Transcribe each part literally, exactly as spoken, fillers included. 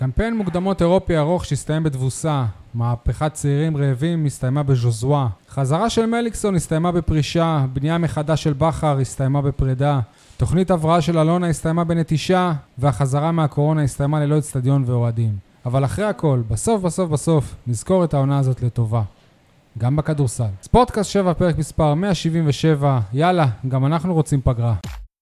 קמפיין מוקדמות אירופי ארוך שהסתיים בתבוסה. מהפכת צעירים רעבים הסתיימה בז'וזואה. חזרה של מליקסון הסתיימה בפרישה. בנייה מחדש של בחר הסתיימה בפרידה. תוכנית הבראה של אלונה הסתיימה בנטישה. והחזרה מהקורונה הסתיימה ללא אצטדיון ואוהדים. אבל אחרי הכל, בסוף בסוף בסוף, נזכור את העונה הזאת לטובה. גם בכדורסל. ספורטקאסט שבע, פרק מספר מאה שבעים ושבע. יאללה, גם אנחנו רוצים פגרה.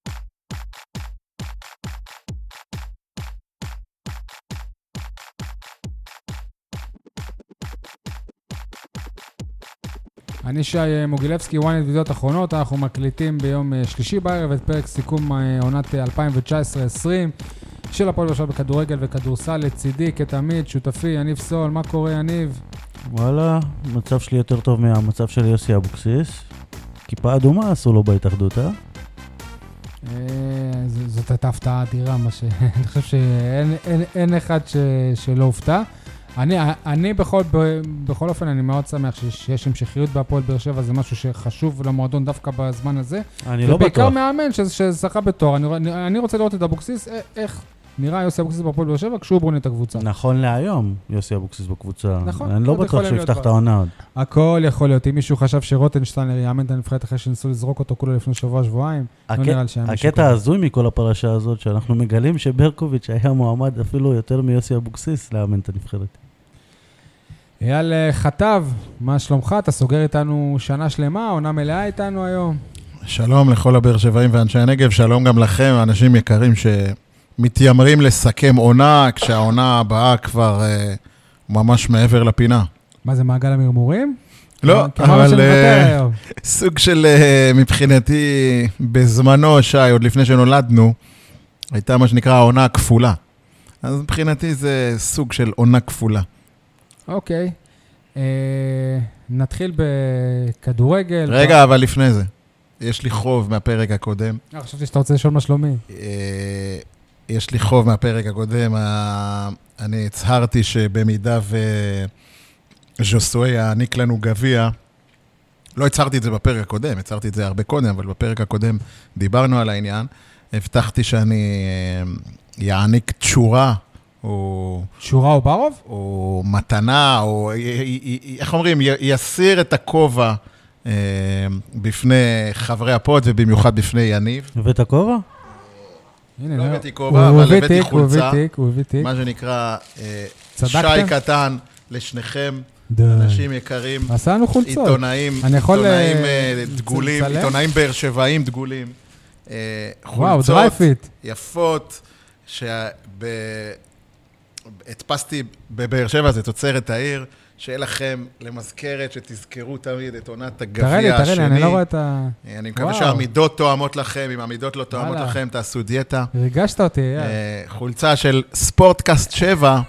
אני שי מוגילבסקי, וואנט וידיעות אחרונות. אנחנו מקליטים ביום שלישי בערב את פרק סיכום עונת אלפיים תשע עשרה עשרים של הפועל באר שבע בכדורגל וכדורסל. לצידי כתמיד שותפי יניב סול. מה קורה יניב? וואלה, המצב שלי יותר טוב מהמצב של יוסי אבוקסיס. כיפה אדומה עשו לו בהתאחדות, אה? זאת הייתה הפתעה אדירה, מה ש... אני חושב שאין אחד שלא הופתע. אני, אני בכל, בכל אופן, אני מאוד שמח שיש המשכיות בהפועל באר שבע, זה משהו שחשוב למועדון דווקא בזמן הזה. אני לא בטוח. ובעיקר מאמן שזכה בתואר. אני, אני רוצה לראות את אבוקסיס, איך נראה יוסי אבוקסיס בהפועל באר שבע כשהוא בונה את הקבוצה. נכון להיום, יוסי אבוקסיס בקבוצה. נכון. אני לא בטוח שהוא יפתח את העונה עוד. הכל יכול להיות. אם מישהו חשב שרוטנשטיינר יאמן את הנבחרת אחרי שניסו לזרוק אותו כולו לפני שבוע, שבועיים, לא נראה לי שהיה מישהו. הקטע הזוי מכל הפרשה הזאת, שאנחנו מגלים שברקוביץ' היה מועמד אפילו יותר מיוסי אבוקסיס לאמן את הנבחרת. אייל חטב, מה שלומך? אתה סוגר איתנו שנה שלמה, עונה מלאה איתנו היום. שלום לכל הבאר שבעים ואנשי הנגב, שלום גם לכם, אנשים יקרים שמתיימרים לסכם עונה, כשהעונה הבאה כבר אה, ממש מעבר לפינה. מה זה, מעגל המרמורים? לא, אבל אה, סוג של אה, מבחינתי בזמנו, שי, עוד לפני שנולדנו, הייתה מה שנקרא העונה הכפולה. אז מבחינתי זה סוג של עונה כפולה. אוקיי, נתחיל בכדורגל. רגע, אבל לפני זה, יש לי חוב מהפרק הקודם. חשבתי שאתה רוצה לשאול מה שלומי. יש לי חוב מהפרק הקודם, אני הצהרתי שבמידה וז'וסוי יעניק לנו גביע, לא הצהרתי את זה בפרק הקודם, הצהרתי את זה הרבה קודם, אבל בפרק הקודם דיברנו על העניין, הבטחתי שאני יעניק תשורה, או... שורה או ברוב? או מתנה, או... איך אומרים? יסיר את הכובע אה, בפני חברי הפוד, ובמיוחד בפני יניב. הבאת כובע? לא הבאתי כובע, אבל הבאתי חולצה. מה שנקרא אה, שי קטן לשניכם, אנשים יקרים. עשינו חולצות. עיתונאים, עיתונאים דגולים, עיתונאים באר שבעים דגולים. וואו, דרייפיט. יפות, שב... הדפסתי בבאר שבע, זה תוצרת העיר, שיהיה לכם למזכרת, שתזכרו תמיד את עונת הגביע השני. תראה לי, תראה לי, אני לא רואה את ה... אני מקווה שהעמידות תואמות לכם, אם העמידות לא תואמות לכם, תעשו דיאטה. ריגשת אותי, יא. חולצה של ספורטקאסט שבע,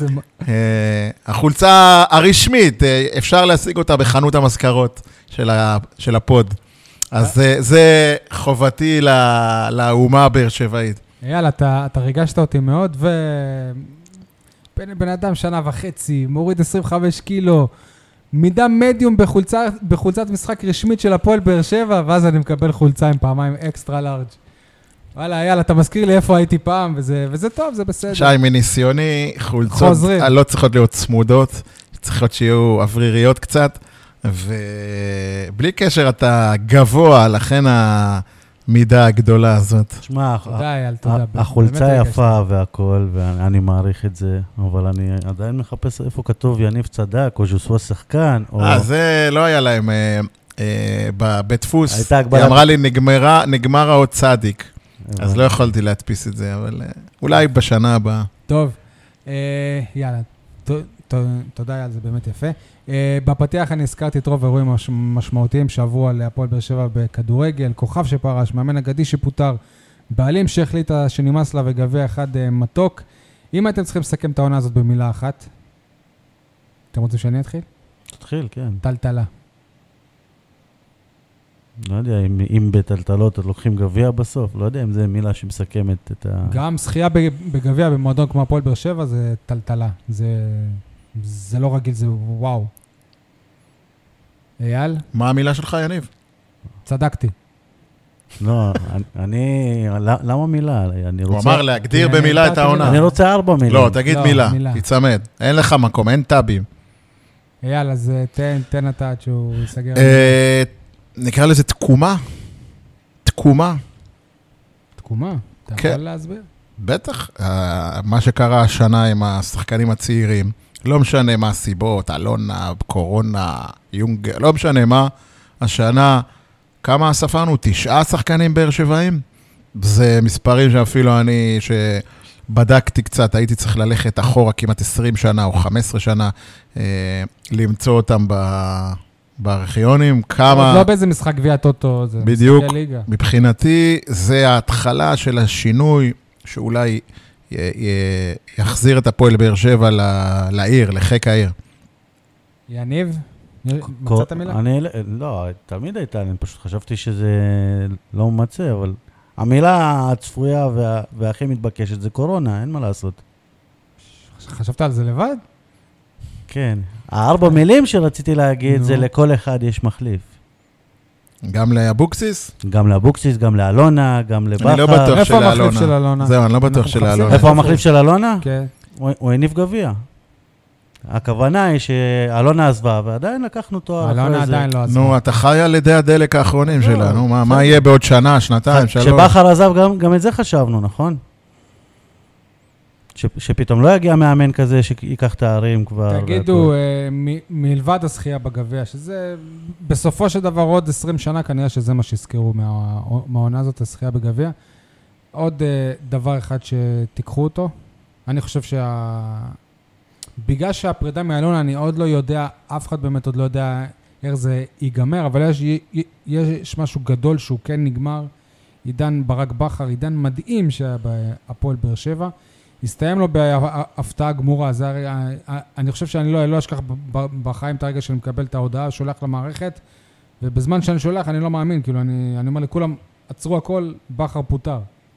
החולצה הרשמית, אפשר להשיג אותה בחנות המזכרות של הפוד. אז זה חובתי לאומה הבאר שבעית. יאללה, אתה, אתה ריגשת אותי מאוד, ו... בן, בן אדם שנה וחצי, מוריד עשרים וחמש קילו, מידה מדיום בחולצה, בחולצת משחק רשמית של הפועל באר שבע, ואז אני מקבל חולצה עם פעמיים אקסטרה לארג'. וואלה, יאללה, אתה מזכיר לי איפה הייתי פעם, וזה, וזה טוב, זה בסדר. שי, מניסיוני, חולצות לא צריכות להיות צמודות, צריכות שיהיו אווריריות קצת, ובלי קשר אתה גבוה, לכן ה... מידה הגדולה הזאת. תשמע, תודה, אייל, תודה. החולצה יפה והכל, ואני מעריך את זה, אבל אני עדיין מחפש איפה כתוב יניב צדק, או ז'וסואה שחקן, או... אה, זה לא היה להם בבית דפוס. היא אמרה לי, נגמר העוד צדיק. אז לא יכולתי להדפיס את זה, אבל אולי בשנה הבאה. טוב, יאללה, תודה, אייל, זה באמת יפה. בפתיח אני הזכרתי את רוב אירועים משמעותיים שעברו על הפועל באר שבע בכדורגל, כוכב שפרש, מאמן אגדי שפוטר, בעלים שהחליטה שנמאס לה וגביע אחד מתוק. אם אתם צריכים לסכם את העונה הזאת במילה אחת, אתם רוצים שאני אתחיל? תתחיל, כן. טלטלה. לא יודע, אם, אם בטלטלות את לוקחים גביע בסוף, לא יודע אם זה מילה שמסכמת את ה... גם זכייה בגביע במועדון כמו הפועל באר שבע זה טלטלה. זה... זה לא רגיל, זה וואו. אייל? מה המילה שלך, יניב? צדקתי. לא, אני, למה מילה? אני רוצה... הוא אמר להגדיר במילה את העונה. אני רוצה ארבע מילים. לא, תגיד מילה, תצמד. אין לך מקום, אין טאבים. יאללה, אז תן, תן אתה עד שהוא יסגר. נקרא לזה תקומה. תקומה. תקומה? אתה יכול להסביר? בטח. מה שקרה השנה עם השחקנים הצעירים, לא משנה מה הסיבות, אלונה, קורונה, יונגר, לא משנה מה, השנה, כמה ספרנו? תשעה שחקנים באר שבעים? זה מספרים שאפילו אני, שבדקתי קצת, הייתי צריך ללכת אחורה כמעט עשרים שנה או חמש עשרה שנה, אה, למצוא אותם ב... בארכיונים, כמה... לא באיזה משחק גביע טוטו, זה בדיוק, מבחינתי זה ההתחלה של השינוי, שאולי י... י... יחזיר את הפועל באר שבע ל... לעיר, לחק העיר. יניב? מצאת מילה? אני, לא, תמיד הייתה, אני פשוט חשבתי שזה לא מצא, אבל המילה הצפויה וה... והכי מתבקשת זה קורונה, אין מה לעשות. חשבת על זה לבד? כן. הארבע מילים שרציתי להגיד זה לכל אחד יש מחליף. גם לאבוקסיס? גם לאבוקסיס, גם לאלונה, גם לבחר. אני לא בטוח של אלונה. איפה המחליף של אלונה? זהו, אני לא בטוח של אלונה. איפה המחליף של אלונה? כן. הוא הניף גביע. הכוונה היא שאלונה עזבה, ועדיין לקחנו תואר. אלונה עדיין לא עזבה. נו, אתה חי על ידי הדלק האחרונים שלה, נו, מה יהיה בעוד שנה, שנתיים, שלוש? כשבחר עזב, גם את זה חשבנו, נכון? שפתאום לא יגיע מאמן כזה שיקח תארים כבר. תגידו, מלבד הזכייה בגביע, שזה בסופו של דבר עוד עשרים שנה, כנראה שזה מה שהזכירו מהעונה הזאת, הזכייה בגביע. עוד דבר אחד שתיקחו אותו, אני חושב שה... בגלל שהפרידה מאלונה, אני עוד לא יודע, אף אחד באמת עוד לא יודע איך זה ייגמר, אבל יש, יש משהו גדול שהוא כן נגמר, עידן ברק בכר, עידן מדהים שהיה בהפועל באר שבע, הסתיים לו בהפתעה גמורה, זה הרי, אני חושב שאני לא, לא אשכח בחיים את הרגע שאני מקבל את ההודעה, שולח למערכת, ובזמן שאני שולח אני לא מאמין, כאילו אני, אני אומר לכולם, עצרו הכל, בכר פוטר.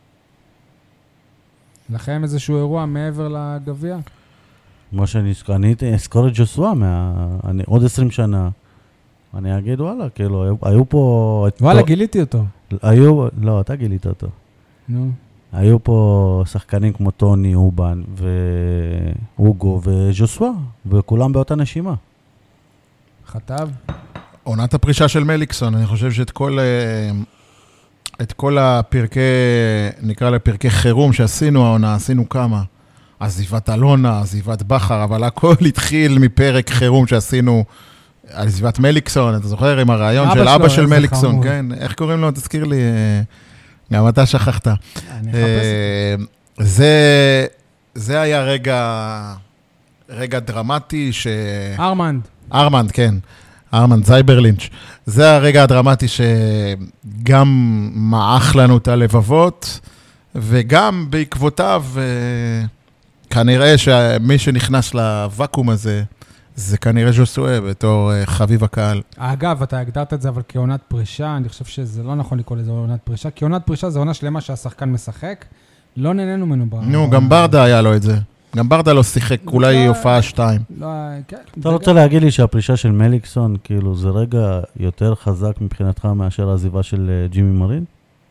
לכם איזשהו אירוע מעבר לגביע? כמו שאני אזכור את ג'וסווה, עוד עשרים שנה, אני אגיד וואלה, כאילו, היו פה... וואלה, גיליתי אותו. היו, לא, אתה גילית אותו. נו. היו פה שחקנים כמו טוני, אובן ואוגו וג'וסווה, וכולם באותה נשימה. חטב. עונת הפרישה של מליקסון, אני חושב שאת כל... את כל הפרקי, נקרא לפרקי חירום שעשינו העונה, עשינו כמה. עזיבת אלונה, עזיבת בחר, אבל הכל התחיל מפרק חירום שעשינו, עזיבת מליקסון, אתה זוכר עם הרעיון של אבא של מליקסון, כן? איך קוראים לו? תזכיר לי, גם אתה שכחת. אני אחפש את זה. זה היה רגע, רגע דרמטי ש... ארמנד. ארמנד, כן. ארמנד זייברלינץ'. זה הרגע הדרמטי שגם מעך לנו את הלבבות, וגם בעקבותיו... כנראה שמי שנכנס לוואקום הזה, זה כנראה ז'וסואה בתור חביב הקהל. אגב, אתה הגדרת את זה, אבל כעונת פרישה, אני חושב שזה לא נכון לקרוא לזה עונת פרישה, כי עונת פרישה זה עונה שלמה שהשחקן משחק, לא נהנינו ממנו. נו, גם ברדה היה לו את זה. גם ברדה לא שיחק, אולי הופעה שתיים. אתה רוצה להגיד לי שהפרישה של מליקסון, כאילו, זה רגע יותר חזק מבחינתך מאשר העזיבה של ג'ימי מרין?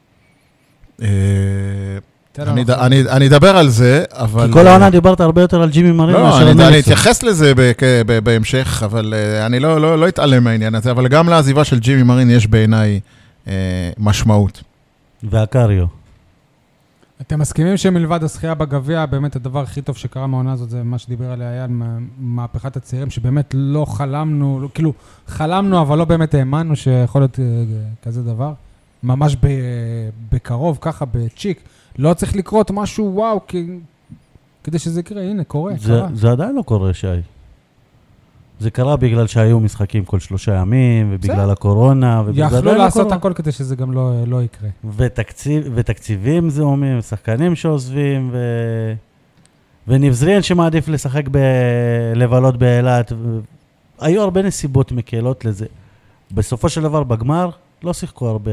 אני, אני, אני אדבר על זה, אבל... כי כל העונה דיברת הרבה יותר על ג'ימי מרין. לא, אני, אני אתייחס לזה ב, ב, בהמשך, אבל אני לא, לא, לא אתעלם מהעניין הזה, אבל גם לעזיבה של ג'ימי מרין יש בעיניי אה, משמעות. והקריו. אתם מסכימים שמלבד הזכייה בגביע, באמת הדבר הכי טוב שקרה מהעונה הזאת, זה מה שדיבר עליה היה, מהפכת הצעירים, שבאמת לא חלמנו, לא, כאילו חלמנו, אבל לא באמת האמנו שיכול להיות כזה דבר. ממש ב, בקרוב, ככה, בצ'יק. לא צריך לקרות משהו וואו, כי... כדי שזה יקרה, הנה, קורה, זה, קרה. זה עדיין לא קורה, שי. זה קרה בגלל שהיו משחקים כל שלושה ימים, ובגלל הקורונה, יכלו לעשות הכל כדי שזה גם לא, לא יקרה. ותקציב, ותקציבים זהומים, שחקנים שעוזבים, ו... ונבזריאן שמעדיף לשחק בלבלות באילת. היו הרבה נסיבות מקלות לזה. בסופו של דבר, בגמר, לא שיחקו הרבה.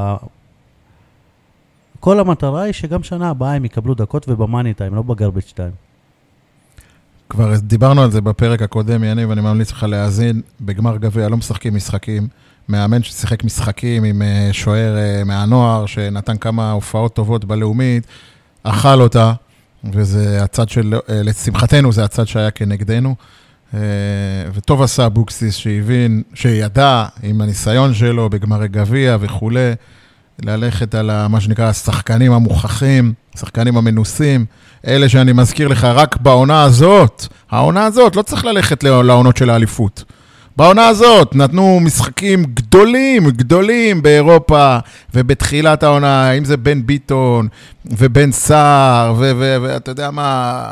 כל המטרה היא שגם שנה הבאה הם יקבלו דקות ובמאני טיים, לא בגרבג' טיים. כבר דיברנו על זה בפרק הקודם, יניב, ואני ממליץ לך להאזין, בגמר גביע לא משחקים משחקים, מאמן ששיחק משחקים עם שוער מהנוער, שנתן כמה הופעות טובות בלאומית, אכל אותה, וזה הצד של, לשמחתנו, זה הצד שהיה כנגדנו, וטוב עשה בוקסיס שהבין, שידע עם הניסיון שלו בגמרי גביע וכו', ללכת על מה שנקרא השחקנים המוכחים, השחקנים המנוסים, אלה שאני מזכיר לך רק בעונה הזאת, העונה הזאת לא צריך ללכת לעונות של האליפות. בעונה הזאת נתנו משחקים גדולים, גדולים באירופה, ובתחילת העונה, אם זה בן ביטון ובן סער, ואתה יודע מה,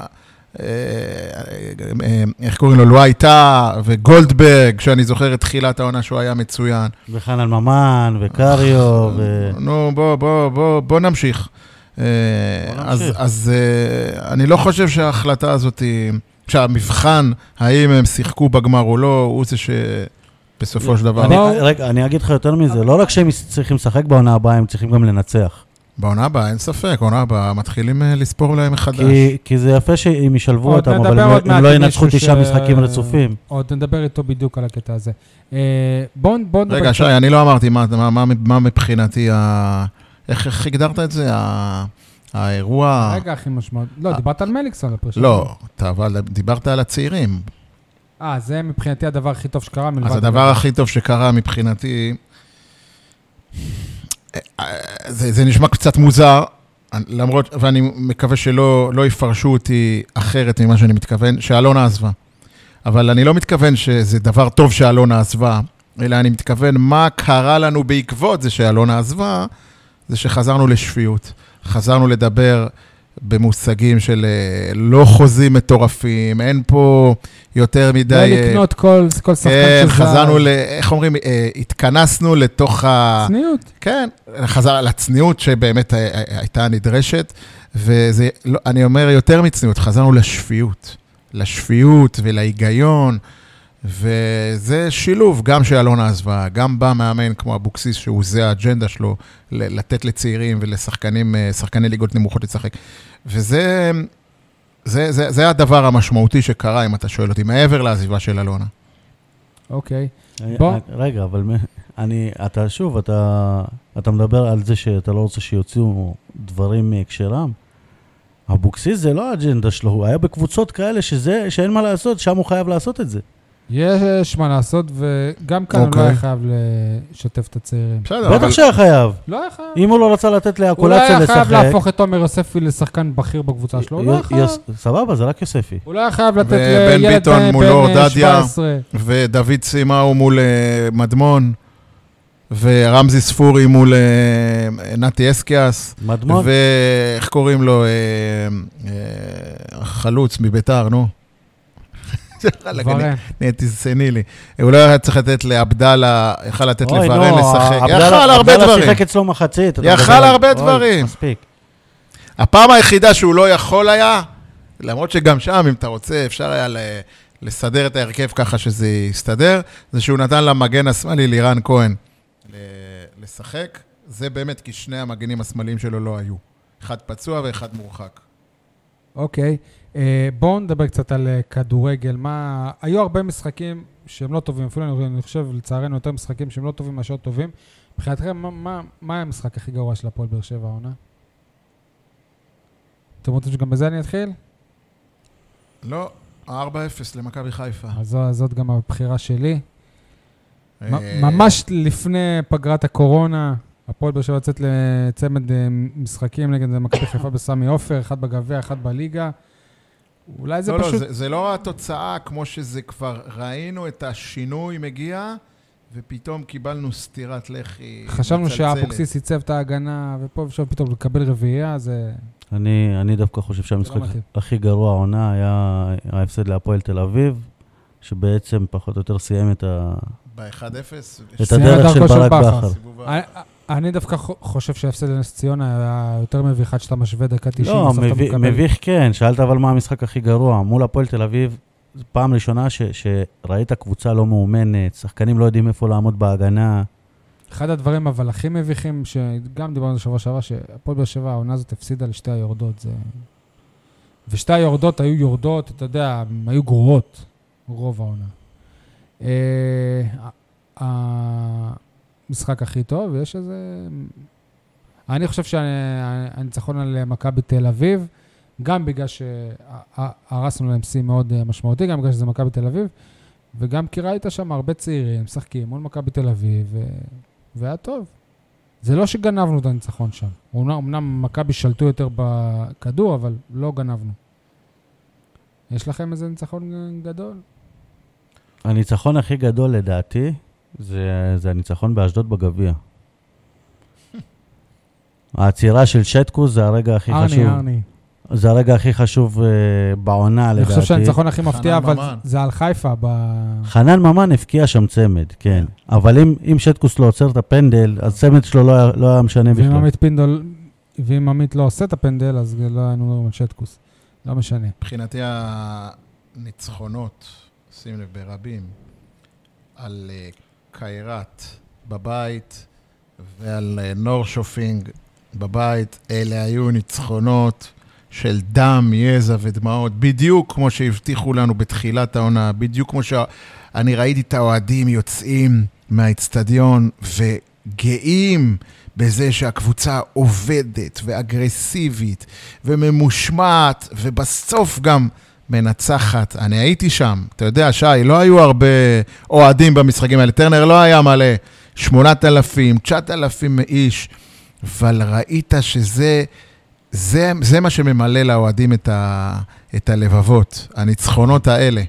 איך קוראים לו, לא הייתה, וגולדברג, שאני זוכר את תחילת העונה שהוא היה מצוין. וחנן ממן, וקריו, ו... נו, בוא, בוא, בוא, בוא נמשיך. אז, אז אני לא חושב שההחלטה הזאת היא... שהמבחן, האם הם שיחקו בגמר או לא, הוא זה שבסופו של דבר... רגע, אני אגיד לך יותר מזה, לא רק שהם צריכים לשחק בעונה הבאה, הם צריכים גם לנצח. בעונה הבאה, אין ספק, בעונה הבאה, מתחילים לספור להם מחדש. כי זה יפה שהם ישלבו אותם, אבל הם לא ינצחו תשעה משחקים רצופים. עוד נדבר איתו בדיוק על הקטע הזה. בואו נדבר... רגע, שי, אני לא אמרתי מה מבחינתי, איך הגדרת את זה? האירוע... רגע, הכי משמעות. לא, דיברת על מליקסון לפרשת. לא, אבל דיברת על הצעירים. אה, זה מבחינתי הדבר הכי טוב שקרה. אז הדבר הכי טוב שקרה מבחינתי, זה נשמע קצת מוזר, למרות, ואני מקווה שלא יפרשו אותי אחרת ממה שאני מתכוון, שאלונה עזבה. אבל אני לא מתכוון שזה דבר טוב שאלונה עזבה, אלא אני מתכוון מה קרה לנו בעקבות זה שאלונה עזבה, זה שחזרנו לשפיות. חזרנו לדבר במושגים של לא חוזים מטורפים, אין פה יותר מדי... לא לקנות כל, כל שחקן שזר. חזרנו, ל, איך אומרים, התכנסנו לתוך ה... צניעות. כן, חזר לצניעות שבאמת הייתה נדרשת, ואני אומר יותר מצניעות, חזרנו לשפיות, לשפיות ולהיגיון, וזה שילוב, גם שאלונה עזבה, גם בא מאמן כמו אבוקסיס, שהוא זה האג'נדה שלו, לתת לצעירים ולשחקנים, שחקני ליגות נמוכות לשחק. וזה זה, זה, זה הדבר המשמעותי שקרה, אם אתה שואל אותי, מעבר לעזיבה של אלונה. אוקיי. בוא. רגע, אבל אני, אתה שוב, אתה, אתה מדבר על זה שאתה לא רוצה שיוציאו דברים מהקשרם. אבוקסיס זה לא האג'נדה שלו, הוא היה בקבוצות כאלה שזה, שאין מה לעשות, שם הוא חייב לעשות את זה. יש מה לעשות, וגם כאן הוא לא היה חייב לשתף את הצעירים. בטח שהיה חייב. לא היה חייב. אם הוא לא רצה לתת לאקולציה לשחק... הוא לא היה חייב להפוך את תומר יוספי לשחקן בכיר בקבוצה שלו. הוא לא היה חייב. סבבה, זה רק יוספי. הוא לא היה חייב לתת לילד בן שבע עשרה. ודוד סימאו מול מדמון, ורמזי ספורי מול נתי אסקיאס. מדמון. ואיך קוראים לו? חלוץ מביתר, נו. תסעני לי. הוא לא היה צריך לתת לאבדלה, יכל לתת לברן לשחק. יכל הרבה דברים. אבדלה שיחק אצלו מחצית. יכל הרבה דברים. מספיק. הפעם היחידה שהוא לא יכול היה, למרות שגם שם, אם אתה רוצה, אפשר היה לסדר את ההרכב ככה שזה יסתדר, זה שהוא נתן למגן השמאלי, לירן כהן, לשחק. זה באמת כי שני המגנים השמאליים שלו לא היו. אחד פצוע ואחד מורחק. אוקיי. בואו נדבר קצת על כדורגל. מה, היו הרבה משחקים שהם לא טובים, אפילו אני חושב לצערנו יותר משחקים שהם לא טובים מאשר טובים. מבחינתכם, מה, מה, מה המשחק הכי גרוע של הפועל באר שבע העונה? אתם רוצים שגם בזה אני אתחיל? לא, ארבע אפס למכבי חיפה. אז זאת גם הבחירה שלי. ממש לפני פגרת הקורונה, הפועל באר שבע יוצאת לצמד משחקים נגד מכבי חיפה בסמי עופר, אחד בגביע, אחד בליגה. אולי זה לא, פשוט... לא, זה, זה לא התוצאה כמו שזה כבר ראינו את השינוי מגיע, ופתאום קיבלנו סתירת לחי. חשבנו שהאבוקסיס ייצב את ההגנה, ופה ושוב פתאום לקבל רביעייה, זה... אני, אני דווקא חושב שהמשחק הכי גרוע העונה היה ההפסד להפועל תל אביב, שבעצם פחות או יותר סיים את ה... ב-אחד אפס? את הדרך של ברק בכר. אני דווקא חושב שההפסד לנס ציונה היה יותר מביך עד שאתה משווה דקה תשעים. לא, מביך כן. שאלת אבל מה המשחק הכי גרוע. מול הפועל תל אביב, זו פעם ראשונה שראית קבוצה לא מאומנת, שחקנים לא יודעים איפה לעמוד בהגנה. אחד הדברים אבל הכי מביכים, שגם דיברנו בשבוע שעבר, שהפועל באר שבע, העונה הזאת הפסידה לשתי היורדות. ושתי היורדות היו יורדות, אתה יודע, היו גרועות, רוב העונה. המשחק הכי טוב, ויש איזה... אני חושב שהניצחון על מכבי תל אביב, גם בגלל שהרסנו להם סי מאוד משמעותי, גם בגלל שזה מכבי תל אביב, וגם כי ראית שם הרבה צעירים, משחקים מול מכבי תל אביב, והיה טוב. זה לא שגנבנו את הניצחון שם. אמנם מכבי שלטו יותר בכדור, אבל לא גנבנו. יש לכם איזה ניצחון גדול? הניצחון הכי גדול לדעתי, זה, זה הניצחון באשדוד בגביע. העצירה של שטקוס זה הרגע הכי ארני, חשוב. ארני. זה הרגע הכי חשוב uh, בעונה לדעתי. אני חושב שהניצחון הכי מפתיע, אבל ממן. זה על חיפה. ב... חנן ממן הפקיע שם צמד, כן. אבל אם, אם שטקוס לא עוצר את הפנדל, אז צמד שלו לא, לא היה משנה בכלל. ואם עמית פינדול, ואם עמית לא עושה את הפנדל, אז לא היינו מדברים על שטקוס. לא משנה. מבחינתי הניצחונות, שים לב ברבים, על uh, קיירת בבית ועל uh, נורשופינג בבית, אלה היו ניצחונות של דם, יזע ודמעות, בדיוק כמו שהבטיחו לנו בתחילת העונה, בדיוק כמו שאני ראיתי את האוהדים יוצאים מהאצטדיון וגאים בזה שהקבוצה עובדת ואגרסיבית וממושמעת ובסוף גם מנצחת. אני הייתי שם, אתה יודע, שי, לא היו הרבה אוהדים במשחקים האלה, טרנר לא היה מלא, שמונת אלפים, תשעת אלפים איש, אבל ראית שזה זה, זה מה שממלא לאוהדים את, ה, את הלבבות, הניצחונות האלה.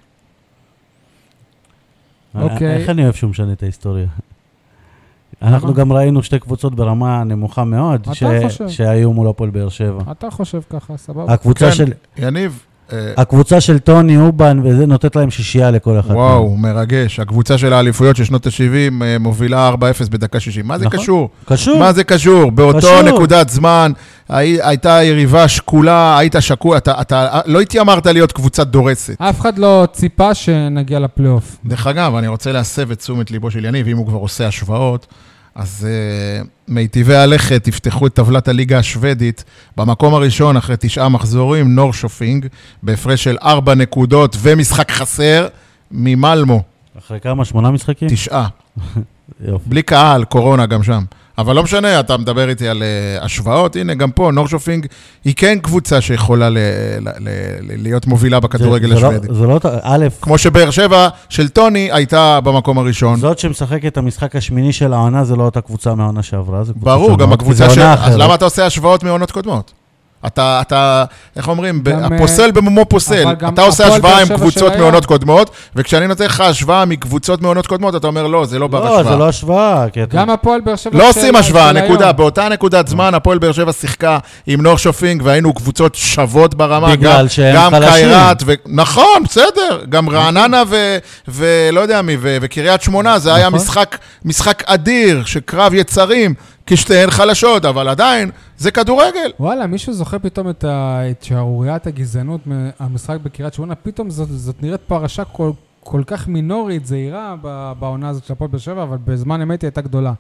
אוקיי. איך אני אוהב שהוא משנה את ההיסטוריה? אנחנו גם ראינו שתי קבוצות ברמה נמוכה מאוד, שהיו מול הפועל באר שבע. אתה חושב ככה, סבבה. הקבוצה של... יניב. הקבוצה של טוני אובן, וזה נותנת להם שישייה לכל אחד. וואו, מרגש. הקבוצה של האליפויות של שנות ה-שבעים מובילה ארבע אפס בדקה שישים. מה זה קשור? קשור. מה זה קשור? באותו נקודת זמן, הייתה יריבה שקולה, היית שקול, אתה לא התיימרת להיות קבוצה דורסת. אף אחד לא ציפה שנגיע לפלייאוף. דרך אגב, אני רוצה להסב את תשומת ליבו של יניב, אם הוא כבר עושה השוואות, אז uh, מיטיבי הלכת יפתחו את טבלת הליגה השוודית במקום הראשון אחרי תשעה מחזורים, נורשופינג, בהפרש של ארבע נקודות ומשחק חסר ממלמו. אחרי כמה? שמונה משחקים? תשעה. בלי קהל, קורונה גם שם. אבל לא משנה, אתה מדבר איתי על uh, השוואות, הנה גם פה, נורשופינג היא כן קבוצה שיכולה ל- ל- ל- להיות מובילה בכדורגל השוודי. זה לא, א', כמו שבאר שבע של טוני הייתה במקום הראשון. זאת שמשחקת את המשחק השמיני של העונה, זה לא אותה קבוצה מהעונה שעברה. ברור, גם הקבוצה של... אז למה אתה עושה השוואות מעונות קודמות? אתה, אתה, איך אומרים, הפוסל במומו פוסל. אתה עושה השוואה עם קבוצות מעונות קודמות, וכשאני נותן לך השוואה מקבוצות מעונות קודמות, אתה אומר, לא, זה לא בר השוואה. לא, זה לא השוואה. גם הפועל באר שבע... לא עושים השוואה, נקודה. באותה נקודת זמן, הפועל באר שבע שיחקה עם נורשופינג, והיינו קבוצות שוות ברמה. בגלל שהם חלשים. נכון, בסדר. גם רעננה ולא יודע מי, וקריית שמונה, זה היה משחק אדיר, שקרב יצרים, כשתיהן חלשות, אבל עדיין זה כדורגל. וואלה, מישהו זוכר פתאום את שערוריית הגזענות מהמשחק בקריית שמונה, פתאום זאת, זאת נראית פרשה כל, כל כך מינורית, זהירה בעונה הזאת של הפועל באר שבע, אבל בזמן אמת היא הייתה גדולה.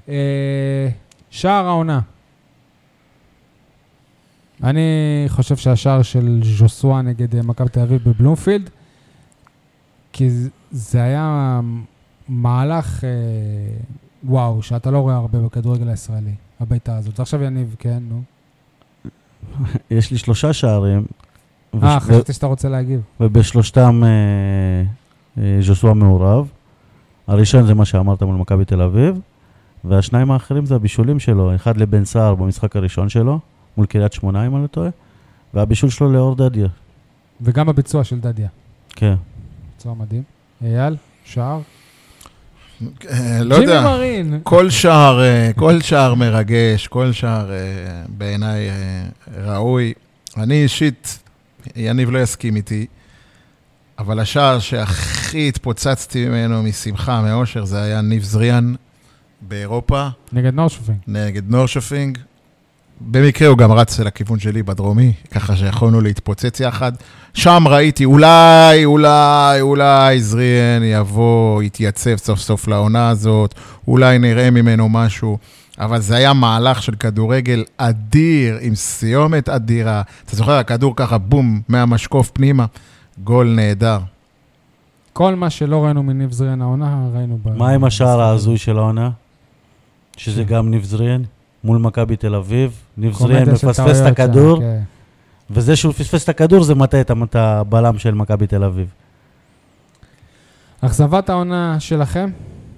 שער העונה. אני חושב שהשער של ז'וסווה נגד מכבי תל אביב בבלומפילד, כי זה היה מהלך... וואו, שאתה לא רואה הרבה בכדורגל הישראלי, הביתה הזאת. עכשיו יניב, כן, נו. יש לי שלושה שערים. אה, חשבתי שאתה רוצה להגיב. ובשלושתם ז'וסווה מעורב. הראשון זה מה שאמרת מול מכבי תל אביב, והשניים האחרים זה הבישולים שלו. אחד לבן סער במשחק הראשון שלו, מול קריית שמונה, אם אני לא טועה, והבישול שלו לאור דדיה. וגם הביצוע של דדיה. כן. ביצוע מדהים. אייל, שער. לא יודע, כל שער, כל שער מרגש, כל שער בעיניי ראוי. אני אישית, יניב לא יסכים איתי, אבל השער שהכי התפוצצתי ממנו משמחה, מאושר, זה היה ניב זריאן באירופה. נגד נורשופינג. נגד נורשופינג. במקרה הוא גם רץ לכיוון שלי בדרומי, ככה שיכולנו להתפוצץ יחד. שם ראיתי, אולי, אולי, אולי זריאן יבוא, יתייצב סוף סוף לעונה הזאת, אולי נראה ממנו משהו. אבל זה היה מהלך של כדורגל אדיר, עם סיומת אדירה. אתה זוכר, הכדור ככה, בום, מהמשקוף פנימה, גול נהדר. כל מה שלא ראינו מניב זריאן העונה, ראינו ב... מה עם השער ההזוי של העונה? שזה גם ניב זריאן, מול מכבי תל אביב. ניב זריאן מפספס את הכדור, וזה שהוא פספס את הכדור, זה מטה את הבלם של מכבי תל אביב. אכזבת העונה שלכם?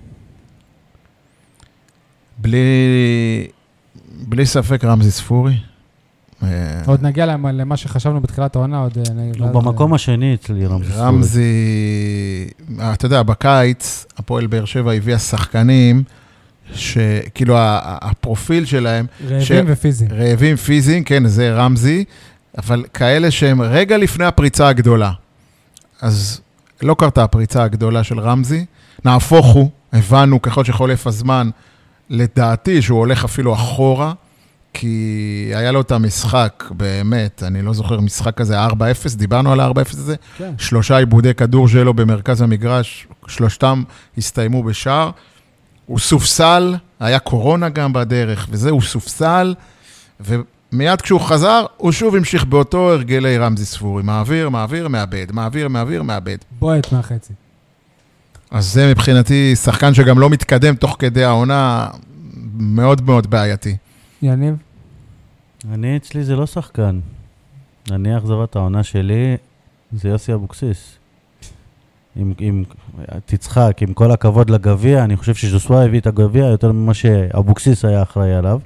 בלי, בלי ספק רמזי ספורי. עוד נגיע למה שחשבנו בתחילת העונה, עוד... הוא במקום השני אצלי, רמזי ספורי. רמזי, אתה יודע, בקיץ, הפועל באר שבע הביאה שחקנים, שכאילו הפרופיל שלהם... רעבים ופיזיים. רעבים פיזיים, כן, זה רמזי, אבל כאלה שהם רגע לפני הפריצה הגדולה. אז לא קרתה הפריצה הגדולה של רמזי, נהפוך הוא, הבנו ככל שחולף הזמן, לדעתי שהוא הולך אפילו אחורה, כי היה לו את המשחק, באמת, אני לא זוכר משחק כזה, ארבע אפס, דיברנו על ה-ארבע אפס הזה, כן. שלושה עיבודי כדור שלו במרכז המגרש, שלושתם הסתיימו בשער, הוא סופסל, היה קורונה גם בדרך, וזה, הוא סופסל, ומיד כשהוא חזר, הוא שוב המשיך באותו הרגלי רמזי ספורי, מעביר, מעביר, מאבד, מעביר, מעביר, מאבד. בועט מהחצי. אז זה מבחינתי שחקן שגם לא מתקדם תוך כדי העונה, מאוד מאוד בעייתי. יניב? אני אצלי זה לא שחקן. אני אכזבת העונה שלי, זה יוסי אבוקסיס. עם, עם, תצחק, עם כל הכבוד לגביע, אני חושב שז'וסווה הביא את הגביע יותר ממה שאבוקסיס היה אחראי עליו.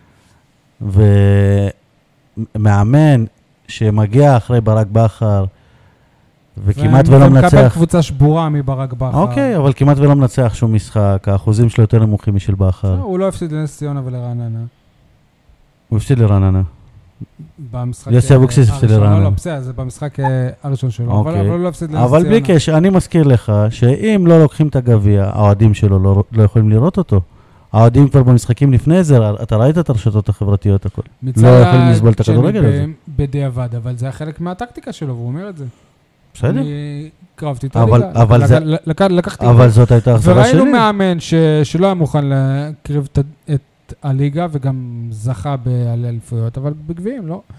ומאמן שמגיע אחרי ברק בכר, וכמעט ולא מנצח. ומקבל קבוצה שבורה מברק בכר. אוקיי, אבל כמעט ולא מנצח שום משחק, האחוזים שלו יותר נמוכים משל בכר. הוא לא הפסיד לנס ציונה ולרעננה. הוא הפסיד לרעננה. במשחק... יוסי אבוקסיס הפסיד לרעננה. לא, לא, בסדר, זה במשחק הראשון שלו, אבל הוא לא הפסיד לנס ציונה. אבל בלי קשר, אני מזכיר לך, שאם לא לוקחים את הגביע, האוהדים שלו לא יכולים לראות אותו. האוהדים כבר במשחקים לפני זה, אתה ראית את הרשתות החברתיות הכל. לא יכולים לסבול את הכדורגל הזה. בדיעבד, אבל זה היה חלק מהטקטיקה שלו, והוא אומר את זה. בסדר. אני קרבתי את הליגה. אבל זה... לקחתי... אבל זאת הייתה החזרה שלי. וראינו מאמן שלא היה מוכן להקריב את הליגה, וגם זכה באליפויות, אבל בגביעים, לא.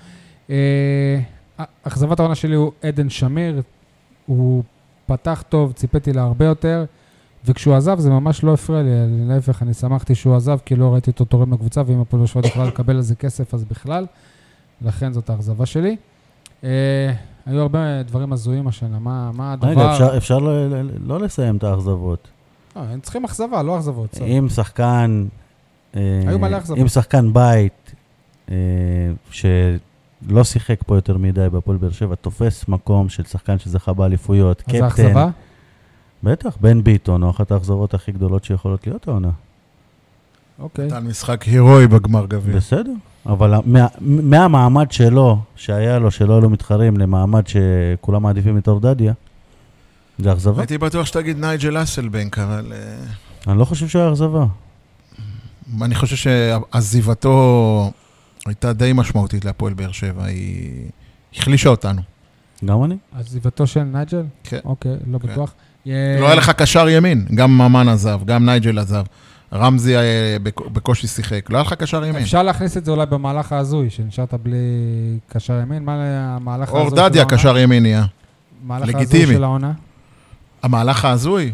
אכזבת העונה שלי הוא עדן שמיר, הוא פתח טוב, ציפיתי לה הרבה יותר, וכשהוא עזב זה ממש לא הפריע לי, להפך, אני שמחתי שהוא עזב, כי לא ראיתי אותו תורם לקבוצה, ואם הפועל באר שבע יכולה לקבל על זה כסף, אז בכלל, לכן זאת האכזבה שלי. היו הרבה דברים הזויים השנה, מה הדבר... רגע, אפשר לא לסיים את האכזבות. הם צריכים אכזבה, לא אכזבות. אם שחקן... היו מלא אכזבות. אם שחקן בית, שלא שיחק פה יותר מדי בפועל באר שבע, תופס מקום של שחקן שזכה באליפויות, קפטן... אז האכזבה? בטח, בן ביטון, או אחת האכזבות הכי גדולות שיכולות להיות העונה. אוקיי. נתן משחק הירואי בגמר גביע. בסדר, אבל מה, מהמעמד שלו, שהיה לו, שלא היו מתחרים, למעמד שכולם מעדיפים את אורדדיה, זה אכזבה. הייתי בטוח שתגיד נייג'ל אסלבנק, אבל... אני לא חושב שהיה אכזבה. אני חושב שעזיבתו הייתה די משמעותית להפועל באר שבע, היא החלישה אותנו. גם אני? עזיבתו של נייג'ל? כן. אוקיי, לא בטוח. לא היה לך קשר ימין, גם ממן עזב, גם נייג'ל עזב. רמזי בקושי שיחק, לא היה לך קשר ימין. אפשר להכניס את זה אולי במהלך ההזוי, שנשארת בלי קשר ימין. מה המהלך ההזוי של העונה? אורדדיה קשר ימין נהיה. מהלך ההזוי של העונה? המהלך ההזוי?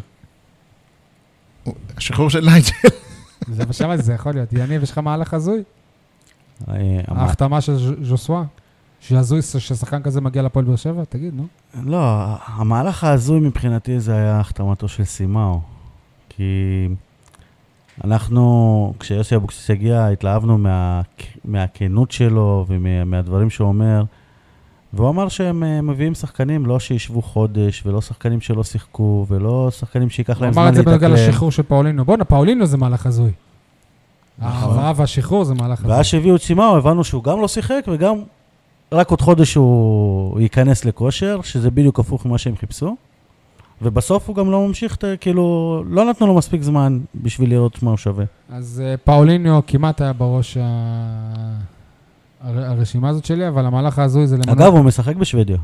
השחרור של נייג'ל. זה בשמה, זה יכול להיות. יניב, יש לך מהלך הזוי? ההחתמה של ז'וסווה? שהזוי ששחקן כזה מגיע לפועל באר שבע? תגיד, נו. לא, המהלך ההזוי מבחינתי זה היה החתמתו של סימאו. כי אנחנו, כשיוסי אבוקסיס הגיע, התלהבנו מה, מהכנות שלו ומהדברים שהוא אומר, והוא אמר שהם מביאים שחקנים לא שישבו חודש, ולא שחקנים שלא שיחקו, ולא שחקנים שיקח להם זמן להתאקלם. הוא אמר את זה בנוגע לשחרור של פאולינו. בוא'נה, פאולינו זה מהלך הזוי. ההעברה והשחרור זה מהלך הזוי. ואז שהביאו את סימאו, הבנו שהוא גם לא שיחק, וגם רק עוד חודש הוא ייכנס לכושר, שזה בדיוק הפוך ממה שהם חיפשו. ובסוף הוא גם לא ממשיך, כאילו, לא נתנו לו מספיק זמן בשביל לראות מה הוא שווה. אז פאוליניו כמעט היה בראש הרשימה הזאת שלי, אבל המהלך ההזוי זה למנות... אגב, הוא משחק בשוודיה.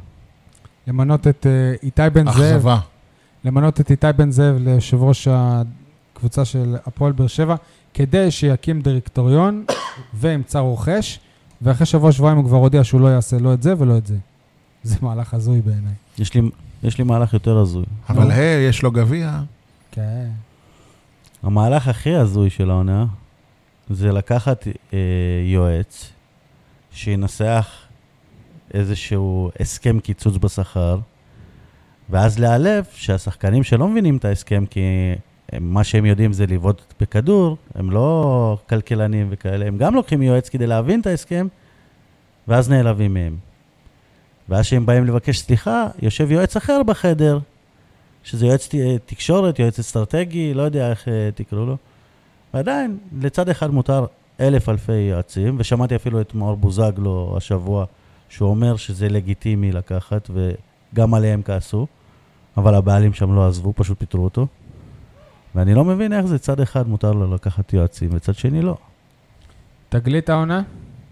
למנות את איתי בן זאב. אכזבה. למנות את איתי בן זאב ליושב ראש קבוצה של הפועל באר שבע, כדי שיקים דירקטוריון וימצא רוכש, ואחרי שבוע שבועיים הוא כבר הודיע שהוא לא יעשה לא את זה ולא את זה. זה מהלך הזוי בעיניי. יש לי, יש לי מהלך יותר הזוי. אבל היי, יש לו גביע. כן. המהלך הכי הזוי של העונה, זה לקחת אה, יועץ, שינסח איזשהו הסכם קיצוץ בשכר, ואז להעלב שהשחקנים שלא מבינים את ההסכם, כי הם, מה שהם יודעים זה לבעוט בכדור, הם לא כלכלנים וכאלה, הם גם לוקחים יועץ כדי להבין את ההסכם, ואז נעלבים מהם. ואז שהם באים לבקש סליחה, יושב יועץ אחר בחדר, שזה יועץ תקשורת, יועץ אסטרטגי, לא יודע איך תקראו לו. ועדיין, לצד אחד מותר אלף אלפי יועצים, ושמעתי אפילו את מאור בוזגלו השבוע, שהוא אומר שזה לגיטימי לקחת, וגם עליהם כעסו, אבל הבעלים שם לא עזבו, פשוט פיתרו אותו. ואני לא מבין איך זה צד אחד מותר לו לקחת יועצים, וצד שני לא. תגלית העונה?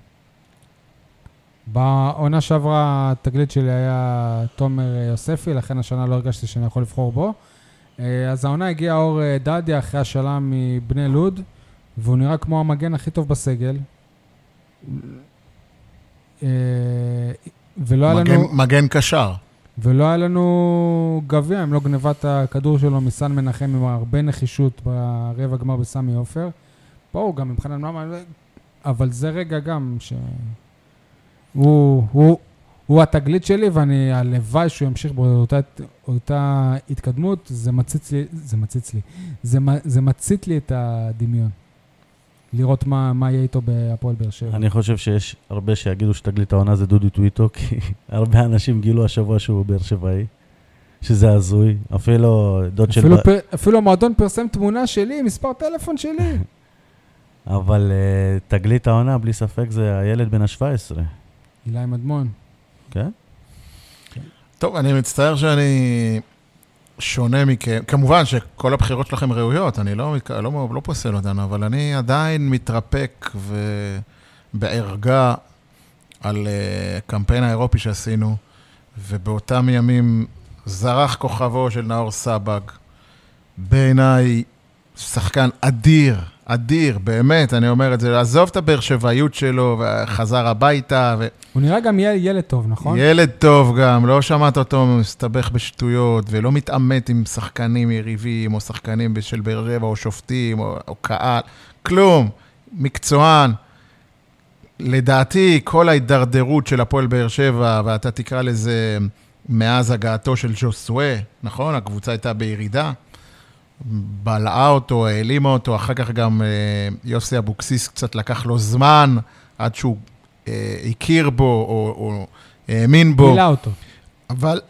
בעונה שעברה התגלית שלי היה תומר יוספי, לכן השנה לא הרגשתי שאני יכול לבחור בו. אז העונה הגיעה אור דדיה אחרי השאלה מבני לוד, והוא נראה כמו המגן הכי טוב בסגל. ולא היה מגן, לנו... מגן קשר. ולא היה לנו גביע, אם לא גנבת הכדור שלו מסן מנחם עם הרבה נחישות ברבע גמר בסמי עופר. פה הוא גם מבחינת מה, אבל זה רגע גם ש... הוא, הוא, הוא התגלית שלי, ואני הלוואי שהוא ימשיך באותה אותה התקדמות, זה מציץ לי, זה מציץ לי, זה, זה מציץ לי את הדמיון. לראות מה, מה יהיה איתו בהפועל באר שבע. אני חושב שיש הרבה שיגידו שתגלית העונה זה דודי טוויטו, כי הרבה אנשים גילו השבוע שהוא באר שבעי, שזה הזוי, אפילו דוד אפילו של... פר, אפילו המועדון פרסם תמונה שלי, מספר טלפון שלי. אבל uh, תגלית העונה, בלי ספק, זה הילד בן ה-שבע עשרה. אילי מדמון. כן? טוב, אני מצטער שאני שונה מכם. כמובן שכל הבחירות שלכם ראויות, אני לא, לא, לא פוסל אותנו, אבל אני עדיין מתרפק ובערגה על uh, קמפיין האירופי שעשינו, ובאותם ימים זרח כוכבו של נאור סבג, בעיניי שחקן אדיר, אדיר, באמת, אני אומר את זה, לעזוב את הבאר שבעיות שלו, וחזר הביתה. ו... הוא נראה גם ילד, ילד טוב, נכון? ילד טוב גם, לא שמעת אותו מסתבך בשטויות, ולא מתעמת עם שחקנים יריבים, או שחקנים של באר שבע, או שופטים, או, או קהל, כלום, מקצוען. לדעתי, כל ההידרדרות של הפועל באר שבע, ואתה תקרא לזה מאז הגעתו של ג'וסווה, נכון? הקבוצה הייתה בירידה. בלעה אותו, העלימה אותו, אחר כך גם אה, יוסי אבוקסיס קצת לקח לו זמן, עד שהוא אה, הכיר בו, או, או האמין בו. מילה אותו. אבל,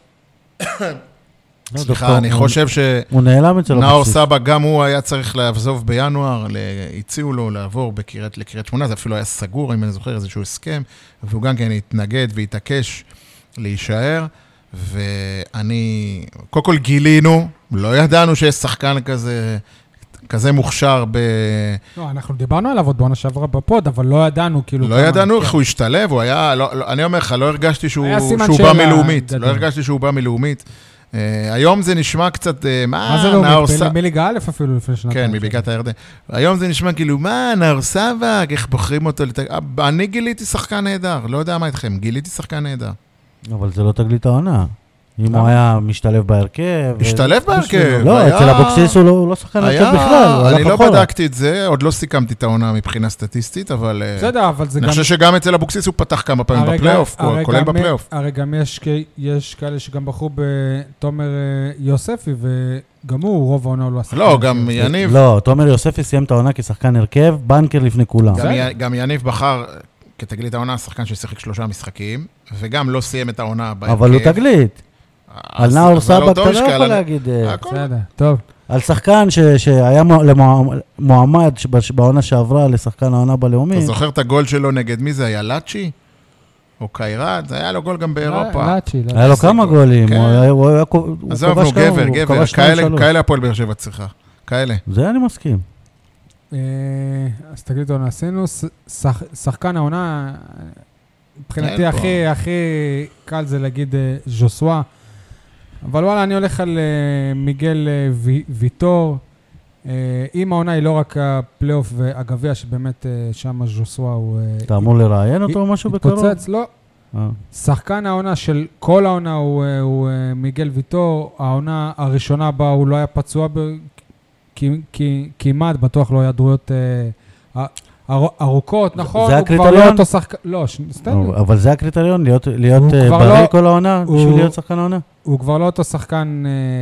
סליחה, אני חושב שנאור סבא, גם הוא היה צריך לעזוב בינואר, הציעו לו לעבור בקריית, לקריית שמונה, זה אפילו היה סגור, אם אני זוכר איזשהו הסכם, והוא גם כן התנגד והתעקש להישאר, ואני, קודם כל גילינו, לא ידענו שיש שחקן כזה, כזה מוכשר ב... לא, אנחנו דיברנו עליו עוד בעונה שעברה בפוד, אבל לא ידענו כאילו... לא ידענו איך הוא השתלב, הוא היה, לא, לא, אני אומר לך, לא הרגשתי שהוא, שהוא בא מלאומית, לא הרגשתי שהוא בא מלאומית. Uh, היום זה נשמע קצת, uh, מה, מה זה לאומית? ב- מליגה א' אפילו לפני שנת. כן, מבקעת הירדן. היום זה נשמע כאילו, מה, נאור סבג, איך בוחרים אותו? לת... אני גיליתי שחקן נהדר, לא יודע מה איתכם, גיליתי שחקן נהדר. אבל זה לא תגלית העונה. אם הוא היה משתלב בהרכב... משתלב בהרכב. לא, אצל אבוקסיס הוא לא שחקן הרכב בכלל. אני לא בדקתי את זה, עוד לא סיכמתי את העונה מבחינה סטטיסטית, אבל... בסדר, אבל זה גם... אני חושב שגם אצל אבוקסיס הוא פתח כמה פעמים בפלייאוף, כולל בפלייאוף. הרי גם יש כאלה שגם בחרו בתומר יוספי, וגם הוא רוב העונה הוא לא עשה. לא, גם יניב... לא, תומר יוספי סיים את העונה כשחקן הרכב, בנקר לפני כולם. גם יניב בחר... כתגלית העונה, שחקן ששיחק שלושה משחקים, וגם לא סיים את העונה בהרכב. אבל הוא תגלית. על נאור סבג אתה לא יכול להגיד... בסדר, טוב. על שחקן שהיה מועמד בעונה שעברה לשחקן העונה בלאומית. אתה זוכר את הגול שלו נגד מי זה? היה לאצ'י? או קיירת? זה היה לו גול גם באירופה. לאצ'י. היה לו כמה גולים. עזוב, נו, גבר, גבר. כאלה הפועל באר שבע צריכה. כאלה. זה אני מסכים. אז תגיד אותו, עשינו שחקן העונה, מבחינתי הכי הכי קל זה להגיד ז'וסווה, אבל וואלה, אני הולך על מיגל ויטור, אם העונה היא לא רק הפלייאוף והגביע, שבאמת שם ז'וסווה הוא... אתה אמור לראיין אותו או משהו בקרוב? התפוצץ, לא. שחקן העונה של כל העונה הוא מיגל ויטור, העונה הראשונה בה הוא לא היה פצוע כמעט, בטוח לא היה דרויות ארוכות, נכון? זה הקריטריון? הוא כבר לא אותו שחקן, לא, סתם. אבל זה הקריטריון, להיות בריא כל העונה, בשביל להיות שחקן העונה? הוא כבר לא אותו שחקן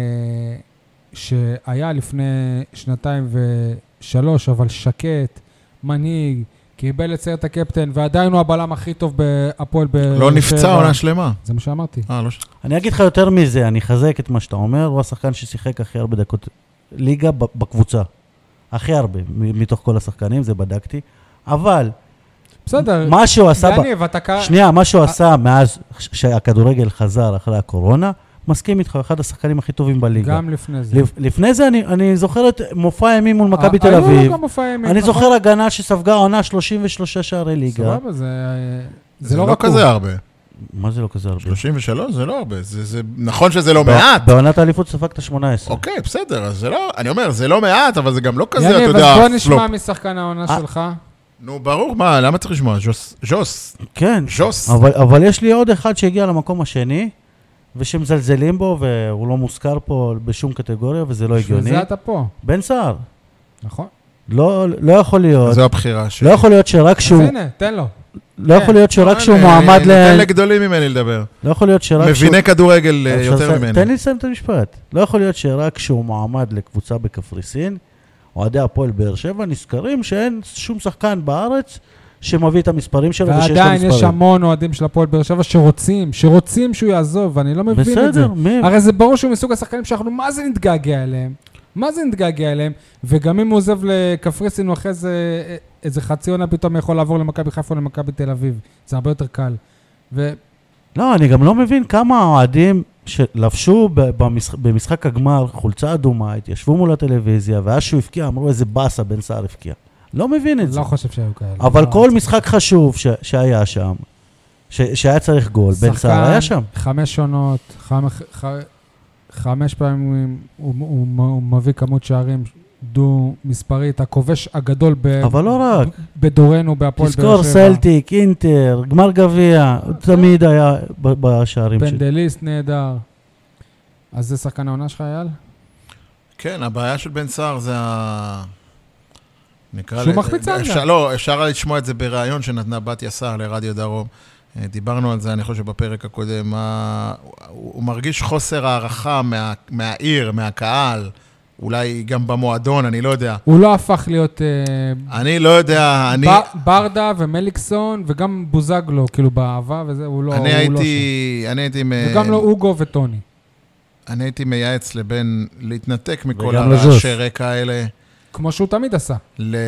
שהיה לפני שנתיים ושלוש, אבל שקט, מנהיג, קיבל את סרט הקפטן, ועדיין הוא הבלם הכי טוב בהפועל באר שבע. לא נפצע עונה שלמה. זה מה שאמרתי. אה, לא. אני אגיד לך יותר מזה, אני אחזק את מה שאתה אומר, הוא השחקן ששיחק הכי הרבה דקות ליגה בקבוצה. הכי הרבה, מתוך כל השחקנים, זה בדקתי. אבל, בסדר. מה שהוא עשה... יניב, אתה קרא... שנייה, מה שהוא עשה מאז שהכדורגל חזר אחרי הקורונה, מסכים איתך, אחד השחקנים הכי טובים בליגה. גם לפני זה. לפני זה אני, אני זוכר את מופע הימים מול מכבי תל אביב. היו גם מופע הימים. אני זוכר הגנה שספגה עונה שלושים ושלושה שערי ליגה. סבבה, זה... זה לא כזה הרבה. מה זה לא כזה הרבה? שלושים ושלוש זה לא הרבה. זה נכון שזה לא מעט. בעונת האליפות ספגת שמונה עשרה. אוקיי, בסדר, אז זה לא... אני אומר, זה לא מעט, אבל זה גם לא כזה, אתה יודע, יניב, אז בוא נשמע משחקן העונה שלך. נו, ברור, מה, למה צריך לשמוע? ז'וס. כן. ז'וס. אבל יש לי עוד אחד שהגיע למקום השני, ושמזלזלים בו, והוא לא מוזכר פה בשום קטגוריה, וזה לא הגיוני. וזה אתה פה. בן סער. נכון. לא, לא יכול להיות. זו הבחירה שלי. לא יכול להיות שרק שהוא... אז הנה, תן לו. לא יכול להיות שרק שהוא מועמד ל... תן לגדולים ממני לדבר. לא יכול להיות שרק שהוא... מביני כדורגל יותר ממני. תן לי לסיים את המשפט. לא יכול להיות שרק שהוא מועמד לקבוצה בקפריסין, אוהדי הפועל באר שבע נזכרים שאין שום שחקן בארץ שמביא את המספרים שלו ושיש לו מספרים. ועדיין יש המון אוהדים של הפועל באר שבע שרוצים, שרוצים שהוא יעזוב, ואני לא מבין את זה. בסדר, מי? הרי זה ברור שהוא מסוג השחקנים שאנחנו, מה זה נתגעגע אליהם? מה זה נתגעגע אליהם? וגם אם הוא עוזב לקפריסין, הוא אחרי זה, איזה חצי עונה פתאום יכול לעבור למכבי חיפה או למכבי תל אביב. זה הרבה יותר קל. ו... לא, אני גם לא מבין כמה האוהדים שלבשו במשחק, במשחק הגמר חולצה אדומה, התיישבו מול הטלוויזיה, ואז שהוא הפקיע, אמרו איזה באסה בן סער הפקיע. לא מבין את זה. לא חושב שהיו כאלה. אבל כל משחק חשוב ש- שהיה שם, ש- שהיה צריך גול, בן סער היה שם. חמש שונות, חמש, ח... חמש פעמים הוא, הוא, הוא מביא כמות שערים דו מספרית, הכובש הגדול ב... אבל לא רק. בדורנו בהפועל באר שבע. תזכור סלטיק, אינטר, גמר גביע, תמיד היה בשערים שלו. פנדליסט נהדר. אז זה שחקן העונה שלך, אייל? כן, הבעיה של בן סער זה ה... נקרא שהוא מחמיץ על זה. לא, אפשר לשמוע את זה בראיון שנתנה בתיה סער לרדיו דרום. דיברנו על זה, אני חושב, בפרק הקודם. הוא מרגיש חוסר הערכה מה, מהעיר, מהקהל, אולי גם במועדון, אני לא יודע. הוא לא הפך להיות... אני לא יודע, אני... ברדה ומליקסון, וגם בוזגלו, כאילו באהבה וזה, הוא לא... אני הייתי... אני הייתי... וגם לא אוגו וטוני. אני הייתי מייעץ לבן להתנתק מכל הרעשי רקע האלה. כמו שהוא תמיד עשה. ל...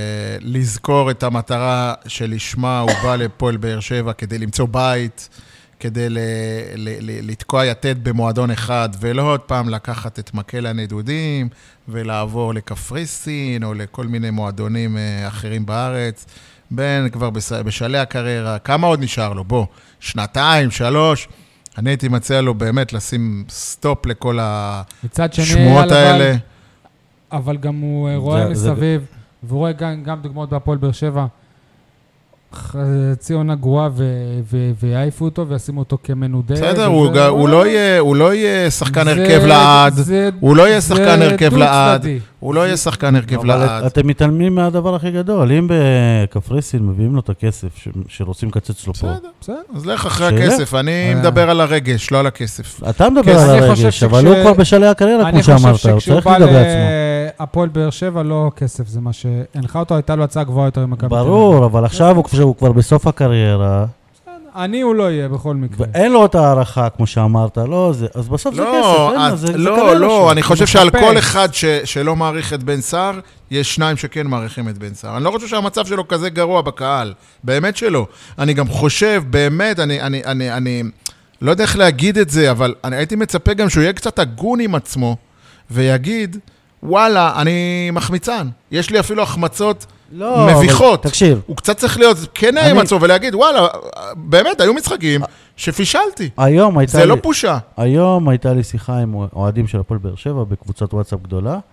לזכור את המטרה שלשמה הוא בא לפועל באר שבע, כדי למצוא בית, כדי ל... ל... ל... לתקוע יתד במועדון אחד, ולא עוד פעם לקחת את מקל הנדודים, ולעבור לקפריסין, או לכל מיני מועדונים אחרים בארץ. בן כבר בש... בשלהי הקריירה, כמה עוד נשאר לו? בוא, שנתיים, שלוש... אני הייתי מציע לו באמת לשים סטופ לכל השמועות האלה. אבל גם הוא רואה מסביב, והוא רואה גם דוגמאות בהפועל באר שבע, חצי עונה גרועה ויעיפו אותו וישימו אותו כמנודה. בסדר, הוא לא יהיה שחקן הרכב לעד, הוא לא יהיה שחקן הרכב לעד, הוא לא יהיה שחקן הרכב לעד. אתם מתעלמים מהדבר הכי גדול, אם בקפריסין מביאים לו את הכסף שרוצים לקצץ לו פה. בסדר, בסדר, אז לך אחרי הכסף, אני מדבר על הרגש, לא על הכסף. אתה מדבר על הרגש, אבל הוא כבר בשלהי הקריירה, כמו שאמרת, הוא צריך לדבר עצמו. הפועל באר שבע לא כסף, זה מה שהנחה אותו, הייתה לו הצעה גבוהה יותר עם מכבי תל אביב. ברור, אבל עכשיו הוא כבר בסוף הקריירה. אני הוא לא יהיה בכל מקרה. ואין לו את הערכה, כמו שאמרת, לא, אז בסוף זה כסף, אין לו, לא, לא, אני חושב שעל כל אחד שלא מעריך את בן סער, יש שניים שכן מעריכים את בן סער. אני לא חושב שהמצב שלו כזה גרוע בקהל, באמת שלא. אני גם חושב, באמת, אני, אני, אני, אני לא יודע איך להגיד את זה, אבל אני הייתי מצפה גם שהוא יהיה קצת הגון עם עצמו, ויגיד, וואלה, אני מחמיצן. יש לי אפילו החמצות לא, מביכות. תקשיב. הוא קצת צריך להיות כן עם עצמו ולהגיד, וואלה, באמת, היו משחקים שפישלתי. היום הייתה זה לי, לא פושה. היום הייתה לי שיחה עם אוהדים של הפועל באר שבע בקבוצת וואטסאפ גדולה,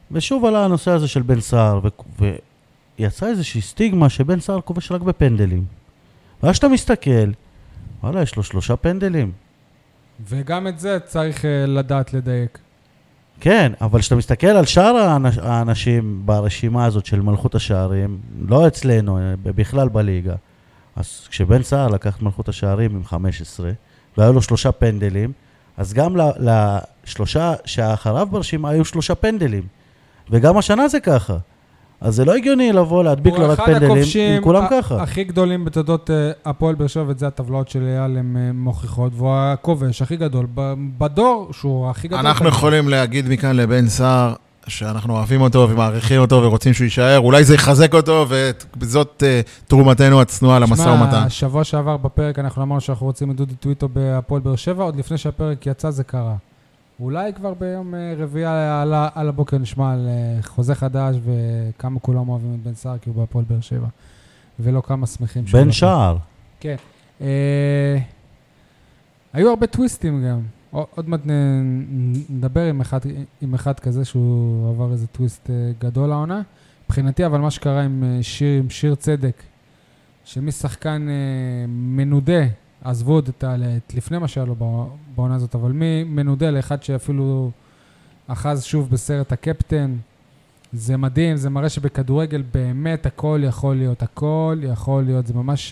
ושוב עלה הנושא הזה של בן סער, ו- ויצא איזושהי סטיגמה שבן סער כובש רק בפנדלים. ואז שאתה מסתכל, וואלה, יש לו שלושה פנדלים. וגם את זה צריך uh, לדעת לדייק. כן, אבל כשאתה מסתכל על שאר האנש, האנשים ברשימה הזאת של מלכות השערים, לא אצלנו, בכלל בליגה, אז כשבן סער לקח את מלכות השערים עם חמש עשרה, והיו לו שלושה פנדלים, אז גם לשלושה שאחריו ברשימה היו שלושה פנדלים. וגם השנה זה ככה. אז זה לא הגיוני לבוא להדביק לו רק פנדלים, עם כולם ככה. הוא אחד הכי גדולים בתולדות הפועל באר שבע, ואת זה הטבלאות של אייל הן מוכיחות, והוא הכובש הכי גדול בדור, שהוא הכי גדול. אנחנו יכולים להגיד מכאן לבן סער, שאנחנו אוהבים אותו ומעריכים אותו ורוצים שהוא יישאר, אולי זה יחזק אותו, וזאת תרומתנו הצנועה למשא ומתן. שמע, שבוע שעבר בפרק אנחנו אמרנו שאנחנו רוצים את דודי טוויטו בהפועל באר שבע, עוד לפני שהפרק יצא זה קרה. אולי כבר ביום רביעי על, על הבוקר נשמע על חוזה חדש, וכמה כולם אוהבים את בן סער, כי הוא בהפועל באר שבע, ולא כמה שמחים. בן שער. כן. אה, היו הרבה טוויסטים גם. עוד מעט נדבר עם אחד, עם אחד כזה שהוא עבר איזה טוויסט גדול לעונה. מבחינתי, אבל מה שקרה עם שיר, עם שיר צדק, שמשחקן מנודה, עזבו את לפני מה שהיה לו בעונה הזאת, אבל מי מנודה לאחד שאפילו אחז שוב בסרט הקפטן, זה מדהים, זה מראה שבכדורגל באמת הכל יכול להיות, הכל יכול להיות, זה ממש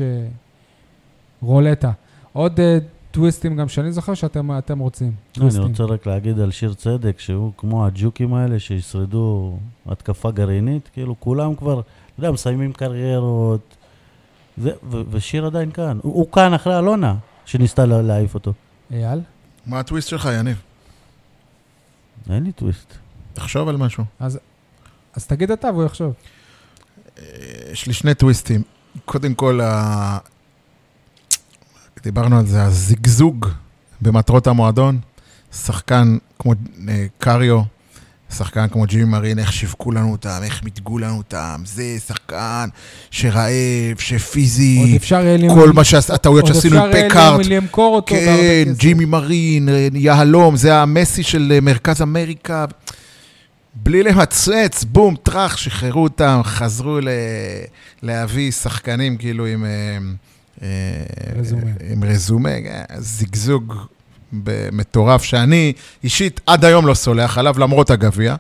רולטה. עוד טוויסטים גם שאני זוכר שאתם אתם רוצים. אני רוצה רק להגיד על שיר צדק, שהוא כמו הג'וקים האלה שישרדו התקפה גרעינית, כאילו כולם כבר, אתה יודע, מסיימים קריירות, זה, ו- ושיר עדיין כאן. הוא, הוא כאן אחרי אלונה, שניסתה לה, להעיף אותו. אייל? מה הטוויסט שלך, יניב? אין לי טוויסט. תחשוב על משהו. אז, אז תגיד אתה והוא יחשוב. יש לי שני טוויסטים. קודם כל, ה... דיברנו על זה, הזיגזוג במטרות המועדון. שחקן כמו קריו, שחקן כמו ג'ימי מרין, איך שיווקו לנו אותם, איך מתגו לנו אותם. זה שחקן שרעב, שפיזי, כל מה שהטעויות שעשינו עם פקארט. כן, ג'ימי מרין, יהלום, זה המסי של מרכז אמריקה. בלי למצץ, בום, טרח, שחררו אותם, חזרו להביא שחקנים כאילו עם עם רזומה, זיגזוג מטורף, שאני אישית עד היום לא סולח עליו, למרות הגביע.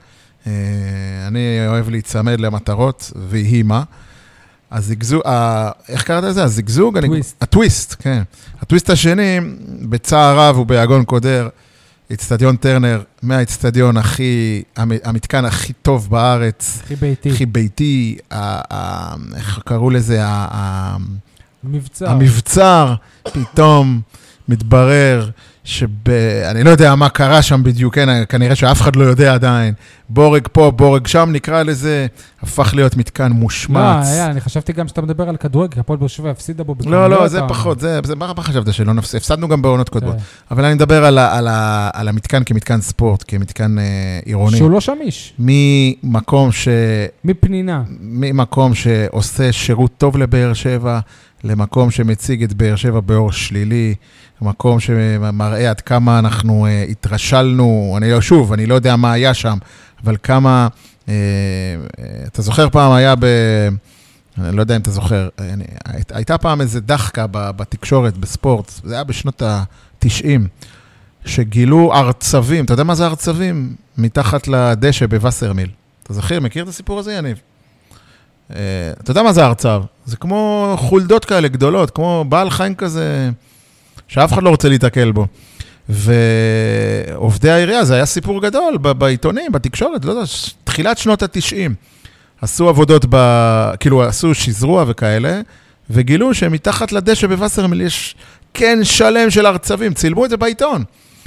אני אוהב להצמד למטרות, והיא מה. הזיגזוג, איך קראת לזה? הזיגזוג? הטוויסט. הטוויסט, כן. הטוויסט השני, בצער רב וביגון קודר, אצטדיון טרנר, מהאצטדיון הכי, המתקן הכי טוב בארץ. הכי ביתי. הכי ביתי, איך קראו לזה? המבצר. המבצר, פתאום מתברר שב... אני לא יודע מה קרה שם בדיוק, כן, כנראה שאף אחד לא יודע עדיין. בורג פה, בורג שם, נקרא לזה, הפך להיות מתקן מושמץ. לא, היה, אני חשבתי גם שאתה מדבר על כדורגל, הפועל באר שבע הפסידה בו. לא, לא, זה פחות, זה, זה, מה חשבת שלא נפסיד? הפסדנו גם בעונות קודמות. אבל אני מדבר על, על, על המתקן כמתקן ספורט, כמתקן עירוני. שהוא לא שמיש. ממקום ש... מפנינה. ממקום שעושה שירות טוב לבאר שבע, למקום שמציג את באר שבע באור שלילי, מקום שמראה עד כמה אנחנו uh, התרשלנו, אני לא, שוב, אני לא יודע מה היה שם, אבל כמה, uh, uh, אתה זוכר פעם היה ב... אני לא יודע אם אתה זוכר, אני, היית, הייתה פעם איזה דחקה בתקשורת, בספורט, זה היה בשנות ה-תשעים, שגילו ארצבים, אתה יודע מה זה ארצבים? מתחת לדשא בווסרמיל. אתה זוכר, מכיר את הסיפור הזה, יניב? Uh, אתה יודע מה זה ארצב? זה כמו חולדות כאלה גדולות, כמו בעל חיים כזה... שאף אחד לא רוצה להתעכל בו. ועובדי העירייה, זה היה סיפור גדול, בעיתונים, בתקשורת, לא יודע, תחילת שנות ה-תשעים. עשו עבודות, ב, כאילו עשו שזרוע וכאלה, וגילו שמתחת לדשא בווסרמיל יש כן שלם של ארצבים, צילמו את זה בעיתון.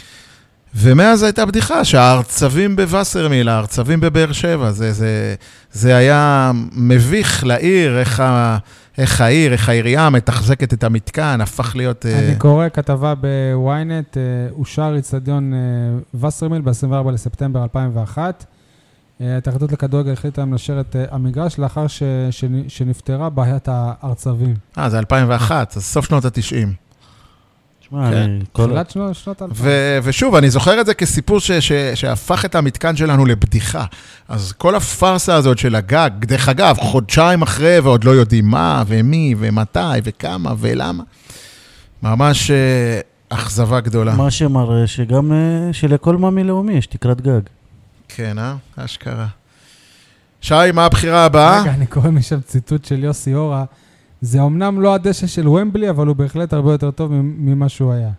ומאז הייתה בדיחה שהארצבים בווסרמיל, הארצבים בבאר שבע, זה, זה, זה היה מביך לעיר, איך ה... איך העיר, איך העירייה מתחזקת את המתקן, הפך להיות... אני קורא כתבה בוויינט, אושר אצטדיון וסרמיל ב-עשרים וארבעה לספטמבר אלפיים ואחת. ההתאחדות לכדורגל החליטה לאשר את המגרש לאחר שנפטרה בעיית הארצבים. אה, זה אלפיים ואחת, אז סוף שנות ה-תשעים. שמע, אני... כל- תחילת שנות שנות אלפיים. ו- ושוב, אני זוכר את זה כסיפור ש- ש- שהפך את המתקן שלנו לבדיחה. אז כל הפרסה הזאת של הגג, דרך אגב, חודשיים אחרי ועוד לא יודעים מה ומי ומתי וכמה ולמה. ממש אה, אכזבה גדולה. מה שמראה שגם אה, שלכל מאמי לאומי יש תקרת גג. כן, אה? אשכרה. שי, מה הבחירה הבאה? רגע, אני קורא משם ציטוט של יוסי אורה. זה אומנם לא הדשא של ומבלי, אבל הוא בהחלט הרבה יותר טוב ממה שהוא היה.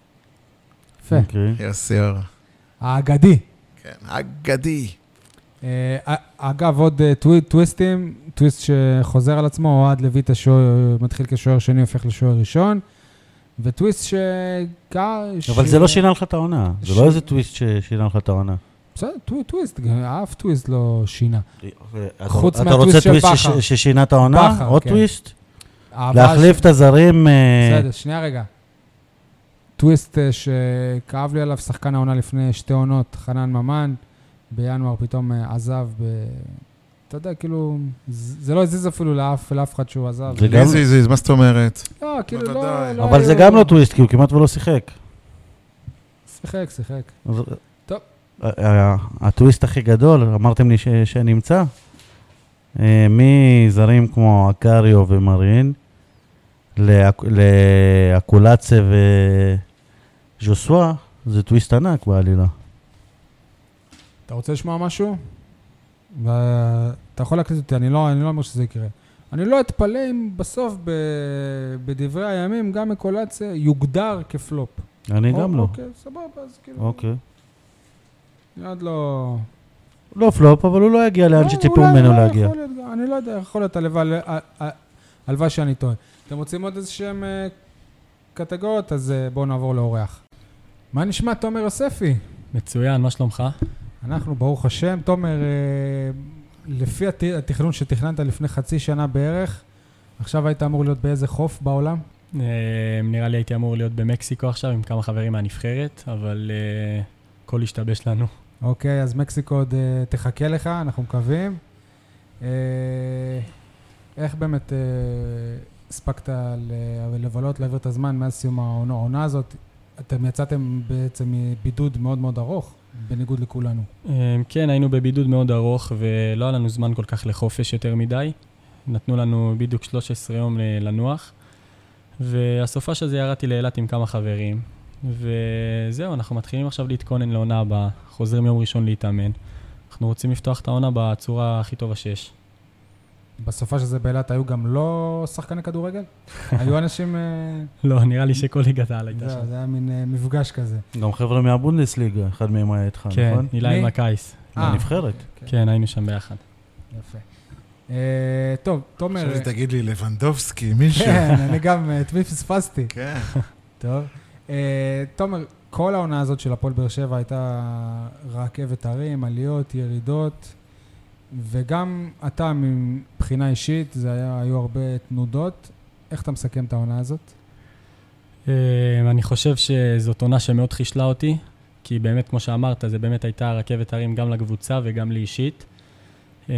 יפה. אוקיי. יוסי אורה. האגדי. כן, אגדי. אה, אגב, עוד אה, טווי- טוויסטים, טוויסט שחוזר על עצמו, אוהד לוי את השוער, מתחיל כשוער שני, הופך לשוער ראשון, וטוויסט ש... אבל זה לא שינה לך את העונה. זה ש- לא איזה טוויסט ששינה לך את העונה. בסדר, טווי- טוויסט, גם אף טוויסט לא שינה. חוץ אתה מהטוויסט רוצה של טוויסט בכר. שש- ששינה את העונה? בכר, עוד כן. טוויסט? האהבה להחליף ש- את הזרים... אה, בסדר, שנייה רגע. טוויסט אה, שכאב לי עליו שחקן העונה לפני שתי עונות, חנן ממן, בינואר פתאום אה, עזב ב... אתה יודע, כאילו, ז- זה לא הזיז אפילו לאף, לאף אחד שהוא עזב. זה גם- לי זיזיז, מה זאת אומרת? לא, כאילו, לא... בוודאי. לא אבל זה היו- גם לא טוויסט, כי הוא כמעט ולא שיחק. שיחק, שיחק. אז- טוב. ה- ה- הטוויסט הכי גדול, אמרתם לי ש- שנמצא, אה, מזרים כמו אקריו ומרין, לאק- לאקולצה וז'וסווה, זה טוויסט ענק בעלילה. אתה רוצה לשמוע משהו? ואתה יכול להקליט אותי, אני לא, אני לא אומר שזה יקרה. אני לא אתפלא אם בסוף ב... בדברי הימים גם מקולציה יוגדר כפלופ. אני גם לא. אוקיי, סבבה, אז כאילו... אוקיי. עד לא... לא פלופ, אבל הוא לא יגיע לאן לא, שציפו אולי, ממנו אולי להגיע. יכול להיות, אני לא יודע, יכול להיות הלוואי, הלוואי שאני טועה. אתם רוצים עוד איזה שהם אה, קטגוריות, אז אה, בואו נעבור לאורח. מה נשמע, תומר יוספי? מצוין, מה שלומך? אנחנו, ברוך השם, תומר, אה, לפי הת- התכנון שתכננת לפני חצי שנה בערך, עכשיו היית אמור להיות באיזה חוף בעולם? אה, נראה לי הייתי אמור להיות במקסיקו עכשיו עם כמה חברים מהנבחרת, אבל אה, הכל השתבש לנו. אוקיי, אז מקסיקו עוד אה, תחכה לך, אנחנו מקווים. אה, איך באמת אה, הספקת ל- לבלות, להעביר את הזמן מאז סיום העונה, העונה הזאת? אתם יצאתם בעצם מבידוד מאוד מאוד ארוך, בניגוד לכולנו. אה, כן, היינו בבידוד מאוד ארוך ולא היה לנו זמן כל כך לחופש יותר מדי. נתנו לנו בדיוק שלושה עשר יום ל- לנוח, והסופה של זה ירדתי לאילת עם כמה חברים. וזהו, אנחנו מתחילים עכשיו להתכונן לעונה הבאה, חוזרים יום ראשון להתאמן. אנחנו רוצים לפתוח את העונה בצורה הכי טובה שיש. בסופה של זה באילת היו גם לא שחקני כדורגל? היו אנשים... אה, לא, נראה לי שכל ליגת העל הייתה זהו, שם. זה היה מין אה, מפגש כזה. גם חבר'ה מהבונדסליגה, אחד מהם היה איתך, כן, נכון? אילי מי? מקייס. אה, בנבחרת. כן, היינו שם ביחד. יפה. אה, טוב, תומר... עכשיו תגיד לי, לבנדובסקי, מישהו. כן, אני גם, את מי פספסתי. כן. טוב. אה, תומר, כל העונה הזאת של הפועל באר שבע הייתה רכבת הרים, עליות, ירידות, וגם אתה מבחינה אישית, זה היה, היו הרבה תנודות. איך אתה מסכם את העונה הזאת? אה, אני חושב שזאת עונה שמאוד חישלה אותי, כי באמת, כמו שאמרת, זה באמת הייתה רכבת הרים גם לקבוצה וגם לי אישית. אה,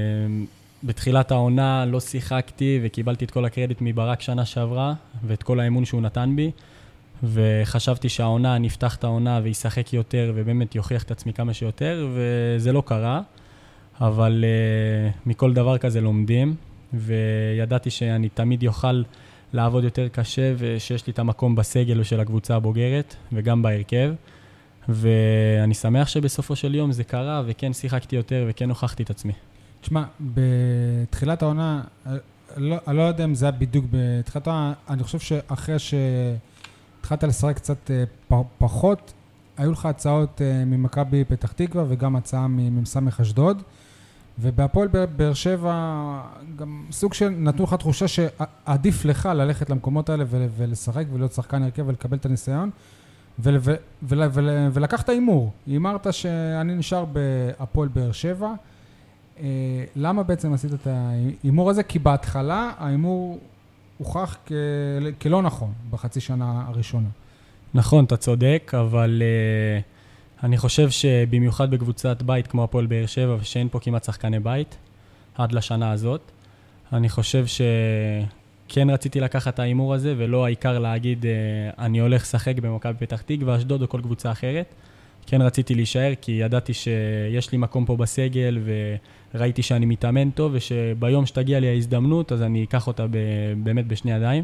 בתחילת העונה לא שיחקתי וקיבלתי את כל הקרדיט מברק שנה שעברה, ואת כל האמון שהוא נתן בי, וחשבתי שהעונה, אני אפתח את העונה וישחק יותר, ובאמת יוכיח את עצמי כמה שיותר, וזה לא קרה. אבל uh, מכל דבר כזה לומדים, וידעתי שאני תמיד יוכל לעבוד יותר קשה, ושיש לי את המקום בסגל של הקבוצה הבוגרת, וגם בהרכב. ואני שמח שבסופו של יום זה קרה, וכן שיחקתי יותר, וכן הוכחתי את עצמי. תשמע, בתחילת העונה, לא, אני לא יודע אם זה היה בדיוק בתחילת העונה, אני חושב שאחרי שהתחלת לשחק קצת פ, פחות, היו לך הצעות ממכבי פתח תקווה, וגם הצעה ממסמך אשדוד, ובהפועל באר שבע גם סוג של נתנו לך תחושה שעדיף לך ללכת למקומות האלה ולשחק ולהיות שחקן הרכב ולקבל את הניסיון, ול, ול, ול, ול, ולקחת אימור. אמרת שאני נשאר בהפועל באר שבע. אה, למה בעצם עשית את האימור הזה? כי בהתחלה האימור הוכח כ, כלא נכון בחצי שנה הראשונה. נכון, אתה צודק, אבל uh, אני חושב שבמיוחד בקבוצת בית כמו הפועל באר שבע, ושאין פה כמעט שחקני בית, עד לשנה הזאת, אני חושב כן רציתי לקחת את האימור הזה, ולא העיקר להגיד, אני הולך לשחק במכבי פתח תקווה, אשדוד או כל קבוצה אחרת. כן רציתי להישאר, כי ידעתי שיש לי מקום פה בסגל, וראיתי שאני מתאמן טוב, ושביום שתגיע לי ההזדמנות, אז אני אקח אותה באמת בשני ידיים.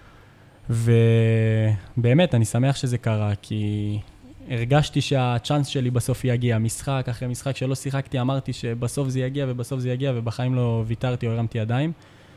ובאמת, אני שמח שזה קרה, כי הרגשתי שהצ'אנס שלי בסוף יגיע. משחק אחרי משחק שלא שיחקתי, אמרתי שבסוף זה יגיע, ובסוף זה יגיע, ובחיים לא ויתרתי או הרמתי ידיים.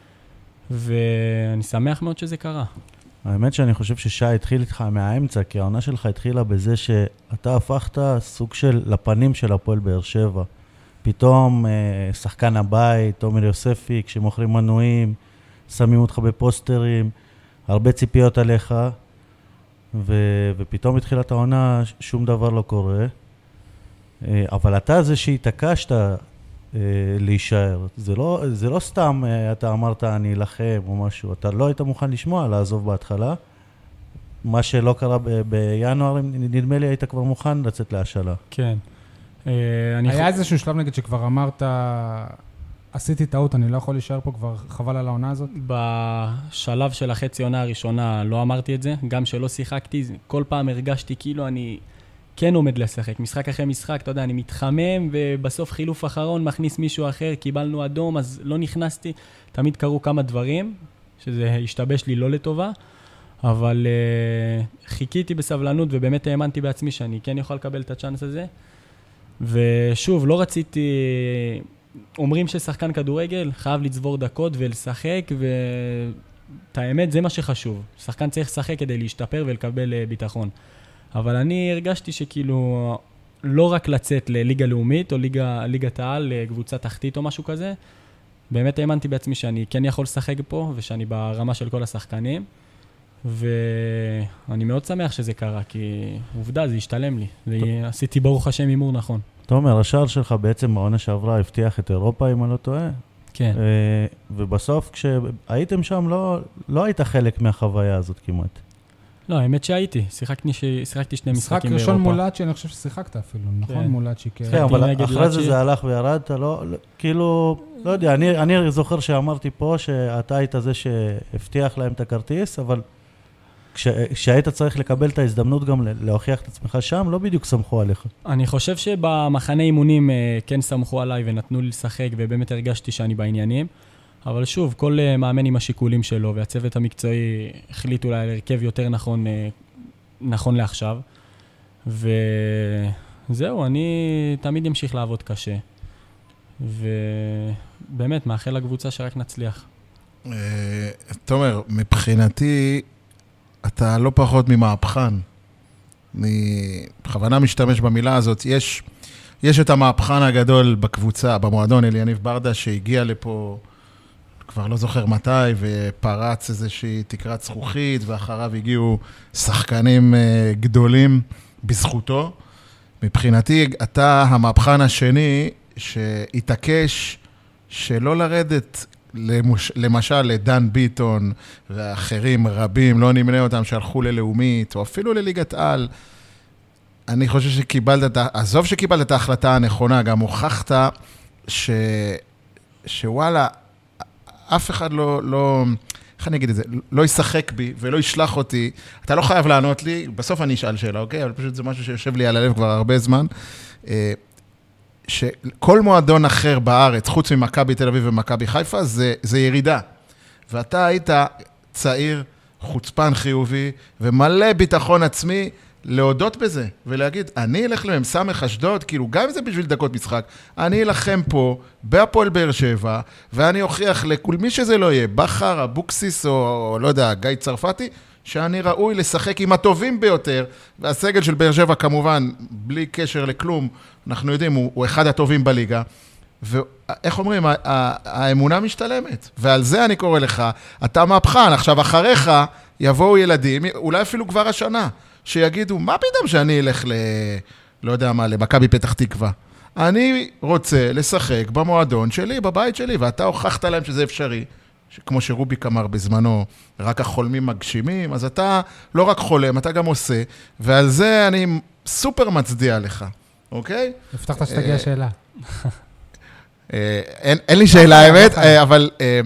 ואני שמח מאוד שזה קרה. האמת שאני חושב ששי התחיל איתך מהאמצע, כי העונה שלך התחילה בזה שאתה הפכת סוג של לפנים של הפועל באר שבע. פתאום שחקן הבית, תומר יוספי, כשמוכרים מנויים, שמים אותך בפוסטרים, הרבה ציפיות עליך, ו- ופתאום התחילת העונה שום דבר לא קורה. אבל אתה זה שהתעקשת להישאר. זה לא, זה לא סתם אתה אמרת אני אלחם או משהו, אתה לא היית מוכן לשמוע, לעזוב בהתחלה. מה שלא קרה ב- בינואר, נדמה לי היית כבר מוכן לצאת להשאלה. כן. היה איזשהו שלב נגיד שכבר אמרת, עשיתי טעות, אני לא יכול להישאר פה, כבר חבל על העונה הזאת? בשלב של החצי עונה הראשונה לא אמרתי את זה, גם שלא שיחקתי, כל פעם הרגשתי כאילו אני כן עומד לשחק, משחק אחרי משחק, אתה יודע, אני מתחמם, ובסוף חילוף אחרון מכניס מישהו אחר, קיבלנו אדום, אז לא נכנסתי, תמיד קרו כמה דברים, שזה השתבש לי לא לטובה, אבל uh, חיכיתי בסבלנות, ובאמת האמנתי בעצמי שאני כן יכול לקבל את הצ'אנס הזה, ושוב, לא רציתי, אומרים ששחקן כדורגל חייב לצבור דקות ולשחק, ואת האמת זה מה שחשוב, שחקן צריך לשחק כדי להשתפר ולקבל ביטחון. אבל אני הרגשתי שכאילו לא רק לצאת לליגה לאומית או ליגה, ליגת העל, לקבוצה תחתית או משהו כזה, באמת האמנתי בעצמי שאני כן יכול לשחק פה ושאני ברמה של כל השחקנים, ואני מאוד שמח שזה קרה, כי עובדה, זה השתלם לי. זה, עשיתי ברוך השם אימור נכון. תומר, השער שלך בעצם בעונה שעברה הבטיח את אירופה, אם אני לא טועה. כן. ובסוף כשהייתם שם לא, לא היית חלק מהחוויה הזאת כמעט. לא, האמת שהייתי. שיחקתי, שיחקתי שני משחקים באירופה. משחק ראשון מולאצ'י, אני חושב ששיחקת אפילו, נכון? מולאצ'י. כן, אבל אחרי זה זה הלך וירד, אתה לא, כאילו, לא יודע, אני, אני זוכר שאמרתי פה שאתה היית זה שהבטיח להם את הכרטיס, אבל כשהיית צריך לקבל את ההזדמנות גם להוכיח את עצמך שם, לא בדיוק סמכו עליך. אני חושב שבמחנה אימונים כן סמכו עליי ונתנו לי לשחק, ובאמת הרגשתי שאני בעניינים. אבל שוב, כל מאמן עם השיקולים שלו, והצוות המקצועי החליט אולי להרכב יותר נכון, נכון לעכשיו. וזהו, אני תמיד אמשיך לעבוד קשה. ובאמת, מאחל לקבוצה שרק נצליח. תומר, מבחינתי, אתה לא פחות ממהפכן. אני בכוונה משתמש במילה הזאת. יש, יש את המהפכן הגדול בקבוצה, במועדון אליניב ברדה, שהגיע לפה כבר לא זוכר מתי, ופרץ איזושהי תקרת זכוכית, ואחריו הגיעו שחקנים גדולים בזכותו. מבחינתי, אתה המהפכן השני שהתעקש שלא לרדת, למוש... למשל לדן ביטון ואחרים רבים, לא נמנה אותם, שהלכו ללאומית, או אפילו לליגת על. אני חושב שקיבלת, עזוב שקיבלת את ההחלטה הנכונה, גם הוכחת ש... שוואלה, אף אחד לא, לא, איך אני אגיד את זה, לא ישחק בי ולא ישלח אותי, אתה לא חייב לענות לי, בסוף אני אשאל שאלה, אוקיי? אבל פשוט זה משהו שיושב לי על הלב כבר הרבה זמן, שכל מועדון אחר בארץ, חוץ ממכבי תל אביב ומכבי חיפה, זה, זה ירידה. ואתה היית צעיר, חוצפן חיובי, ומלא ביטחון עצמי, להודות בזה, ולהגיד, אני אלך למסמך אשדוד, כאילו, גם אם זה בשביל דקות משחק, אני אלחם פה, בהפועל באר שבע, ואני אוכיח לכל מי שזה לא יהיה, בחר, אבוקסיס, או, או לא יודע, גיא צרפתי, שאני ראוי לשחק עם הטובים ביותר, והסגל של באר שבע כמובן, בלי קשר לכלום, אנחנו יודעים, הוא, הוא אחד הטובים בליגה, ואיך אומרים, האמונה משתלמת, ועל זה אני קורא לך, אתה מהפכן, עכשיו אחריך יבואו ילדים, אולי אפילו כבר השנה, שיגידו, מה פתאום שאני אלך ל... לא יודע מה, למכבי פתח תקווה. אני רוצה לשחק במועדון שלי, בבית שלי, ואתה הוכחת להם שזה אפשרי, כמו שרוביק אמר בזמנו, רק החולמים מגשימים, אז אתה לא רק חולם, אתה גם עושה, ועל זה אני סופר מצדיע לך, אוקיי? הבטחת שתגיע שאלה. אין לי שאלה, האמת, אבל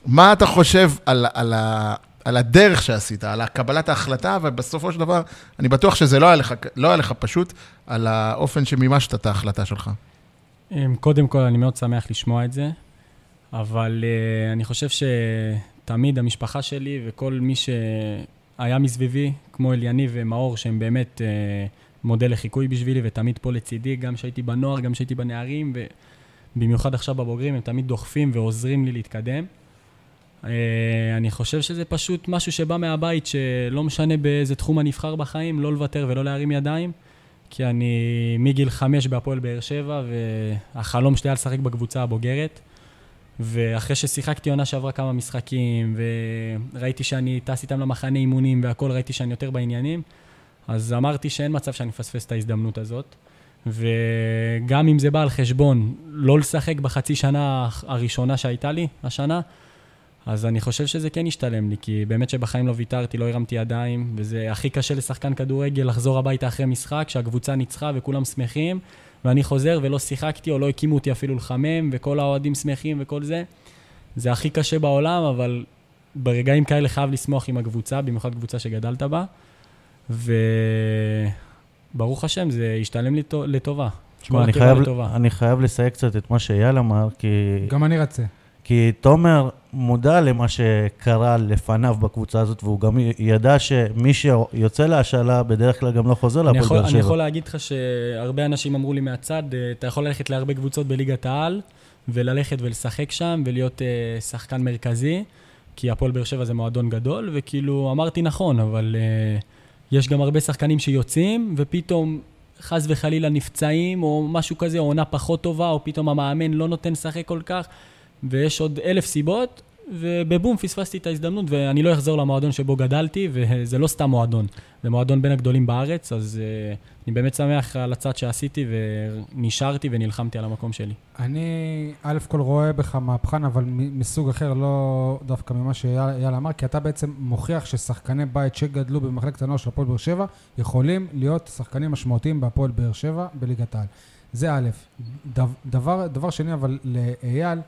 מה אתה חושב על, על, ה, על הדרך שעשית, על הקבלת ההחלטה, אבל בסופו של דבר, אני בטוח שזה לא היה לך, לא היה לך פשוט, על האופן שמימשת את ההחלטה שלך. קודם כל, אני מאוד שמח לשמוע את זה, אבל uh, אני חושב שתמיד המשפחה שלי וכל מי שהיה מסביבי, כמו אליניב ומאור, שהם באמת uh, מודל לחיקוי בשבילי, ותמיד פה לצידי, גם שהייתי בנוער, גם שהייתי בנערים, ובמיוחד עכשיו בבוגרים, הם תמיד דוחפים ועוזרים לי להתקדם. Uh, אני חושב שזה פשוט משהו שבא מהבית, שלא משנה באיזה תחום הנבחר בחיים, לא לוותר ולא להרים ידיים, כי אני מגיל חמש בהפועל באר שבע, והחלום שלי היה לשחק בקבוצה הבוגרת. ואחרי ששיחקתי עונה שעברה כמה משחקים, וראיתי שאני טס איתם למחנה אימונים, והכל ראיתי שאני יותר בעניינים, אז אמרתי שאין מצב שאני מפספס את ההזדמנות הזאת. וגם אם זה בא על חשבון, לא לשחק בחצי שנה הראשונה שהייתה לי, השנה, אז אני חושב שזה כן ישתלם לי, כי באמת שבחיים לא ויתרתי, לא הרמתי ידיים, וזה הכי קשה לשחקן כדורגל לחזור הביתה אחרי משחק, שהקבוצה ניצחה וכולם שמחים, ואני חוזר ולא שיחקתי, או לא הקימו אותי אפילו לחמם, וכל האוהדים שמחים וכל זה. זה הכי קשה בעולם, אבל ברגעים כאלה חייב לשמוח עם הקבוצה, במיוחד קבוצה שגדלת בה, וברוך השם, זה ישתלם לי לטובה. שמה, אני, חייב, אני חייב לסייג קצת את מה שאייל אמר, כי... גם אני רצה. כי תומר מודע למה שקרה לפניו בקבוצה הזאת, והוא גם ידע שמי שיוצא להשאלה בדרך כלל גם לא חוזר להפועל באר שבע. אני יכול להגיד לך שהרבה אנשים אמרו לי מהצד, אתה יכול ללכת להרבה קבוצות בליגת העל, וללכת ולשחק שם, ולהיות uh, שחקן מרכזי, כי הפועל באר שבע זה מועדון גדול, וכאילו אמרתי נכון, אבל uh, יש גם הרבה שחקנים שיוצאים, ופתאום חס וחלילה נפצעים, או משהו כזה, או עונה פחות טובה, או פתאום המאמן לא נותן לשחק כל כך, ויש עוד אלף סיבות, ובבום פספסתי את ההזדמנות, ואני לא אחזור למועדון שבו גדלתי, וזה לא סתם מועדון, זה מועדון בין הגדולים בארץ, אז uh, אני באמת שמח על הצד שעשיתי, ונשארתי ונלחמתי על המקום שלי. אני א' כל רואה בך מהפכן, אבל מסוג אחר, לא דווקא ממה שיאל אמר, כי אתה בעצם מוכיח ששחקני בית שגדלו במחלקת הנוער של הפועל באר שבע, יכולים להיות שחקנים משמעותיים בהפועל באר שבע בליגת העל. זה א', דבר, דבר שני, אבל לאייל,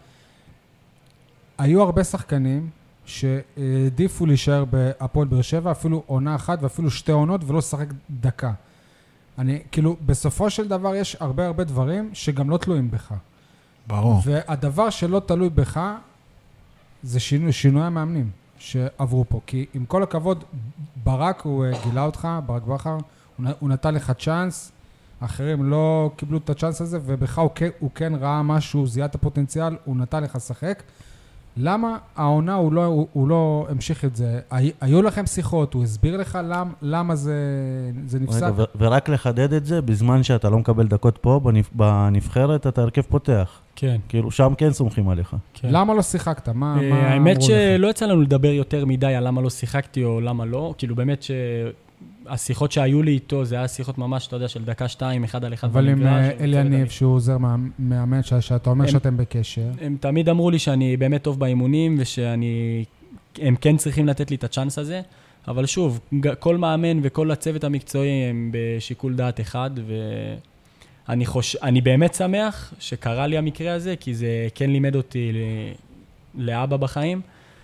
היו הרבה שחקנים שהעדיפו להישאר בהפועל באר שבע, אפילו עונה אחת ואפילו שתי עונות, ולא לשחק דקה. אני, כאילו, בסופו של דבר יש הרבה הרבה דברים שגם לא תלויים בך. ברור. והדבר שלא תלוי בך, זה שינוי, שינוי המאמנים שעברו פה. כי עם כל הכבוד, ברק הוא גילה אותך, ברק בכר, הוא, הוא נתן לך צ'אנס, אחרים לא קיבלו את הצ'אנס הזה, ובך הוא, הוא כן ראה משהו, זיהה את הפוטנציאל, הוא נתן לך לשחק. למה העונה הוא לא, הוא, הוא לא המשיך את זה? היו לכם שיחות, הוא הסביר לך למ, למה זה, זה נפסק? רגע, ו- ורק לחדד את זה, בזמן שאתה לא מקבל דקות פה, בנבח, בנבחרת אתה הרכב פותח. כן. כאילו שם כן סומכים עליך. כן. למה לא שיחקת? מה, מה אמרו לך? האמת שלא יצא לנו לדבר יותר מדי על למה לא שיחקתי או למה לא. כאילו באמת שהשיחות שהיו לי איתו, זה היה שיחות ממש, אתה יודע, של דקה שתיים, אחד על אחד. אבל עם אליניב, שהוא עוזר מאמן, שאתה אומר שאתם בקשר. הם תמיד אמרו לי שאני באמת טוב באימונים, ושאני, הם כן צריכים לתת לי את הצ'אנס הזה. אבל שוב, כל מאמן וכל הצוות המקצועי הם בשיקול דעת אחד, ואני חוש... אני באמת שמח שקרה לי המקרה הזה, כי זה כן לימד אותי לאבא בחיים,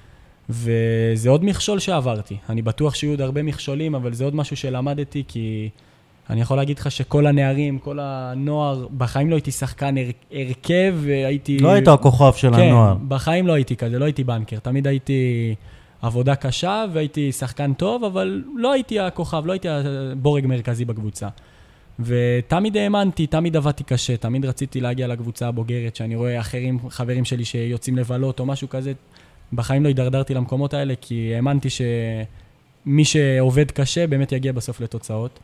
וזה עוד מכשול שעברתי. אני בטוח שיהיו עוד הרבה מכשולים, אבל זה עוד משהו שלמדתי, כי אני יכול להגיד לך שכל הנערים, כל הנוער, בחיים לא הייתי שחקן הרכב, והייתי... לא היית הכוכב של כן, הנוער. כן, בחיים לא הייתי כזה, לא הייתי בנקר. תמיד הייתי עבודה קשה, והייתי שחקן טוב, אבל לא הייתי הכוכב, לא הייתי בורג מרכזי בקבוצה. ותמיד האמנתי, תמיד עבדתי קשה, תמיד רציתי להגיע לקבוצה הבוגרת, שאני רואה אחרים, חברים שלי שיוצאים לבלות או משהו כזה, בחיים לא הידרדרתי למקומות האלה, כי האמנתי שמי שעובד קשה באמת יגיע בסוף לתוצאות,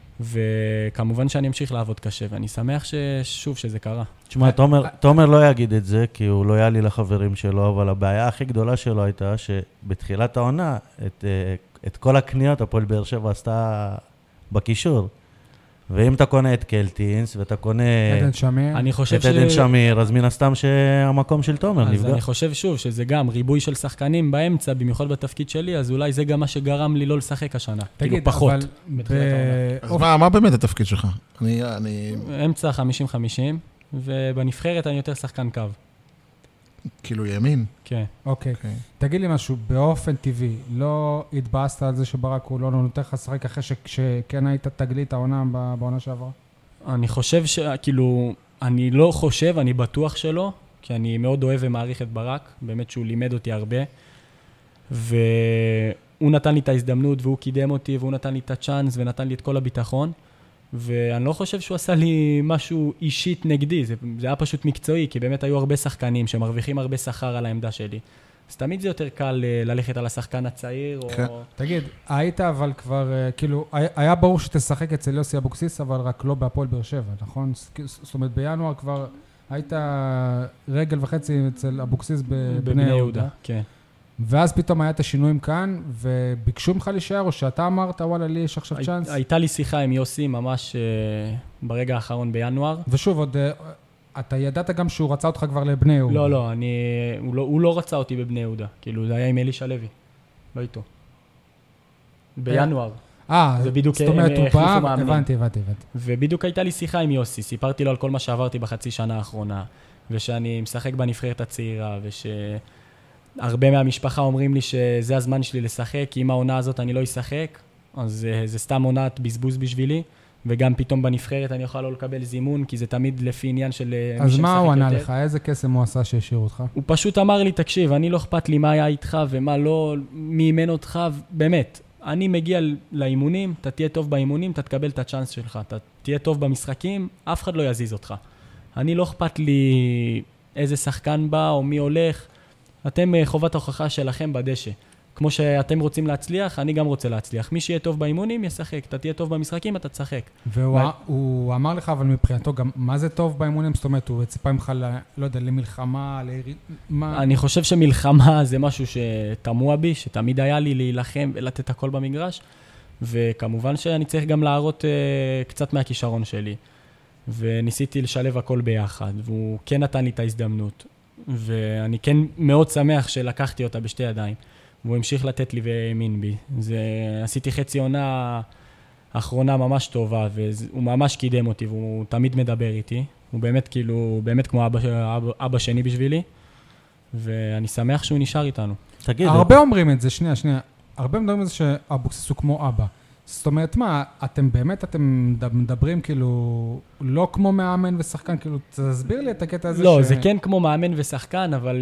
וכמובן שאני אמשיך לעבוד קשה, ואני שמח ששוב שזה קרה. תשמע, תומר, תומר לא יגיד את זה, כי הוא לא היה לי לחברים שלו, אבל הבעיה הכי גדולה שלו הייתה שבתחילת העונה, את, את כל הקניות הפועל באר שבע עשתה בקישור. ואם אתה קונה את קלטינס, ואתה קונה עדן שמיר, אני חושב את עדן שמיר, אז מן הסתם שהמקום של תומר אז נפגע. אני חושב שוב שזה גם ריבוי של שחקנים באמצע, במיוחד בתפקיד שלי, אז אולי זה גם מה שגרם לי לא לשחק השנה. תגיד, כאילו פחות. אבל ב- אז מה, מה באמת התפקיד שלך? אני, אני... אמצע חמישים חמישים, ובנבחרת אני יותר שחקן קו. כאילו ימין. כן. אוקיי. תגיד לי משהו, באופן טבעי, לא התבאסת על זה שברק הוא לא נותן לך לשחק אחרי שכן היית תגלית העונה בעונה שעברה? אני חושב ש... כאילו, אני לא חושב, אני בטוח שלא, כי אני מאוד אוהב ומעריך את ברק, באמת שהוא לימד אותי הרבה, והוא נתן לי את ההזדמנות, והוא קידם אותי, והוא נתן לי את הצ'אנס, ונתן לי את כל הביטחון, ואני לא חושב שהוא עשה לי משהו אישית נגדי, זה, זה היה פשוט מקצועי, כי באמת היו הרבה שחקנים שמרוויחים הרבה שכר על העמדה שלי. אז תמיד זה יותר קל ללכת על השחקן הצעיר, או... תגיד, היית אבל כבר, כאילו, היה ברור שתשחק אצל יוסי אבוקסיס, אבל רק לא בהפועל באר שבע, נכון? זאת אומרת, בינואר כבר היית רגל וחצי אצל אבוקסיס בבני יהודה. כן. ואז פתאום היה את השינויים כאן, וביקשו ממך להישאר, או שאתה אמרת, וואלה, לי יש עכשיו צ'אנס? הייתה לי שיחה עם יוסי ממש ברגע האחרון בינואר. ושוב, עוד... אתה ידעת גם שהוא רצה אותך כבר לבני יהודה. לא, לא, אני, הוא לא, הוא לא רצה אותי בבני יהודה. כאילו, זה היה עם אלישע לוי. לא איתו. בינואר. אה, זאת אומרת, הוא בא, הבנתי, הבנתי, הבנתי. ובדיוק הייתה לי שיחה עם יוסי. סיפרתי לו על כל מה שעברתי בחצי שנה האחרונה, ושאני משחק בנבחרת הצעירה, ושהרבה מהמשפחה אומרים לי שזה הזמן שלי לשחק, כי אם העונה הזאת אני לא אשחק, אז זה, זה סתם עונת בזבוז בשבילי. וגם פתאום בנבחרת אני יכול לא לקבל זימון, כי זה תמיד לפי עניין של מי שמשחק יותר. אז מה הוא ענה לך? איזה קסם הוא עשה שהשאיר אותך? הוא פשוט אמר לי, תקשיב, אני לא אכפת לי מה היה איתך ומה לא, מי אימן אותך, באמת. אני מגיע לאימונים, אתה תהיה טוב באימונים, אתה תקבל את הצ'אנס שלך. אתה תהיה טוב במשחקים, אף אחד לא יזיז אותך. אני לא אכפת לי איזה שחקן בא או מי הולך. אתם חובת ההוכחה שלכם בדשא. כמו שאתם רוצים להצליח, אני גם רוצה להצליח. מי שיהיה טוב באימונים, ישחק. אתה תהיה טוב במשחקים, אתה תשחק. והוא אמר לך, אבל מבחינתו גם, מה זה טוב באימונים? זאת אומרת, הוא הציפה ממך, לא יודע, למלחמה, מה... אני חושב שמלחמה זה משהו שתמוע בי, שתמיד היה לי להילחם ולתת הכל במגרש, וכמובן שאני צריך גם להראות קצת מהכישרון שלי. וניסיתי לשלב הכל ביחד, והוא כן נתן לי את ההזדמנות. ואני כן מאוד שמח שלקחתי אותה בשתי ידיים. והוא המשיך לתת לי והאמין בי. זה, עשיתי חצי עונה האחרונה ממש טובה, והוא ממש קידם אותי, והוא תמיד מדבר איתי. הוא באמת כאילו, באמת כמו אבא, אבא, אבא שני בשבילי, ואני שמח שהוא נשאר איתנו. תגיד, הרבה אומרים את זה, שנייה, שנייה. הרבה אומרים את זה שאבוקסיס הוא כמו אבא. זאת אומרת, מה, אתם באמת, אתם מדברים כאילו, לא כמו מאמן ושחקן, כאילו, תסביר לי את הקטע הזה. לא, ש... זה כן כמו מאמן ושחקן, אבל...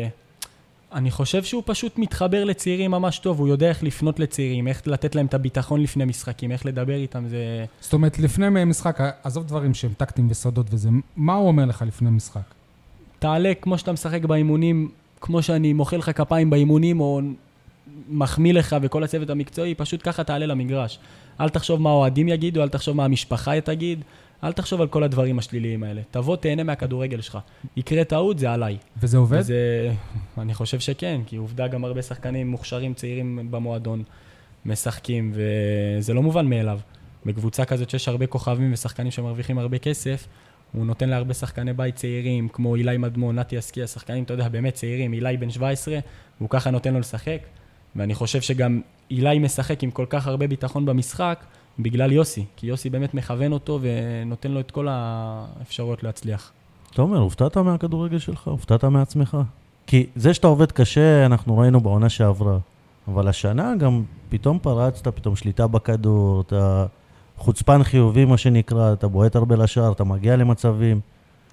אני חושב שהוא פשוט מתחבר לצעירים ממש טוב, הוא יודע איך לפנות לצעירים, איך לתת להם את הביטחון לפני משחקים, איך לדבר איתם, זה... זאת אומרת, לפני משחק, עזוב דברים שהם טקטיים וסודות וזה, מה הוא אומר לך לפני משחק? תעלה כמו שאתה משחק באימונים, כמו שאני מוחא לך כפיים באימונים, או מחמיא לך וכל הצוות המקצועי, פשוט ככה תעלה למגרש. אל תחשוב מה האוהדים יגידו, אל תחשוב מה המשפחה תגיד, אל תחשוב על כל הדברים השליליים האלה. תבוא, תהנה מהכדורגל שלך. יקרה טעות, זה עליי. וזה עובד? וזה, אני חושב שכן, כי עובדה גם הרבה שחקנים מוכשרים צעירים במועדון משחקים, וזה לא מובן מאליו. בקבוצה כזאת שיש הרבה כוכבים ושחקנים שמרוויחים הרבה כסף, הוא נותן להרבה שחקני בית צעירים, כמו אילי מדמון, נתי אסקי, השחקנים, אתה יודע, באמת צעירים, אילי בן שבע עשרה, והוא ככה נותן לו לשחק. ואני חושב שגם אילי משחק עם כל כך הרבה ביטחון במשחק, בגלל יוסי, כי יוסי באמת מכוון אותו ונותן לו את כל האפשרויות להצליח. תומר, הופתעת מהכדורגל שלך? הופתעת מעצמך? כי זה שאתה עובד קשה, אנחנו ראינו בעונה שעברה. אבל השנה גם פתאום פרצת, פתאום שליטה בכדור, אתה חוצפן חיובי, מה שנקרא, אתה בועט הרבה לשער, אתה מגיע למצבים.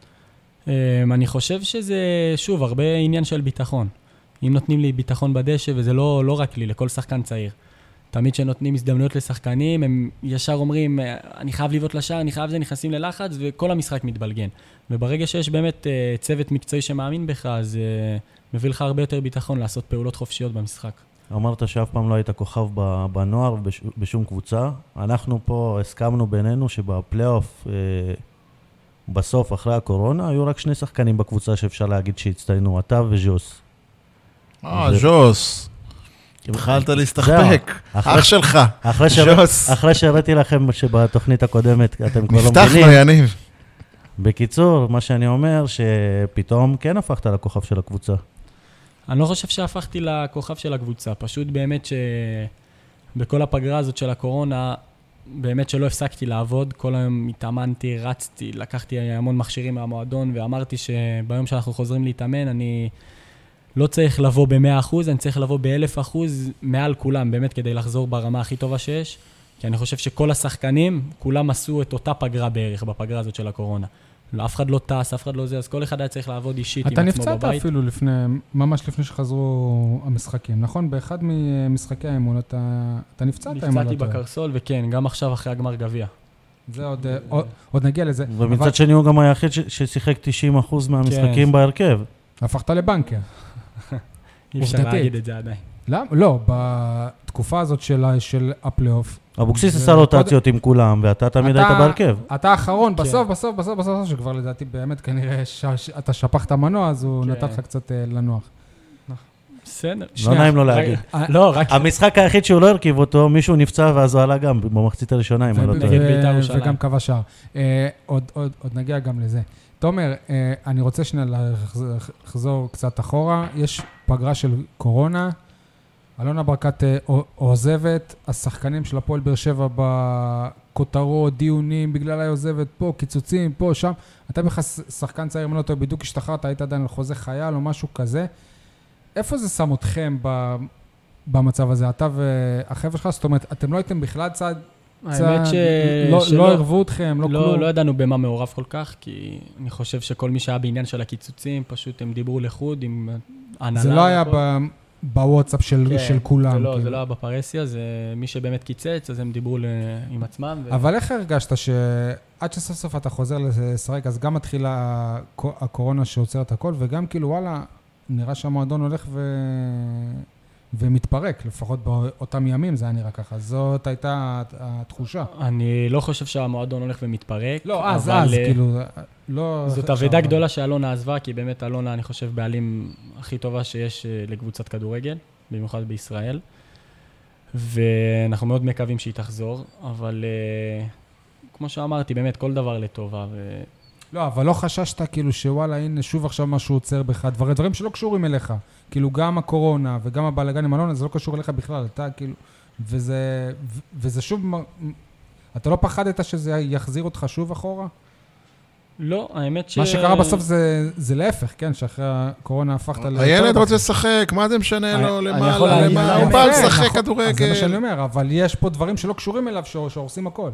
אני חושב שזה, שוב, הרבה עניין של ביטחון. אם נותנים לי ביטחון בדשא, וזה לא, לא רק לי, לכל שחקן צעיר. תמיד שנותנים הזדמנויות לשחקנים, הם ישר אומרים, אני חייב לבעוט לשער, אני חייב זה, נכנסים ללחץ, וכל המשחק מתבלגן. וברגע שיש באמת צוות מקצועי שמאמין בך, אז מביא לך הרבה יותר ביטחון לעשות פעולות חופשיות במשחק. אמרת שאף פעם לא היית כוכב בנוער בשום קבוצה. אנחנו פה הסכמנו בינינו שבפלייאוף, בסוף, אחרי הקורונה, היו רק שני שחקנים בקבוצה שאפשר להגיד שהצטיינו, אתה וז'וס. אה, ז'וס. התחלת להסתחבק, אח שלך, ז'וס. אחרי שהראיתי לכם שבתוכנית הקודמת אתם כבר לא מבינים. נפתחנו, יניב. בקיצור, מה שאני אומר, שפתאום כן הפכת לכוכב של הקבוצה. אני לא חושב שהפכתי לכוכב של הקבוצה, פשוט באמת שבכל הפגרה הזאת של הקורונה, באמת שלא הפסקתי לעבוד, כל היום התאמנתי, רצתי, לקחתי המון מכשירים מהמועדון, ואמרתי שביום שאנחנו חוזרים להתאמן, אני לא צריך לבוא ב-מאה אחוז, אני צריך לבוא ב-אלף אחוז מעל כולם, באמת כדי לחזור ברמה הכי טובה שיש, כי אני חושב שכל השחקנים, כולם עשו את אותה פגרה בערך, בפגרה הזאת של הקורונה. לא, אף אחד לא טס, אף אחד לא זה, אז כל אחד היה צריך לעבוד אישית עם עצמו בבית. אתה נפצעת אפילו לפני, ממש לפני שחזרו המשחקים, נכון? באחד ממשחקי האימון אתה, אתה נפצעת. נפצעתי בקרסול, וכן, גם עכשיו אחרי הגמר גביע. זה עוד, עוד, עוד נגיע לזה. ומצד אבל... שני הוא גם היחיד ש- ששיחק תשעים אחוז מהמשחקים כן. בהרכב. הפכת לבנקר. אי אפשר להגיד את זה עדיין. למה? לא, בתקופה הזאת של, של הפלייאוף. אבוקסיס עשה רוטציות עם כולם, ואתה תמיד היית בהרכב. אתה האחרון, בסוף, בסוף, בסוף, בסוף, שכבר לדעתי באמת כנראה שאתה שפחת מנוע, אז הוא נתן לך קצת לנוח. בסדר. לא נעים לו להגיד. לא, רק... המשחק היחיד שהוא לא הרכיב אותו, מישהו נפצע ואז הוא עלה גם, במחצית הראשונה, אם אני לא טועה. וגם קבע שער. עוד נגיע גם לזה. תומר, אני רוצה שנייה לחזור קצת אחורה. יש פגרה של קורונה. אלונה ברקת עוזבת, השחקנים של הפועל באר שבע בכותרות, דיונים, בגלל היא עוזבת פה, קיצוצים, פה, שם. אתה בכלל שחקן צעיר מנות, בדיוק השתחררת, היית עדיין על חוזה חייל או משהו כזה. איפה זה שם אתכם במצב הזה? אתה והחבר'ה שלך, זאת אומרת, אתם לא הייתם בכלל צד, האמת ש... לא, שלא, לא הרבו אתכם, לא, לא כלום. לא ידענו במה מעורב כל כך, כי אני חושב שכל מי שהיה בעניין של הקיצוצים, פשוט הם דיברו לחוד עם הנהלה. זה לא היה ב... בוואטסאפ של, כן, של כולם. זה לא, כאילו. זה לא היה בפרסיה, זה מי שבאמת קיצץ, אז הם דיברו עם עצמם. ו... אבל איך הרגשת שעד שסוף סוף אתה חוזר לשחק, אז גם מתחילה הקורונה שעוצר את הכל, וגם כאילו וואלה, נראה שהמועדון הולך ו... ומתפרק, לפחות באותם ימים זה היה נראה ככה. זאת הייתה התחושה. אני לא חושב שהמועדון הולך ומתפרק. לא, אז, אז, כאילו, לא... זאת עבודה גדולה שאלונה עזבה, כי באמת אלונה, אני חושב, בעלים הכי טובה שיש לקבוצת כדורגל, במיוחד בישראל. ואנחנו מאוד מקווים שהיא תחזור, אבל כמו שאמרתי, באמת, כל דבר לטובה. ו... לא, אבל לא חששת כאילו שוואלה, הנה שוב עכשיו משהו עוצר בך, דברים, דברים שלא קשורים אליך. כאילו גם הקורונה וגם הבלגן עם אלונה, זה לא קשור אליך בכלל, אתה כאילו, וזה, וזה שוב, אתה לא פחדת שזה יחזיר אותך שוב אחורה? לא, האמת ש... מה שקרה בסוף זה, זה להפך, כן, שאחרי הקורונה הפכת ל... הילד רוצה לשחק, מה זה משנה לו למעלה, למה? הוא בא לשחק כדורגל. זה מה שאני אומר, אבל יש פה דברים שלא קשורים אליו, שעושים הכל.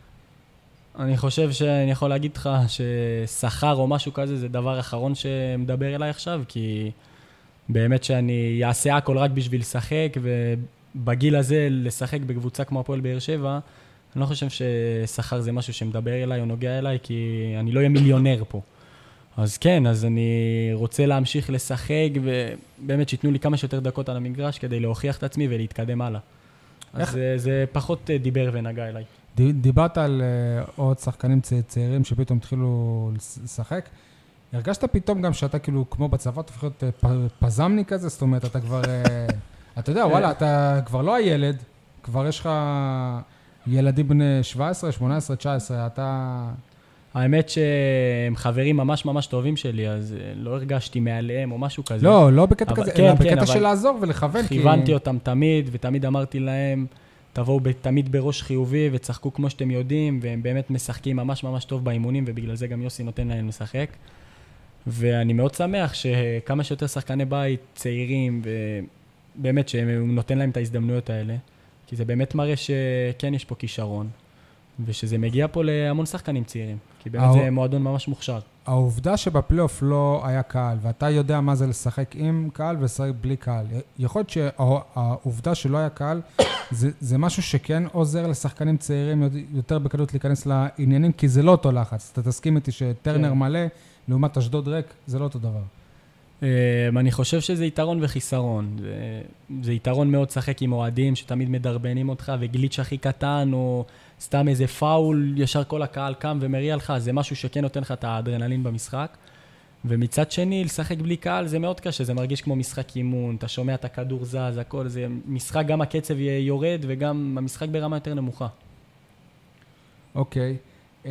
אני חושב שאני יכול להגיד לך ששכר או משהו כזה זה דבר אחרון שמדבר אליי עכשיו, כי באמת שאני אעשה הכל רק בשביל לשחק, ובגיל הזה לשחק בקבוצה כמו הפועל באר שבע, אני לא חושב ששכר זה משהו שמדבר אליי או נוגע אליי, כי אני לא אהיה מיליונר פה. אז כן, אז אני רוצה להמשיך לשחק, ובאמת שיתנו לי כמה שיותר דקות על המגרש כדי להוכיח את עצמי ולהתקדם הלאה. אז זה, זה פחות דיבר ונגע אליי. דיברת על uh, עוד שחקנים צעירים שפתאום התחילו לשחק. הרגשת פתאום גם שאתה כאילו כמו בצבא, אתה הופך להיות פזמני כזה? זאת אומרת, אתה כבר, uh, אתה יודע, וואלה, אתה כבר לא הילד, כבר יש לך ילדים בני שבע עשרה, שמונה עשרה, תשע עשרה, אתה... האמת שהם חברים ממש ממש טובים שלי, אז לא הרגשתי מעליהם או משהו כזה. לא, לא בקטע כזה, אלא בקטע של לעזור ולכוון. כיוונתי אותם תמיד, ותמיד אמרתי להם, תבואו תמיד בראש חיובי וצחקו כמו שאתם יודעים, והם באמת משחקים ממש ממש טוב באימונים, ובגלל זה גם יוסי נותן להם לשחק. ואני מאוד שמח שכמה שיותר שחקני בית צעירים, ובאמת שהוא נותן להם את ההזדמנויות האלה, כי זה באמת מראה שכן יש פה כישרון, ושזה מגיע פה להמון שחקנים צעירים, כי באמת זה מועדון ממש מוכשר. העובדה שבפלייאוף לא היה קהל, ואתה יודע מה זה לשחק עם קהל ולשחק בלי קהל, יכול להיות שהעובדה שלא היה קהל, זה, זה משהו שכן עוזר לשחקנים צעירים יותר בקלות להיכנס לעניינים, כי זה לא אותו לחץ. אתה תסכים איתי שטרנר כן. מלא, לעומת אשדוד ריק, זה לא אותו דבר. אני חושב שזה יתרון וחיסרון. זה, זה יתרון מאוד שחק עם אוהדים שתמיד מדרבנים אותך, וגליץ' הכי קטן, או סתם איזה פאול, ישר כל הקהל קם ומריע לך, זה משהו שכן נותן לך את האדרנלין במשחק. ומצד שני, לשחק בלי קהל זה מאוד קשה, זה מרגיש כמו משחק אימון, אתה שומע את הכדור זז, הכל, זה משחק, גם הקצב יורד, וגם המשחק ברמה יותר נמוכה. אוקיי.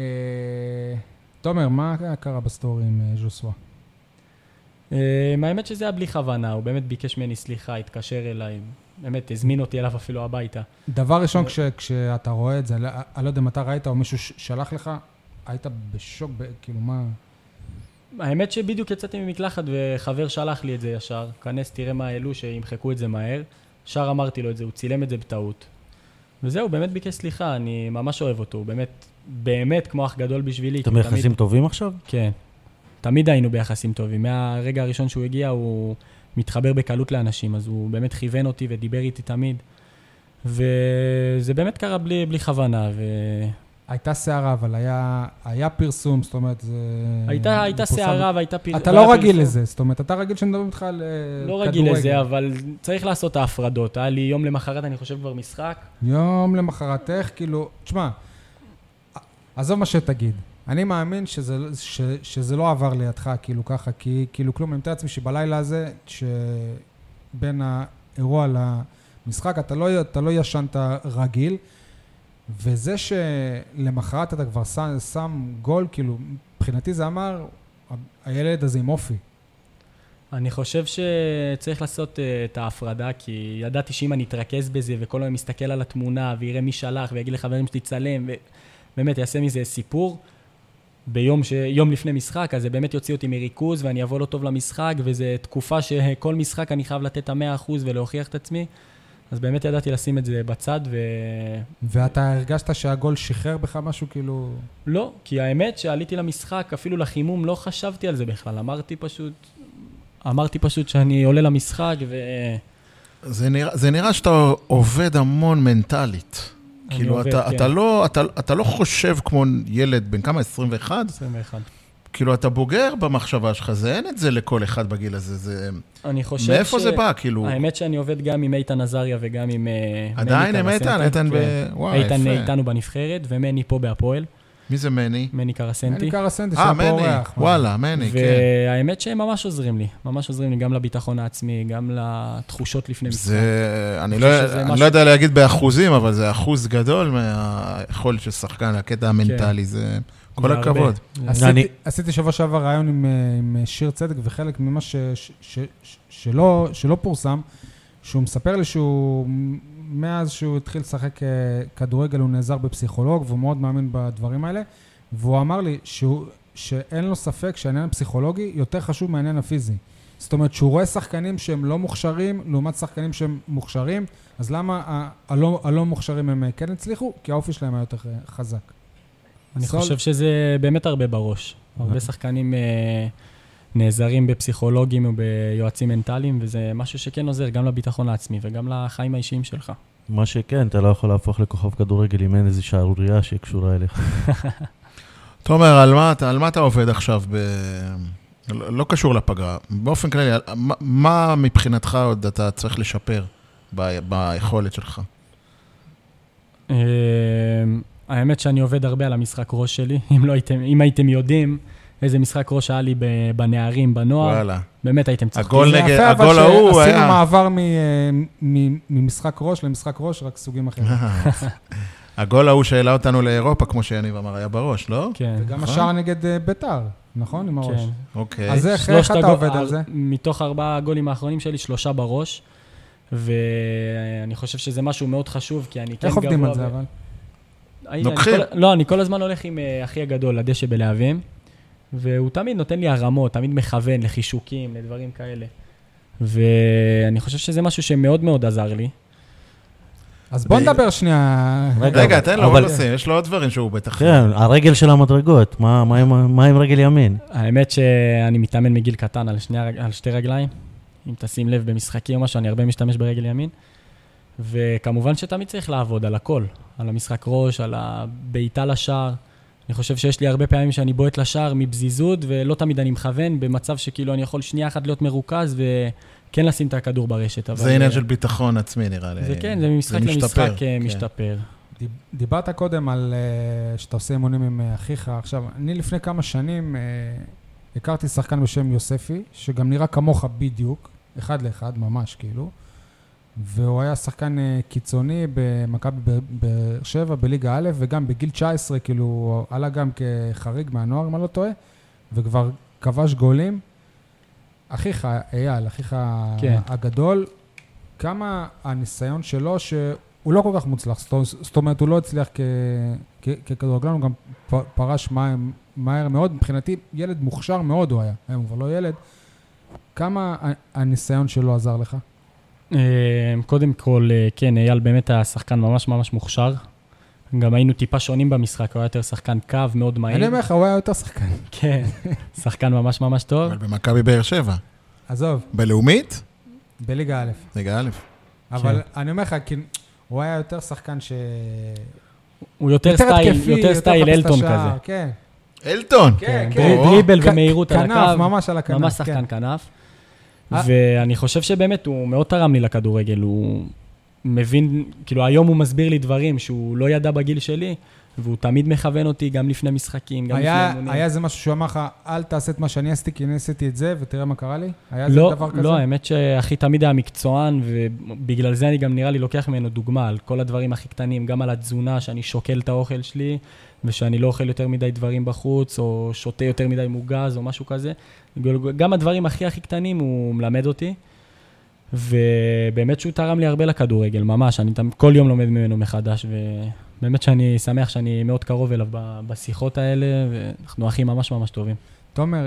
תומר, מה קרה בסטורי עם ז'וסווה? האמת שזה היה בלי כוונה, הוא באמת ביקש ממני סליחה, התקשר אליי, באמת, הזמין אותי אליו אפילו הביתה. דבר ראשון, כש, כשאתה רואה את זה, אני לא יודע אם אתה ראית או מישהו שלח לך, היית בשוק, כאילו מה... האמת שבדיוק יצאתי ממקלחת וחבר שלח לי את זה ישר, כנס תראה מה העלו שימחקו את זה מהר, שר אמרתי לו את זה, הוא צילם את זה בטעות. וזהו, באמת ביקש סליחה, אני ממש אוהב אותו, הוא באמת, באמת כמו אח גדול בשבילי. אתם ביחסים תמיד... טובים עכשיו? כן, תמיד היינו ביחסים טובים, מהרגע הראשון שהוא הגיע הוא מתחבר בקלות לאנשים, אז הוא באמת כיוון אותי ודיבר איתי תמיד, וזה באמת קרה בלי, בלי כוונה, ו... הייתה שערה, אבל היה, היה פרסום, זאת אומרת, זה... הייתה, הייתה שערה והייתה פרסום. אתה לא רגיל לזה, זאת אומרת, אתה רגיל שנדבר איתך על כדורגל. לא רגיל לזה, אבל צריך לעשות ההפרדות. היה לי יום למחרת, אני חושב כבר משחק. יום למחרת, איך, כאילו, תשמע, עזוב מה שתגיד. אני מאמין שזה, ש, שזה לא עבר לידך, כאילו ככה, כי, כאילו כלום, אני מתאר לעצמי שבלילה הזה, שבין האירוע למשחק, אתה לא, אתה לא ישנת רגיל, וזה שלמחרת אתה כבר שם, שם גול, כאילו, מבחינתי זה אמר, הילד הזה עם אופי. אני חושב שצריך לעשות uh, את ההפרדה, כי ידעתי שאם אני אתרכז בזה, וכל היום מסתכל על התמונה, ויראה מי שלח, ויגיד לחברים שלי צלם, ובאמת יעשה מזה סיפור, ביום ש... יום לפני משחק, אז זה באמת יוציא אותי מריכוז, ואני אבוא לא טוב למשחק, וזו תקופה שכל משחק אני חייב לתת את המאה אחוז ולהוכיח את עצמי, אז באמת ידעתי לשים את זה בצד ו... ואתה הרגשת שהגול שחרר בך משהו כאילו... לא, כי האמת שעליתי למשחק, אפילו לחימום לא חשבתי על זה בכלל, אמרתי פשוט, אמרתי פשוט שאני עולה למשחק ו... זה נראה, זה נראה שאתה עובד המון מנטלית. כאילו, עובד, אתה, כן. אתה לא, אתה, אתה לא חושב כמו ילד בן כמה? עשרים ואחת? עשרים ואחת. כאילו, אתה בוגר במחשבה שלך, זה אין את זה לכל אחד בגיל הזה, זה... אני חושב מאיפה ש... זה בא, כאילו? האמת שאני עובד גם עם איתן עזריה וגם עם... עדיין עם איתן, איתן ב... וואי, יפה. איתן איתנו בנבחרת, ומני פה בהפועל. מי זה מני? מני קרסנטי. מני קרסנטי, אה, מני, וואלה, מני, כן. והאמת שהם ממש עוזרים לי, ממש עוזרים לי, גם לביטחון העצמי, גם לתחושות לפני משחק. זה... אני לא יודע להגיד באחוזים, אבל זה אחוז גדול מהיכולת של שחקן, הקטע המנטלי, זה... כל הכבוד. עשיתי שבוע שעבר רעיון עם שיר צדק, וחלק ממה שלא פורסם, שהוא מספר לי שהוא, מאז שהוא התחיל לשחק כדורגל, הוא נעזר בפסיכולוג, והוא מאוד מאמין בדברים האלה, והוא אמר לי שאין לו ספק שהעניין הפסיכולוגי יותר חשוב מהעניין הפיזי. זאת אומרת, שהוא רואה שחקנים שהם לא מוכשרים, לעומת שחקנים שהם מוכשרים, אז למה הלא מוכשרים הם כן הצליחו? כי האופי שלהם היה יותר חזק. אני חושב שזה באמת הרבה בראש. הרבה שחקנים נעזרים בפסיכולוגים וביועצים מנטליים, וזה משהו שכן עוזר גם לביטחון העצמי וגם לחיים האישיים שלך. מה שכן, אתה לא יכול להפוך לכוכב כדורגל אם אין איזו שערוריה שקשורה אליך. תומר, על מה אתה, על מה אתה עובד עכשיו? ב... לא קשור לפגרה. באופן כללי, מה מבחינתך עוד אתה צריך לשפר ב... ביכולת שלך? האמת שאני עובד הרבה על המשחק ראש שלי. אם לא הייתם, אם הייתם יודעים איזה משחק ראש היה לי בנערים, בנוער, וואלה. באמת הייתם צוחקים. הגול נגד, הגול ההוא היה... עשינו מעבר ממשחק ראש למשחק ראש, רק סוגים אחרים. הגול ההוא שהעלה אותנו לאירופה, כמו שיניב אמר, היה בראש, לא? כן. וגם השער נגד ביתר, נכון? עם הראש. כן. אוקיי. אז איך אתה עובד על זה? מתוך ארבעה הגולים האחרונים שלי, שלושה בראש, ואני חושב שזה משהו מאוד חשוב, כי אני כן גבוה... איך עובדים על זה, אבל? נוקחים. לא, אני כל הזמן הולך עם אחי הגדול לדשא בלהבים, והוא תמיד נותן לי הרמות, תמיד מכוון לחישוקים, לדברים כאלה. ואני חושב שזה משהו שמאוד מאוד עזר לי. אז בוא נדבר שנייה. רגע, תן לו, אבל יש לו עוד דברים שהוא בטח... כן, הרגל של המדרגות, מה עם רגל ימין? האמת שאני מתאמן מגיל קטן על שתי רגליים. אם תשים לב במשחקים או משהו, אני הרבה משתמש ברגל ימין. וכמובן שתמיד צריך לעבוד על הכל, על המשחק ראש, על הבעיטה לשער. אני חושב שיש לי הרבה פעמים שאני בועט לשער מבזיזות, ולא תמיד אני מכוון, במצב שכאילו אני יכול שנייה אחת להיות מרוכז, וכן לשים את הכדור ברשת. זה עניין של ביטחון עצמי נראה לי. זה כן, זה ממשחק למשחק משתפר. דיברת קודם על שאתה עושה אימונים עם אחיך. עכשיו, אני לפני כמה שנים הכרתי שחקן בשם יוספי, שגם נראה כמוך בדיוק, אחד לאחד, ממש כאילו. והוא היה שחקן קיצוני במכבי באר שבע, בליגה א', וגם בגיל תשע עשרה, כאילו, הוא עלה גם כחריג מהנוער, מה לא טועה, וכבר כבש גולים. אחיך, אייל, אחיך כן. הגדול, כמה הניסיון שלו שהוא לא כל כך מוצלח, זאת אומרת, הוא לא הצליח ככדורגלן, הוא גם פרש מהר מאוד, מבחינתי ילד מוכשר מאוד הוא היה, היום הוא כבר לא ילד. כמה הניסיון שלו עזר לך? קודם כל, כן, אייל באמת היה שחקן ממש ממש מוכשר. גם היינו טיפה שונים במשחק, הוא היה יותר שחקן קו, מאוד מהיר. אני אומר לך, הוא היה יותר שחקן. כן, שחקן ממש ממש טוב. אבל במכבי באר שבע. עזוב. בלאומית? בליגה א'. ליגה א'. אבל אני אומר לך, כי הוא היה יותר שחקן ש... הוא יותר סטייל, יותר סטייל אלטון כזה. כן. אלטון? כן, כן. דריבל ומהירות על הקו. כנף, ממש על הכנף. ממש שחקן כנף. ואני חושב שבאמת הוא מאוד תרם לי לכדורגל, הוא מבין, כאילו היום הוא מסביר לי דברים שהוא לא ידע בגיל שלי, והוא תמיד מכוון אותי גם לפני משחקים, גם לפני אימונים. היה איזה משהו שהוא אמר לך, אל תעשה את מה שאני עשיתי, כי אני עשיתי את זה, ותראה מה קרה לי? היה איזה דבר כזה? לא, האמת שהכי תמיד היה מקצוען, ובגלל זה אני גם נראה לי לוקח ממנו דוגמה, על כל הדברים הכי קטנים, גם על התזונה, שאני שוקל את האוכל שלי, ושאני לא אוכל יותר מדי דברים בחוץ, או שותה יותר מדי מוגז, או משהו כזה. גם הדברים הכי הכי קטנים הוא מלמד אותי, ובאמת שהוא תרם לי הרבה לכדורגל, ממש, אני כל יום לומד ממנו מחדש, ובאמת שאני שמח שאני מאוד קרוב אליו בשיחות האלה, ואנחנו אחים ממש ממש טובים. תומר,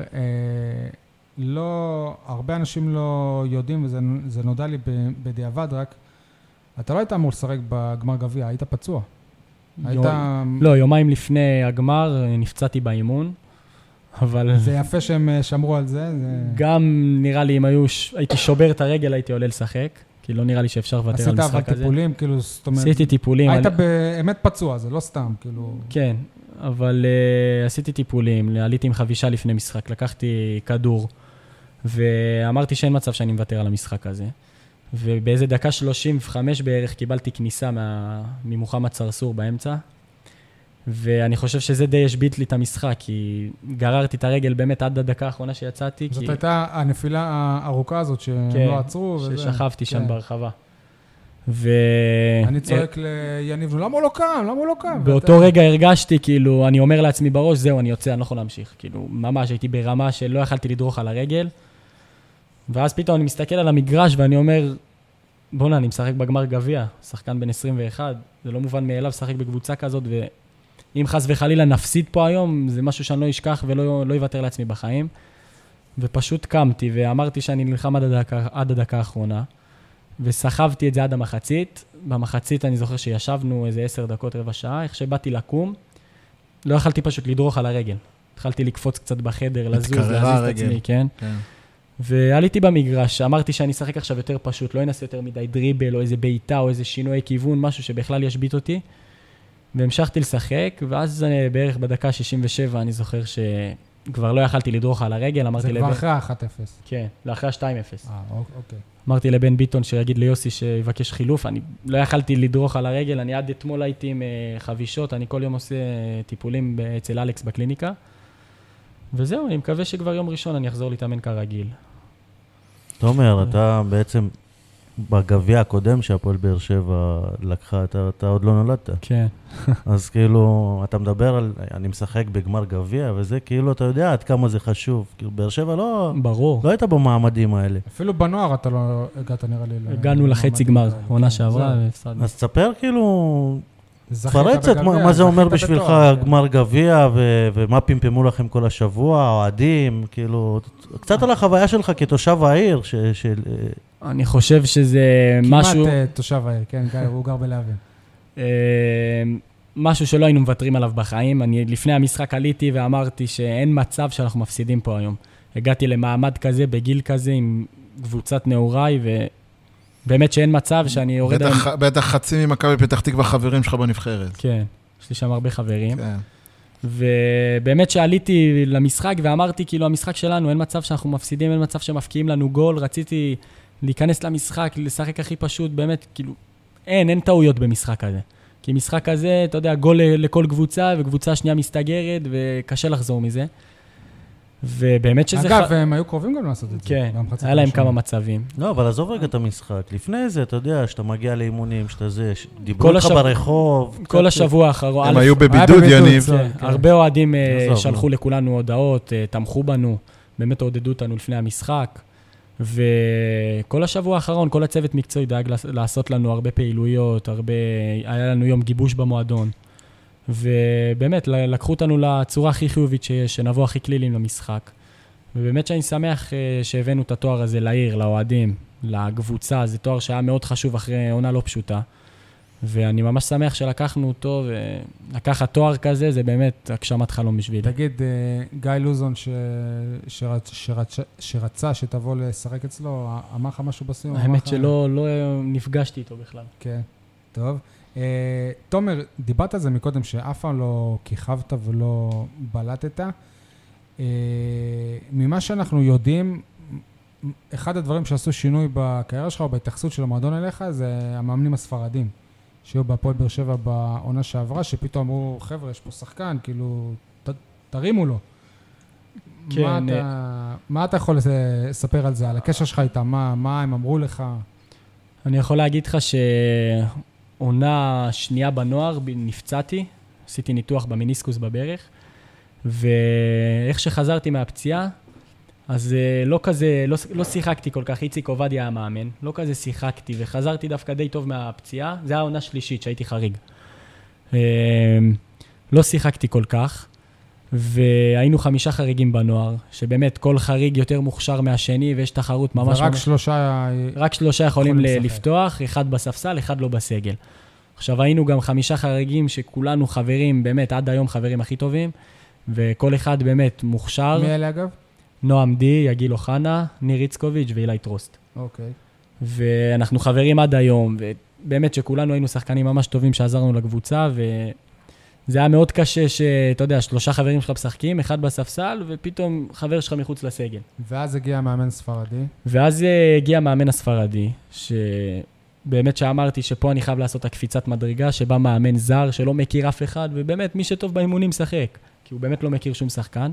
לא, הרבה אנשים לא יודעים, וזה נודע לי בדיעבד רק, אתה לא היית אמור לשחק בגמר גביע, היית פצוע. לא, יומיים לפני הגמר נפצעתי באימון, אבל... זה יפה שהם שמרו על זה. גם נראה לי אם הייתי שובר את הרגל, הייתי עולה לשחק, כי לא נראה לי שאפשר לוותר על משחק הזה. עשית אבל טיפולים, כאילו, זאת אומרת... עשיתי טיפולים. היית באמת פצוע, זה לא סתם, כאילו... כן, אבל עשיתי טיפולים, עליתי עם חבישה לפני משחק, לקחתי כדור, ואמרתי שאין מצב שאני מוותר על המשחק הזה. ובאיזה דקה שלושים וחמש בערך קיבלתי כניסה ממוחמד צרצור באמצע, ואני חושב שזה די השבית לי את המשחק, כי גררתי את הרגל באמת עד הדקה האחרונה שיצאתי. זאת הייתה הנפילה הארוכה הזאת שהם לא עצרו. כן, ששכבתי שם ברחבה. אני צועק ליניב, למה הוא לא קם? למה הוא לא קם? באותו רגע הרגשתי, כאילו, אני אומר לעצמי בראש, זהו, אני יוצא, אני לא יכול להמשיך. כאילו, ממש הייתי ברמה שלא יכלתי לדרוך על הרגל, ואז פתאום אני מסתכל על המגרש ואני אומר, בוא'נה, אני משחק בגמר גביע, שחקן בן עשרים ואחת, זה לא מובן מאליו לשחק בקבוצה כזאת, ואם חס וחלילה נפסיד פה היום, זה משהו שאני לא אשכח ולא לא יוותר לעצמי בחיים. ופשוט קמתי ואמרתי שאני נלחם עד הדקה, עד הדקה האחרונה, וסחבתי את זה עד המחצית. במחצית אני זוכר שישבנו איזה עשר דקות, רבע שעה, איך שבאתי לקום, לא יכלתי פשוט לדרוך על הרגל. התחלתי לקפוץ קצת בחדר, לזוז, להזיז את עצמי, כן? כן. ועליתי במגרש, אמרתי שאני אשחק עכשיו יותר פשוט, לא אנסה יותר מדי דריבל או איזה בעיטה או איזה שינוי כיוון, משהו שבכלל ישבית אותי. והמשכתי לשחק, ואז בערך בדקה שישים ושבע אני זוכר שכבר לא יכלתי לדרוך על הרגל, אמרתי לבן... זה כבר אחרי אחת אפס. כן, לאחרי שתיים אפס. אה, אוקיי. אמרתי לבן ביטון שיגיד ליוסי שיבקש חילוף, אני לא יכלתי לדרוך על הרגל, אני עד אתמול הייתי עם חבישות, אני כל יום עושה טיפולים אצל אלכס בקליניקה, וזהו, אני מקווה שכבר יום ראשון אני אחזור להתאמן כרגיל. תומר, אתה בעצם בגביע הקודם שהפועל באר שבע לקחה, אתה, אתה עוד לא נולדת. כן. אז כאילו, אתה מדבר על, אני משחק בגמר גביע, וזה כאילו, אתה יודע עד כמה זה חשוב. כאילו, באר שבע לא... ברור. לא היית במעמדים האלה. אפילו בנוער אתה לא הגעת נראה לי. הגענו לחצי גמר, עונה שעברה והפסדנו. אז תספר כאילו... פרצת, מה זה אומר בשבילך גמר גביע, ומה פמפמו לכם כל השבוע, אוהדים, כאילו, קצת על החוויה שלך כתושב העיר. אני חושב שזה משהו... כמעט תושב העיר, כן, הוא גר בלהבים. משהו שלא היינו מוותרים עליו בחיים. אני לפני המשחק עליתי ואמרתי שאין מצב שאנחנו מפסידים פה היום. הגעתי למעמד כזה, בגיל כזה, עם קבוצת נעוריי, ו... באמת שאין מצב שאני יורד... בטח, היום... בטח חצי ממכבי פתח תקווה חברים שלך בנבחרת. כן, יש לי שם הרבה חברים. כן. ובאמת שעליתי למשחק ואמרתי, כאילו, המשחק שלנו, אין מצב שאנחנו מפסידים, אין מצב שמפקיעים לנו גול. רציתי להיכנס למשחק, לשחק הכי פשוט, באמת, כאילו, אין, אין טעויות במשחק הזה. כי משחק הזה, אתה יודע, גול לכל קבוצה, וקבוצה שנייה מסתגרת, וקשה לחזור מזה. ובאמת שזה... אגב, הם היו קרובים גם לעשות את זה. כן, היה להם כמה מצבים. לא, אבל עזוב רגע את המשחק. לפני זה, אתה יודע, שאתה מגיע לאימונים, שאתה זה, דיברו לך ברחוב. כל השבוע האחרון. הם היו בבידוד, יניב. הרבה אוהדים שלחו לכולנו הודעות, תמכו בנו, באמת עודדו אותנו לפני המשחק. וכל השבוע האחרון, כל הצוות מקצועי דאג לעשות לנו הרבה פעילויות, הרבה, היה לנו יום גיבוש במועדון. ובאמת, לקחו אותנו לצורה הכי חיובית שיש, שנבוא הכי כלילים למשחק. ובאמת שאני שמח שהבאנו את התואר הזה לעיר, לאוהדים, לקבוצה, זה תואר שהיה מאוד חשוב אחרי עונה לא פשוטה. ואני ממש שמח שלקחנו אותו, ולקחת תואר כזה, זה באמת הגשמת חלום בשבילי. תגיד, גיא לוזון ש... שרצ... שרצ... שרצה שתבוא לשחק אצלו, אמר לך משהו בסיום? האמת שלא לא נפגשתי איתו בכלל. כן, טוב. תומר, דיברת על זה מקודם, שאף פעם לא כיכבת ולא בלטת. ממה שאנחנו יודעים, אחד הדברים שעשו שינוי בקריירה שלך, או בהתייחסות של המועדון אליך, זה המאמנים הספרדים. שהיו בהפועל באר שבע בעונה שעברה, שפתאום אמרו, חבר'ה, יש פה שחקן, כאילו, ת, תרימו לו. כן. מה, נ... אתה, מה אתה יכול לספר על זה, על הקשר שלך איתם? מה, מה הם אמרו לך? אני יכול להגיד לך שעונה שנייה בנוער נפצעתי, עשיתי ניתוח במיניסקוס בברך, ואיך שחזרתי מהפציעה, אז לא כזה, לא, לא שיחקתי כל כך, איציק עובדיה המאמן, לא כזה שיחקתי, וחזרתי דווקא די טוב מהפציעה, זה העונה שלישית שהייתי חריג. לא שיחקתי כל כך, והיינו חמישה חריגים בנוער, שבאמת כל חריג יותר מוכשר מהשני, ויש תחרות ממש... ורק ממש... שלושה... רק שלושה יכולים ל- לפתוח, אחד בספסל, אחד לא בסגל. עכשיו היינו גם חמישה חריגים שכולנו חברים, באמת עד היום חברים הכי טובים, וכל אחד באמת מוכשר. מי אלה אגב? נועם די, יגיל אוחנה, ניר איצקוביץ' ואילי טרוסט. אוקיי. ואנחנו חברים עד היום, ובאמת שכולנו היינו שחקנים ממש טובים שעזרנו לקבוצה, וזה היה מאוד קשה שאתה יודע, שלושה חברים שלך משחקים, אחד בספסל, ופתאום חבר שלך מחוץ לסגל. ואז הגיע מאמן ספרדי. ואז הגיע מאמן הספרדי, שבאמת שאמרתי שפה אני חייב לעשות הקפיצת מדרגה, שבא מאמן זר שלא מכיר אף אחד, ובאמת מי שטוב באימונים משחק, כי הוא באמת לא מכיר שום שחקן.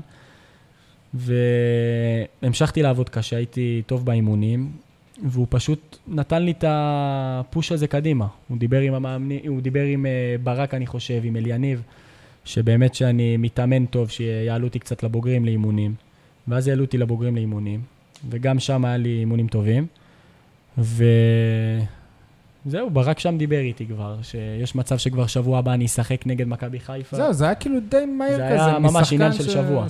והמשכתי לעבוד קשה, הייתי טוב באימונים, והוא פשוט נתן לי את הפוש הזה קדימה. הוא דיבר עם המאמני, הוא דיבר עם ברק, אני חושב, עם אליניב, שבאמת שאני מתאמן טוב, שיעלו אותי קצת לבוגרים לאימונים. ואז יעלו אותי לבוגרים לאימונים, וגם שם היה לי אימונים טובים. וזהו, ברק שם דיבר איתי כבר, שיש מצב שכבר שבוע הבא אני אשחק נגד מכבי חיפה. זהו, זה היה כאילו די מהיר כזה. זה היה ממש עניין של שבוע.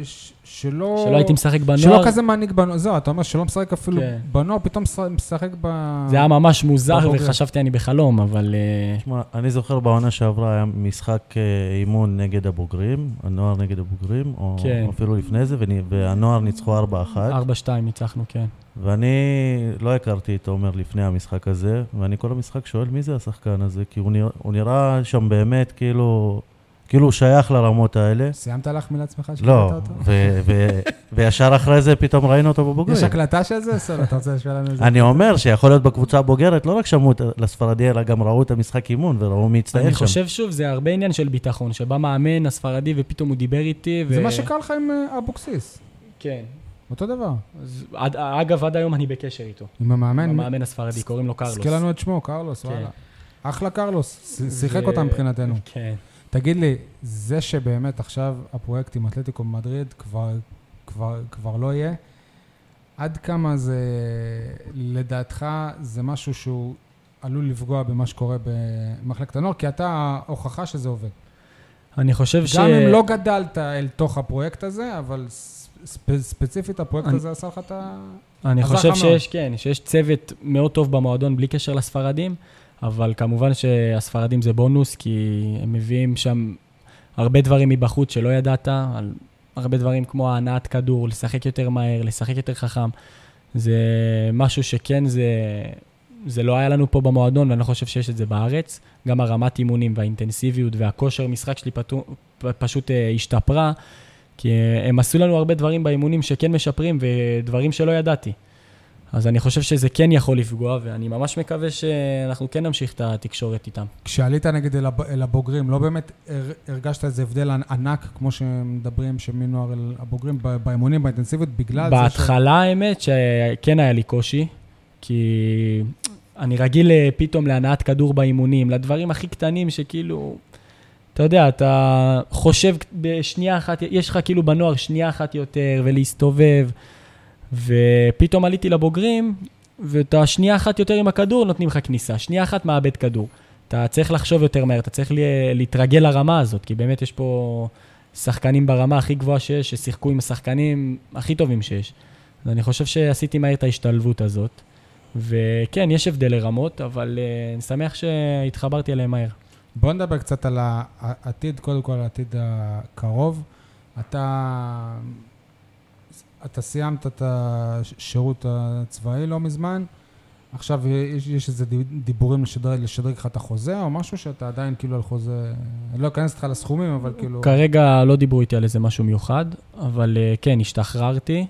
שלא... שלא הייתי משחק בנוער. שלא כזה מעניק בנוער. זהו, אתה אומר שלא משחק אפילו בנוער, פתאום משחק ב... זה היה ממש מוזר וחשבתי אני בחלום, אבל... אני זוכר בעונה שעברה היה משחק אימון נגד הבוגרים, הנוער נגד הבוגרים, או אפילו לפני זה, והנוער ניצחו ארבע אחת. ארבע שתיים ניצחנו, כן. ואני לא הכרתי את עומר לפני המשחק הזה, ואני כל המשחק שואל מי זה השחקן הזה, כי הוא נראה, הוא נראה שם באמת כאילו, כאילו הוא שייך לרמות האלה. סיימת להחמיא לעצמך שקלטת לא, אותו? ו- ו- וישר אחרי זה פתאום ראינו אותו בבוגרים. יש הקלטה של זה? סול, אתה רוצה לשאול לנו את זה? אני אומר שיכול להיות בקבוצה הבוגרת, לא רק שמעו לספרדי, אלא גם ראו את המשחק אימון וראו מי הצטער שם. אני חושב שוב, זה הרבה עניין של ביטחון, שבא מאמן הספרדי ופתאום הוא דיבר איתי. ו... זה מה שקרה לך עם אבוקסיס. כן. אותו דבר. אז, עד, אגב, עד היום אני בקשר איתו. עם המאמן? עם המאמן הספרדי, קוראים לו קרלוס. תזכיר לנו את שמו, קרלוס, כן. וואלה. אחלה קרלוס, שיחק אותה מבחינתנו. כן. תגיד לי, זה שבאמת עכשיו הפרויקט עם אתלטיקו מדריד כבר, כבר, כבר לא יהיה, עד כמה זה, לדעתך, זה משהו שהוא עלול לפגוע במה שקורה במחלקת הנוער, כי אתה ההוכחה שזה עובד. אני חושב ש... גם אם לא גדלת אל תוך הפרויקט הזה, אבל ספ... ספציפית הפרויקט הזה עשה לך את ה... אני חושב שיש, כן, שיש צוות מאוד טוב במועדון בלי קשר לספרדים, אבל כמובן שהספרדים זה בונוס, כי הם מביאים שם הרבה דברים מבחוץ שלא ידעת, על הרבה דברים כמו הענעת כדור, לשחק יותר מהר, לשחק יותר חכם. זה משהו שכן זה, זה לא היה לנו פה במועדון, ואני חושב שיש את זה בארץ. גם הרמת אימונים והאינטנסיביות והכושר משחק שלי פתו, פשוט השתפרה, כי הם עשו לנו הרבה דברים באימונים שכן משפרים, ודברים שלא ידעתי. אז אני חושב שזה כן יכול לפגוע, ואני ממש מקווה שאנחנו כן נמשיך את התקשורת איתם. כשעלית נגד אל הבוגרים, לא באמת הרגשת איזה הבדל ענק, כמו שמדברים שמנוער אל הבוגרים, באימונים, באינטנסיביות, בגלל זה ש... בהתחלה האמת שכן היה לי קושי, כי אני רגיל פתאום להנעת כדור באימונים, לדברים הכי קטנים שכאילו, אתה יודע, אתה חושב בשנייה אחת, יש לך כאילו בנוער שנייה אחת יותר ולהסתובב, ופתאום עליתי לבוגרים, ואתה שנייה אחת יותר עם הכדור, נותנים לך כניסה, שנייה אחת מאבד כדור. אתה צריך לחשוב יותר מהר, אתה צריך להתרגל לרמה הזאת, כי באמת יש פה שחקנים ברמה הכי גבוהה שיש, ששיחקו עם השחקנים הכי טובים שיש. אז אני חושב שעשיתי מהר את ההשתלבות הזאת, וכן, יש הבדל לרמות, אבל uh, אני שמח שהתחברתי אליהם מהר. בוא נדבר קצת על העתיד, קודם כל על העתיד הקרוב. אתה, אתה סיימת את השירות הצבאי לא מזמן, עכשיו יש, יש איזה דיבורים לשדרג, לשדרג לך את החוזה, או משהו שאתה עדיין כאילו על חוזה, אני לא אכנס לך לסכומים, אבל כאילו... כרגע לא דיברו איתי על איזה משהו מיוחד, אבל כן, השתחררתי,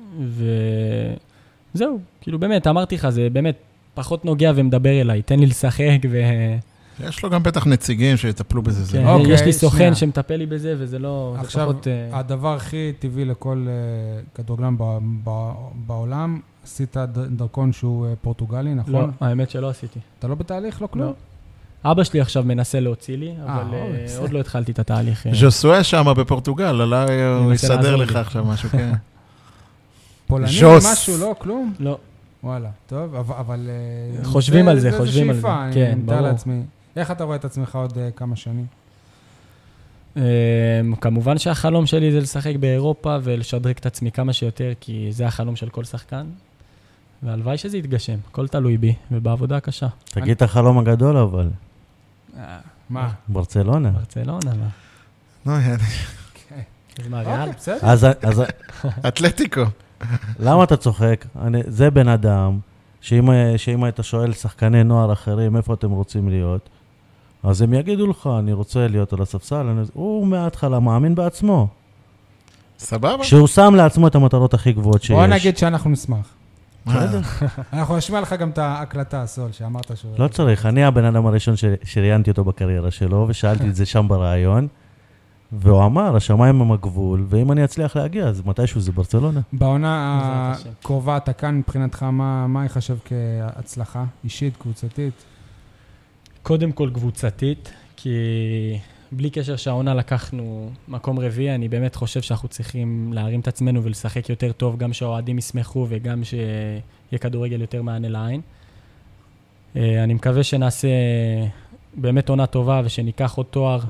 וזהו, כאילו באמת, אמרתי לך, זה באמת פחות נוגע ומדבר אליי, תן לי לשחק ו... יש לו גם בטח נציגים שיטפלו בזה. כן, זה. אוקיי, יש לי סוכן שמטפל לי בזה, וזה לא... עכשיו, פחות, הדבר הכי טבעי לכל uh, כדורגלן ב- ב- בעולם, עשית דרכון שהוא uh, פורטוגלי, נכון? לא, האמת שלא עשיתי. אתה לא בתהליך? לא כלום? לא. אבא שלי עכשיו מנסה להוציא לי, אה, אבל אוי, uh, עוד לא התחלתי את התהליך. ז'וסואה שם בפורטוגל, אולי הוא מנסה יסדר לעזור לך לי. עכשיו משהו, כן. פולני ז'וס. משהו, לא? כלום? לא. וואלה, טוב, אבל... אבל, uh, חושבים על זה, זה חושבים על זה. שאיפה, כן, אני מתאר ברור. לעצמי. איך אתה רואה את עצמך עוד uh, כמה שנים? Um, כמובן שהחלום שלי זה לשחק באירופה ולשדרג את עצמי כמה שיותר, כי זה החלום של כל שחקן. והלוואי שזה יתגשם, הכל תלוי בי, ובעבודה הקשה. תגיד את החלום הגדול, אבל. מה? ברצלונה. ברצלונה, מה? נו, יאללה. אז מה, ריאל? אוקיי, בסדר. אז אז- אתלטיקו. למה אתה צוחק? אני- זה בן אדם, שאם שאם היית שואל שחקני נוער אחרים, איפה אתם רוצים להיות, אז הם יגידו לך, אני רוצה להיות על הספסל, אני- הוא מההתחלה מאמין בעצמו. סבבה? שהוא שם לעצמו את המטרות הכי גבוהות שיש. בוא נגיד שאנחנו נשמח. בסדר. אנחנו נשמיע לך גם את ההקלטה, סול, שאמרת שהוא... לא צריך, אני הבן אדם הראשון ש- שראיינתי אותו בקריירה שלו, ושאלתי את זה שם ברעיון, והוא אמר, השמיים הם הגבול, ואם אני אצליח להגיע, אז מתישהו זה ברצלונה. בעונה בעזרת השם. הקרובה, אתה כאן מבחינתך, מה מה ייחשב כהצלחה? אישית, קבוצתית? קודם כל קבוצתית, כי בלי קשר שהעונה לקחנו מקום רביעי, אני באמת חושב שאנחנו צריכים להרים את עצמנו ולשחק יותר טוב, גם שהאוהדים ישמחו וגם שיהיה כדורגל יותר מענה לעין. אה, אני מקווה שנעשה באמת עונה טובה ושניקח עוד תואר,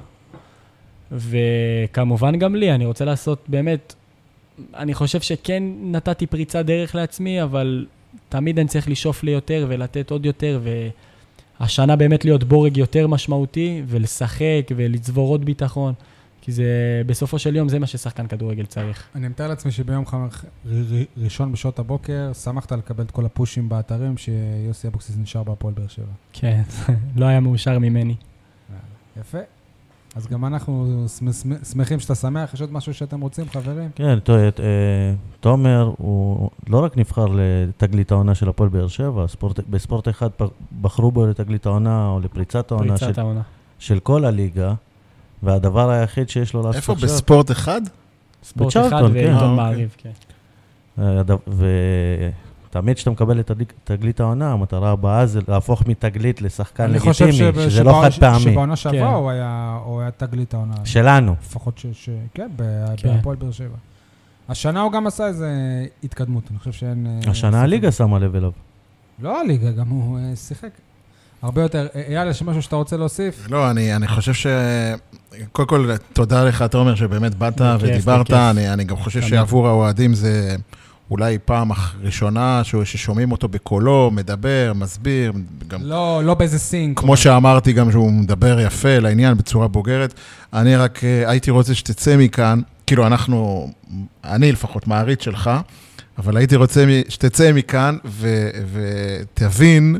וכמובן גם לי, אני רוצה לעשות באמת, אני חושב שכן נתתי פריצה דרך לעצמי, אבל תמיד אני צריך לשאוף לי יותר ולתת עוד יותר, והשנה באמת להיות בורג יותר משמעותי, ולשחק ולצבור עוד ביטחון, כי זה, בסופו של יום זה מה ששחקן כדורגל צריך. אני מתאר לעצמי שביום חמ- ר- ר- ראשון בשעות הבוקר, שמחת לקבל את כל הפושים באתרים שיוסי אבוקסיס נשאר בהפועל באר שבע. כן, לא היה מאושר ממני. יפה. אז גם אנחנו שמ- שמ- שמחים שאתה שמח. יש עוד משהו שאתם רוצים, חברים? כן, ת- אה, תומר הוא לא רק נבחר לתגלית העונה של הפועל באר שבע, ספורט- בספורט אחד פ- בחרו בו לתגלית העונה או לפריצת העונה של, פריצת העונה. של כל הליגה, והדבר היחיד שיש לו לעשות איפה? עכשיו... בספורט אחד? ספורט אחד בצ'רלטון, כן. אה, ועיתון אוקיי. מעריב, כן. אה, הד- ותמיד כשאתה מקבל את תגלית- תגלית העונה, המטרה הבאה זה להפוך מתגלית לשחקן אני חושב לגיטימי, שב- שזה לא שבע- חד פעמי. שבעונה שעברה כן. הוא היה הוא היה תגלית העונה. שלנו. לפחות ש... ש- כן, ב- כן. בהפועל באר שבע. השנה הוא גם עשה איזה התקדמות, אני חושב שאין... אה, השנה ספק. הליגה שמה לב אליו. לא הליגה, גם הוא אה, שיחק. הרבה יותר. אה, אייל, יש משהו שאתה רוצה להוסיף? לא, אני, אני חושב ש... קודם כל, תודה לך, תומר, שבאמת באת בכיף, ודיברת. בכיף. אני, אני גם חושב תמיד. שעבור האוהדים זה אולי פעם אח- ראשונה ש- ששומעים אותו בקולו, מדבר, מסביר, גם לא, לא באיזה סינק. כמו שאמרתי, גם שהוא מדבר יפה לעניין בצורה בוגרת. אני רק אה, הייתי רוצה שתצא מכאן, כאילו אנחנו, אני לפחות מעריץ שלך, אבל הייתי רוצה מ- שתצא מכאן ו- ותבין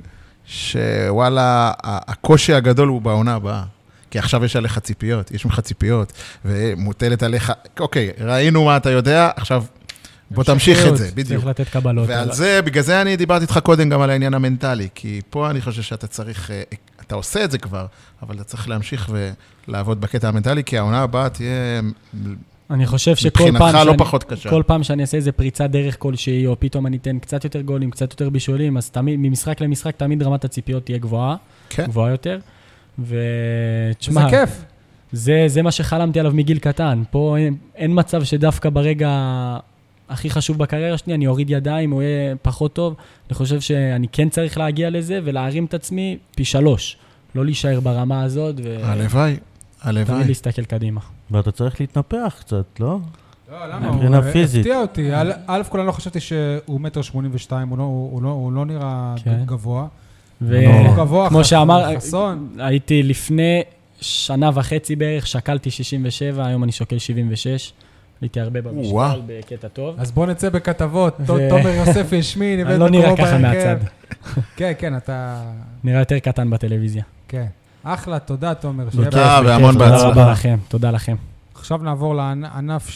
שוואלה, ה- הקושי הגדול הוא בעונה הבאה. כי עכשיו יש עליך ציפיות, יש ממך ציפיות, ומוטלת עליך, אוקיי, ראינו מה אתה יודע, עכשיו בוא תמשיך את זה, בדיוק. צריך לתת קבלות. ועל זה, בגלל זה אני דיברתי איתך קודם גם על העניין המנטלי, כי פה אני חושב שאתה צריך, אה, אתה עושה את זה כבר, אבל אתה צריך להמשיך ולעבוד בקטע המנטלי, כי העונה הבאה תהיה אני חושב שכל פעם מבחינתך לא שאני- פחות קשה. כל פעם שאני אעשה איזה פריצת דרך כלשהי, או פתאום אני אתן קצת יותר גולים, קצת יותר בישולים, אז תמיד, ממשחק למשחק, תמיד רמת הציפיות תהיה גבוהה, כן. גבוהה יותר. זה ותשמע, כיף. זה, זה מה שחלמתי עליו מגיל קטן. פה אין, אין מצב שדווקא ברגע הכי חשוב בקריירה שלי, אני אוריד ידיים, הוא יהיה פחות טוב. אני חושב שאני כן צריך להגיע לזה ולהרים את עצמי פי שלוש. לא להישאר ברמה הזאת. הלוואי, הלוואי. תמיד להסתכל קדימה. ואתה צריך להתנפח קצת, לא? לא, למה? מבחינה הוא פיזית. הפתיע אותי. א' כל אני לא חשבתי שהוא מטר שמונים ושתיים, הוא לא נראה גבוה. וכמו שאמר, הייתי לפני שנה וחצי בערך, שקלתי שישים ושבע, היום אני שוקל שבעים ושש. הייתי הרבה במשקל, בקטע טוב. אז בוא נצא בכתבות, תומר יוסף ישמין. אני לא נראה ככה מהצד. כן, כן, אתה... נראה יותר קטן בטלוויזיה. כן. אחלה, תודה תומר. תודה והמון בהצלחה. תודה רבה לכם, תודה לכם. עכשיו נעבור לענף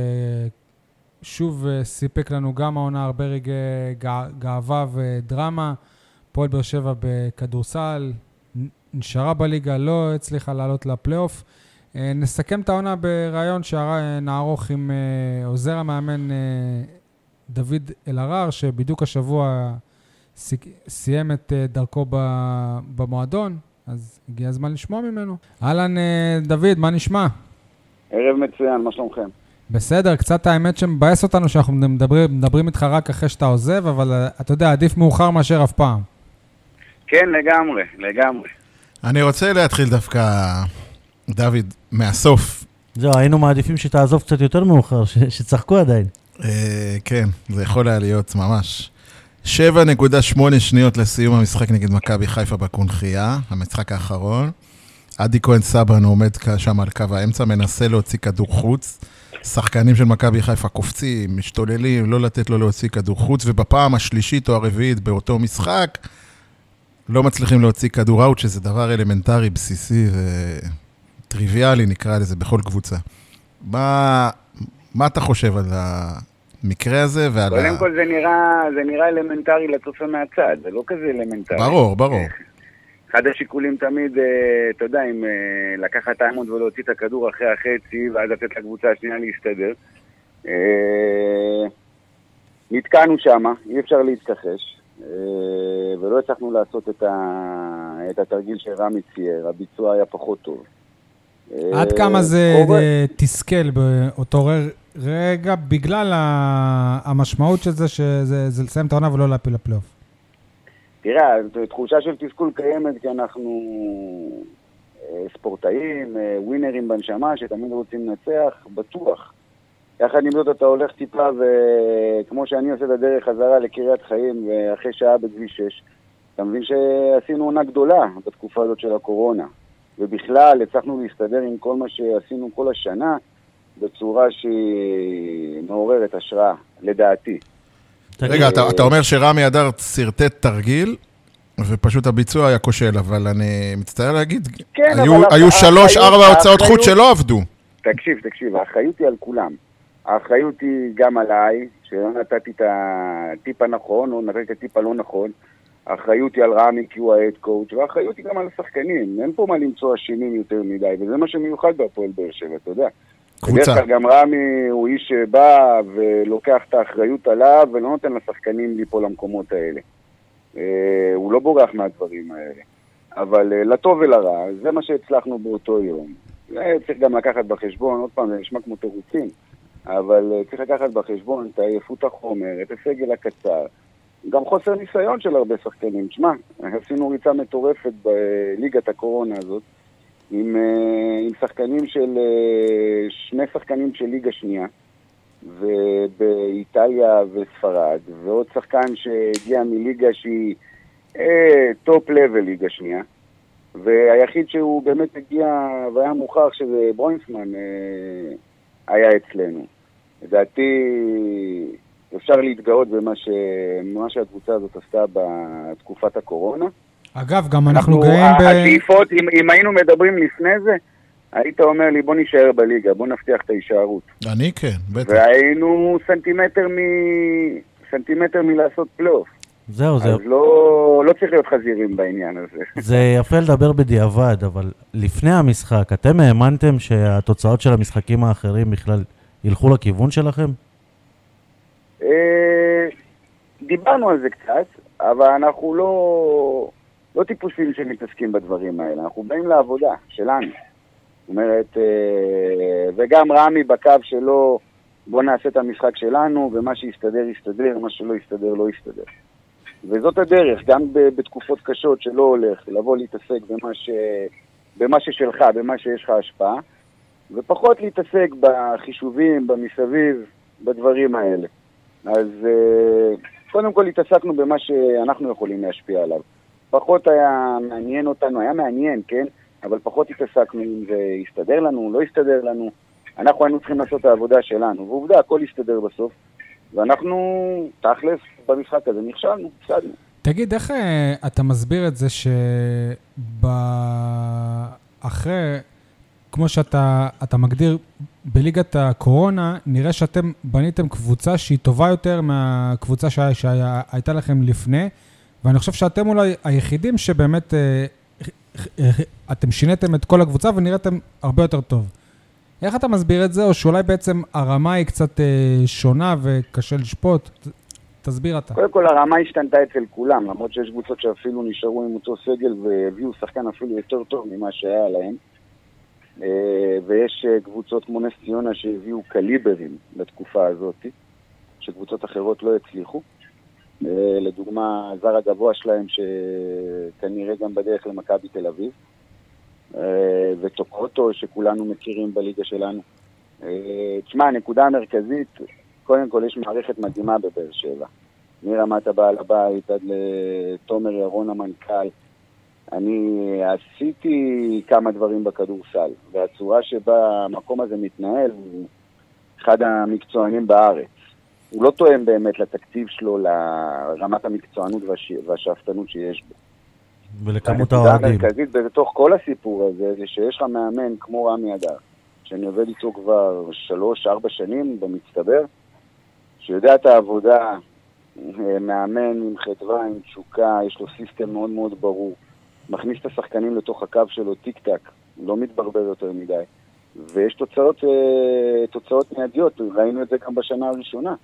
ששוב סיפק לנו גם העונה הרבה רגעי גאווה ודרמה. פועל באר שבע בכדורסל, נשארה בליגה, לא הצליחה לעלות לפלייאוף. נסכם את העונה ברעיון שנערוך עם עוזר המאמן דוד אלהרר, שבדיוק השבוע סיים את דרכו במועדון, אז הגיע הזמן לשמוע ממנו. אהלן דוד, מה נשמע? ערב מצוין, מה שלומכם? בסדר, קצת האמת שמבאס אותנו שאנחנו מדברים, מדברים איתך רק אחרי שאתה עוזב, אבל אתה יודע, עדיף מאוחר מאשר אף פעם. כן, לגמרי, לגמרי. אני רוצה להתחיל דווקא, דוד, מהסוף. זהו, היינו מעדיפים שתעזוב קצת יותר מאוחר, שצחקו עדיין. כן, זה יכול היה להיות ממש. שבע נקודה שמונה שניות לסיום המשחק נגד מכבי חיפה בקונחייה, המשחק האחרון. עדי כהן סבן עומד שם על קו האמצע, מנסה להוציא כדור חוץ. שחקנים של מכבי חיפה קופצים, משתוללים, לא לתת לו להוציא כדור חוץ, ובפעם השלישית או הרביעית באותו משחק, לא מצליחים להוציא כדור אאוט, שזה דבר אלמנטרי, בסיסי וטריוויאלי, נקרא לזה, בכל קבוצה. מה, מה אתה חושב על המקרה הזה ועל קודם ה... כל זה נראה, זה נראה אלמנטרי לצופה מהצד, זה לא כזה אלמנטרי. ברור, ברור. אחד השיקולים תמיד, אתה יודע, אם לקחת טיימות ולהוציא את הכדור אחרי החצי, ואז לתת לקבוצה השנייה להסתדר. נתקענו שמה, אי אפשר להתכחש. ולא הצלחנו לעשות את, ה... את התרגיל שרמי צייר, הביצוע היה פחות טוב. עד כמה זה תסכל באותו רגע, בגלל המשמעות של זה, שזה לסיים את העונה ולא להפיל לפלייאוף? תראה, תחושה של תסכול קיימת, כי אנחנו ספורטאים, ווינרים בנשמה, שתמיד רוצים לנצח, בטוח. יחד עם זאת אתה הולך טיפה, וכמו שאני עושה את הדרך חזרה לקריית חיים, ואחרי שעה בכביש שש, אתה מבין שעשינו עונה גדולה בתקופה הזאת של הקורונה. ובכלל, הצלחנו להסתדר עם כל מה שעשינו כל השנה, בצורה שהיא מעוררת השראה, לדעתי. רגע, אתה, אתה אומר שרמי אדר סרטט תרגיל, ופשוט הביצוע היה כושל, אבל אני מצטער להגיד, כן, היו, אבל היו שלוש, ארבע הוצאות האחריות... חוץ שלא עבדו. תקשיב, תקשיב, האחריות היא על כולם. האחריות היא גם עליי, שלא נתתי את הטיפ הנכון, או נתתי את הטיפ הלא נכון. האחריות היא על רמי, כי הוא ההד קואוץ', והאחריות היא גם על השחקנים. אין פה מה למצוא אשמים יותר מדי, וזה מה שמיוחד בהפועל באר שבע, אתה יודע. קבוצה. בדרך כלל גם רמי הוא איש שבא ולוקח את האחריות עליו, ולא נותן לשחקנים ליפול למקומות האלה. הוא לא בורח מהדברים האלה. אבל לטוב ולרע, זה מה שהצלחנו באותו יום. צריך גם לקחת בחשבון, עוד פעם, זה נשמע כמו תירוצים, אבל צריך לקחת בחשבון את העייפות החומר, את הסגל הקצר, גם חוסר ניסיון של הרבה שחקנים. תשמע, עשינו ריצה מטורפת בליגת הקורונה הזאת, עם, עם שחקנים של, שני שחקנים של ליגה שנייה, ובאיטליה וספרד, ועוד שחקן שהגיע מליגה שהיא אה, טופ לבל ליגה שנייה, והיחיד שהוא באמת הגיע והיה מוכח שזה ברוינסמן אה, היה אצלנו. לדעתי אפשר להתגאות במה, ש... במה שהקבוצה הזאת עשתה בתקופת הקורונה. אגב, גם אנחנו, אנחנו גאים ב... השאיפות, אם, אם היינו מדברים לפני זה, היית אומר לי בוא נשאר בליגה, בוא נבטיח את ההישארות. אני כן, בטח. והיינו סנטימטר, מ... סנטימטר מלעשות פלייאוף. זהו, זהו. אז לא, לא צריך להיות חזירים בעניין הזה. זה יפה לדבר בדיעבד, אבל לפני המשחק, אתם האמנתם שהתוצאות של המשחקים האחרים בכלל ילכו לכיוון שלכם? דיברנו על זה קצת, אבל אנחנו לא, לא טיפוסים שמתעסקים בדברים האלה. אנחנו באים לעבודה שלנו. זאת אומרת, וגם רמי בקו שלו בוא נעשה את המשחק שלנו, ומה שיסתדר יסתדר, מה שלא יסתדר לא יסתדר. וזאת הדרך, גם בתקופות קשות שלא הולך, לבוא להתעסק במה, ש... במה ששלך, במה שיש לך השפעה, ופחות להתעסק בחישובים, במסביב, בדברים האלה. אז קודם כל התעסקנו במה שאנחנו יכולים להשפיע עליו. פחות היה מעניין אותנו, היה מעניין, כן? אבל פחות התעסקנו אם זה יסתדר לנו, לא יסתדר לנו. אנחנו היינו צריכים לעשות את העבודה שלנו, ועובדה, הכל יסתדר בסוף. ואנחנו, תכלס, במשחק הזה נכשלנו, הפסדנו. תגיד, איך אתה מסביר את זה שאחרי, כמו שאתה אתה מגדיר בליגת הקורונה, נראה שאתם בניתם קבוצה שהיא טובה יותר מהקבוצה שהי, שהייתה לכם לפני, ואני חושב שאתם אולי היחידים שבאמת אתם שיניתם את כל הקבוצה ונראיתם הרבה יותר טוב. איך אתה מסביר את זה, או שאולי בעצם הרמה היא קצת שונה וקשה לשפוט? תסביר אתה. קודם כל הרמה השתנתה אצל כולם, למרות שיש קבוצות שאפילו נשארו עם אותו סגל והביאו שחקן אפילו יותר טוב ממה שהיה להם. ויש קבוצות כמו נס ציונה שהביאו קליברים בתקופה הזאת, שקבוצות אחרות לא הצליחו. לדוגמה, זר הגבוה שלהם שכנראה גם בדרך למכבי תל אביב. וטוקוטו שכולנו מכירים בליגה שלנו. תשמע, הנקודה המרכזית, קודם כל יש מערכת מדהימה בבאר שבע. מרמת הבעל הבית עד לתומר ירון המנכ"ל. אני עשיתי כמה דברים בכדורסל, והצורה שבה המקום הזה מתנהל הוא אחד המקצוענים בארץ. הוא לא תואם באמת לתקציב שלו, לרמת המקצוענות והשאפתנות שיש בו. ולכמות האוהדים. הנקודה המרכזית בתוך כל הסיפור הזה, זה שיש לך מאמן כמו רמי אדר, שאני עובד איתו כבר שלוש, ארבע שנים במצטבר, שיודע את העבודה, מאמן עם חדווה, עם תשוקה, יש לו סיסטם מאוד מאוד ברור, מכניס את השחקנים לתוך הקו שלו טיק טק, לא מתברבר יותר מדי, ויש תוצאות, תוצאות מיידיות, ראינו את זה גם בשנה הראשונה,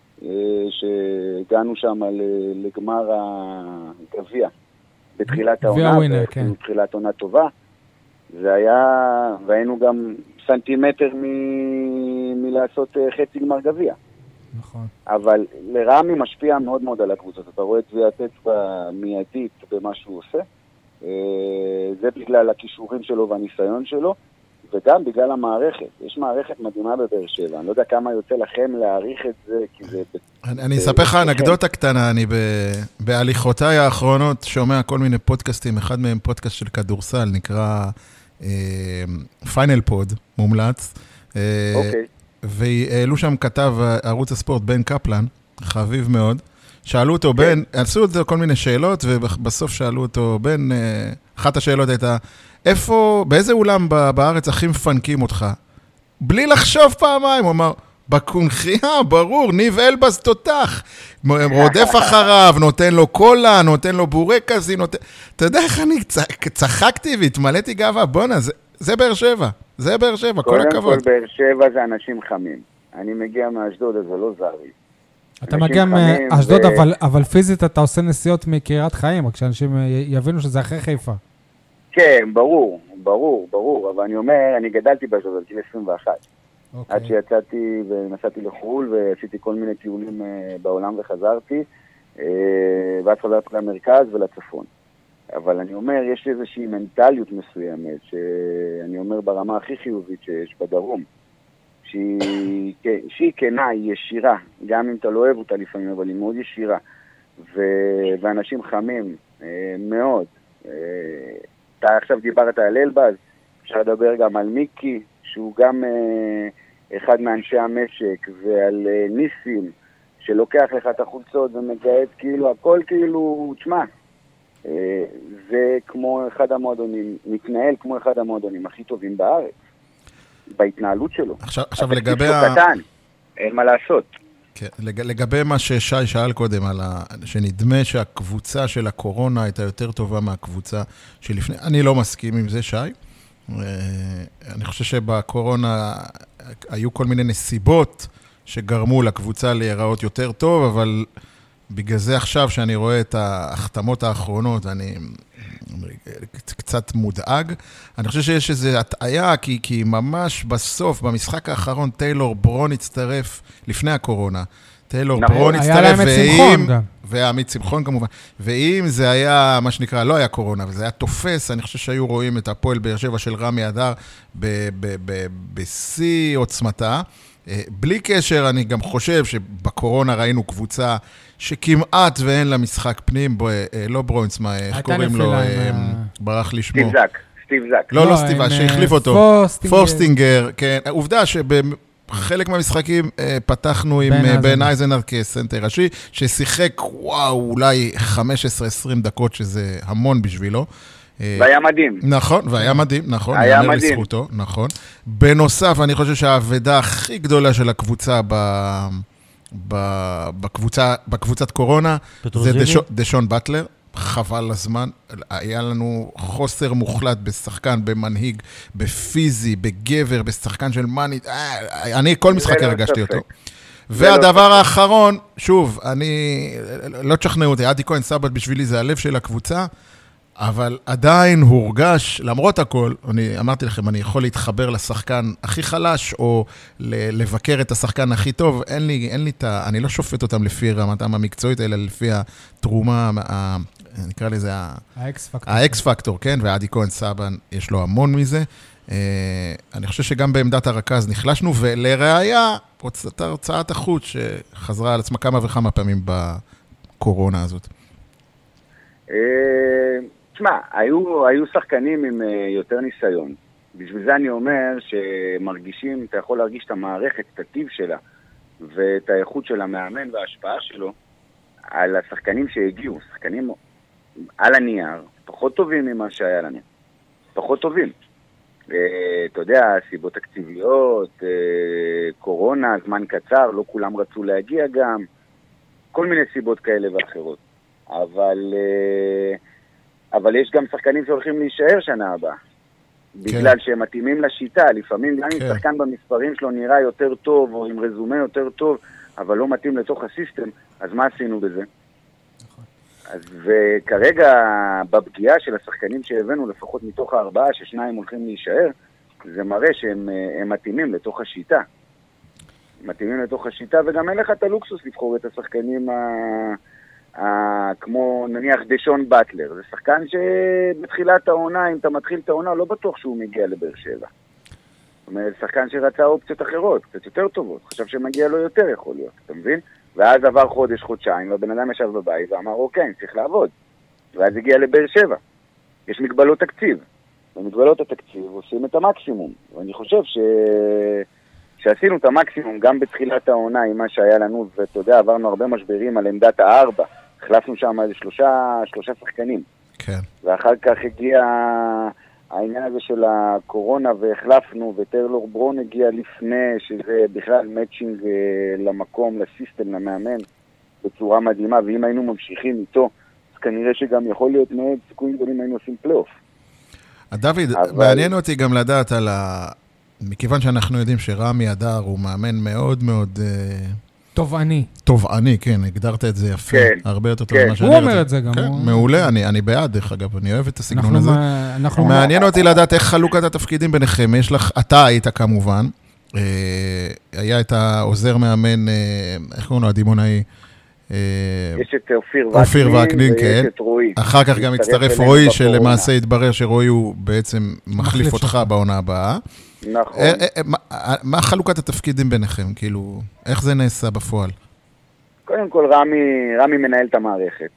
שהגענו שם לגמר הגביע. בתחילת העונה, כן. בתחילת עונה טובה, זה היה, והיינו גם סנטימטר מ... מלעשות חצי גמר גביע. נכון. אבל לרמי משפיע מאוד מאוד על הקבוצות. אתה רואה טביעת אצבע מיידית במה שהוא עושה. זה בגלל הכישורים שלו והניסיון שלו, וגם בגלל המערכת. יש מערכת מדהימה בבאר שבע. אני לא יודע כמה יוצא לכם להעריך את זה, כי זה... אני אספר לך אנקדוטה קטנה, אני בהליכותיי האחרונות שומע כל מיני פודקאסטים, אחד מהם פודקאסט של כדורסל, נקרא פיינל פוד, מומלץ. אוקיי. והעלו שם כתב ערוץ הספורט, בן קפלן, חביב מאוד. שאלו אותו, בן, עשו אותו כל מיני שאלות, ובסוף שאלו אותו, בן, אחת השאלות הייתה, איפה, באיזה אולם בארץ הכי מפנקים אותך? בלי לחשוב פעמיים, הוא אמר, בקונחייה, ברור, ניב אלבס תותח, רודף אחריו, נותן לו קולה, נותן לו בורקסי, נותן... אתה יודע איך אני צחקתי והתמלאתי גאווה, בונה, זה, זה באר שבע, זה באר שבע, כל הכבוד. קודם כל באר שבע זה אנשים חמים, אני מגיע מאשדוד, אז זה לא זרי. אתה מגיע מאשדוד, ו... אבל, אבל פיזית אתה עושה נסיעות מקריית חיים, רק שאנשים יבינו שזה אחרי חיפה. כן, ברור, ברור, ברור, אבל אני אומר, אני גדלתי באשדוד, על גיל עשרים ואחת. Okay. עד שיצאתי ונסעתי לחול ועשיתי כל מיני טיולים uh, בעולם וחזרתי, uh, ואז חזרתי למרכז ולצפון. אבל אני אומר, יש איזושהי מנטליות מסוימת, שאני אומר ברמה הכי חיובית שיש בדרום, שהיא, שהיא כנה, היא ישירה, גם אם אתה לא אוהב אותה לפעמים, אבל היא מאוד ישירה, ו, ואנשים חמים uh, מאוד. Uh, אתה עכשיו דיברת על אלבז, אפשר לדבר גם על מיקי, שהוא גם... Uh, אחד מאנשי המשק, ועל uh, ניסים, שלוקח לך את החולצות ומגעת כאילו, הכל כאילו, תשמע, uh, זה כמו אחד המועדונים, מתנהל כמו אחד המועדונים הכי טובים בארץ, בהתנהלות שלו. עכשיו, עכשיו לגבי... ה... קטן, אין מה לעשות. כן, לג... לגבי מה ששי שאל קודם, על ה... שנדמה שהקבוצה של הקורונה הייתה יותר טובה מהקבוצה שלפני, אני לא מסכים עם זה, שי. אני חושב שבקורונה היו כל מיני נסיבות שגרמו לקבוצה להיראות יותר טוב, אבל בגלל זה עכשיו שאני רואה את ההחתמות האחרונות, אני קצת מודאג. אני חושב שיש איזו הטעיה, כי, כי ממש בסוף, במשחק האחרון, טיילור ברון הצטרף לפני הקורונה. טיילור נכון. ברון היה להם הצטרף, את צמחון גם. ועמית צמחון כמובן. ואם זה היה, מה שנקרא, לא היה קורונה, וזה היה תופס, אני חושב שהיו רואים את הפועל באר שבע של רמי אדר בשיא עוצמתה. בלי קשר, אני גם חושב שבקורונה ראינו קבוצה שכמעט ואין לה משחק פנים, לא ברוינסמה, איך קוראים לו? ברח לי שמו. סטיב זק, סטיב זק. לא, לא סטיב, שהחליף אותו. פורסטינגר, כן. העובדה שבחלק מהמשחקים פתחנו עם בן אייזנר כסנטר ראשי, ששיחק, וואו, אולי חמש עשרה עשרים דקות, שזה המון בשבילו. והיה מדהים. נכון, והיה מדהים, נכון. היה מדהים. לזכותו, נכון. בנוסף, אני חושב שהעבודה הכי גדולה של הקבוצה ב... בקבוצה, בקבוצת קורונה, זה דשון באטלר, חבל הזמן, היה לנו חוסר מוחלט בשחקן, במנהיג, בפיזי, בגבר, בשחקן של מני, אני כל משחק הרגשתי אותו. והדבר האחרון, שוב, אני, לא תשכנעו אותי, עדי כהן סבט בשבילי זה הלב של הקבוצה, אבל עדיין הורגש, למרות הכל, אני אמרתי לכם, אני יכול להתחבר לשחקן הכי חלש, או לבקר את השחקן הכי טוב, אין לי, אין לי את ה... אני לא שופט אותם לפי רמתם המקצועית, אלא לפי התרומה, ה, נקרא לזה, האקס פקטור. האקס פקטור, כן, ועדי כהן סבן, יש לו המון מזה. אני חושב שגם בעמדת הרכז נחלשנו, ולראיה, הוצאת החוץ שחזרה על עצמה כמה וכמה פעמים בקורונה הזאת. תשמע, היו, היו שחקנים עם יותר ניסיון. בשביל זה אני אומר שמרגישים, אתה יכול להרגיש את המערכת, את הטיב שלה, ואת האיכות של המאמן וההשפעה שלו, על השחקנים שהגיעו, שחקנים על הנייר, פחות טובים ממה שהיה לנו. פחות טובים. אתה יודע, סיבות תקציביות, קורונה, זמן קצר, לא כולם רצו להגיע גם, כל מיני סיבות כאלה ואחרות. אבל, אבל יש גם שחקנים שהולכים להישאר שנה הבאה. בגלל שהם מתאימים לשיטה, לפעמים גם אם שחקן במספרים שלו נראה יותר טוב, או עם רזומה יותר טוב, אבל לא מתאים לתוך הסיסטם, אז מה עשינו בזה? אז וכרגע בפגיעה של השחקנים שהבאנו, לפחות מתוך הארבעה, ששניים הולכים להישאר, זה מראה שהם מתאימים לתוך השיטה. מתאימים לתוך השיטה, וגם אין לך את הלוקסוס לבחור את השחקנים ה... ה... כמו נניח דשון באטלר. זה שחקן שבתחילת העונה, אם אתה מתחיל את העונה, לא בטוח שהוא מגיע לבאר שבע. זאת אומרת, שחקן שרצה אופציות אחרות, קצת יותר טובות. חשב שמגיע לו יותר יכול להיות, אתה מבין? ואז עבר חודש, חודשיים, והבן אדם ישב בבית ואמר, אוקיי, צריך לעבוד. ואז הגיע לבאר שבע. יש מגבלות תקציב. במגבלות התקציב עושים את המקסימום. ואני חושב ש... שעשינו את המקסימום גם בתחילת העונה עם מה שהיה לנו, ואתה יודע, עברנו הרבה משברים על עמדת הארבע. החלפנו שם איזה שלושה, שלושה שחקנים. כן. ואחר כך הגיע העניין הזה של הקורונה והחלפנו, וטיילור ברון הגיע לפני, שזה בכלל מאצ'ינג למקום, לסיסטם, למאמן, בצורה מדהימה, ואם היינו ממשיכים איתו, אז כנראה שגם יכול להיות מאוד סיכויים גדולים היינו עושים פלייאוף. דוד, אבל... מעניין אותי גם לדעת על ה... מכיוון שאנחנו יודעים שרמי אדר הוא מאמן מאוד מאוד... תובעני. תובעני, כן, הגדרת את זה יפה. כן. הרבה יותר טוב כן. ממה שאני הוא אומר את זה גם. כן, הוא... מעולה, אני, אני בעד, דרך אגב, אני אוהב את הסגנון הזה. מה... אנחנו... מעניין אותי לדעת איך חלוקת התפקידים ביניכם. יש לך, אתה היית כמובן, היה את העוזר מאמן, איך קוראים לו, הדימונאי? יש את אופיר וקנין, אופיר וקנין, כן. ויש את רועי. אחר כך גם הצטרף רועי, שלמעשה התברר שרועי הוא בעצם מחליף אותך בעונה הבאה. נכון. מה חלוקת התפקידים ביניכם? כאילו, איך זה נעשה בפועל? קודם כל, רמי, רמי מנהל את המערכת.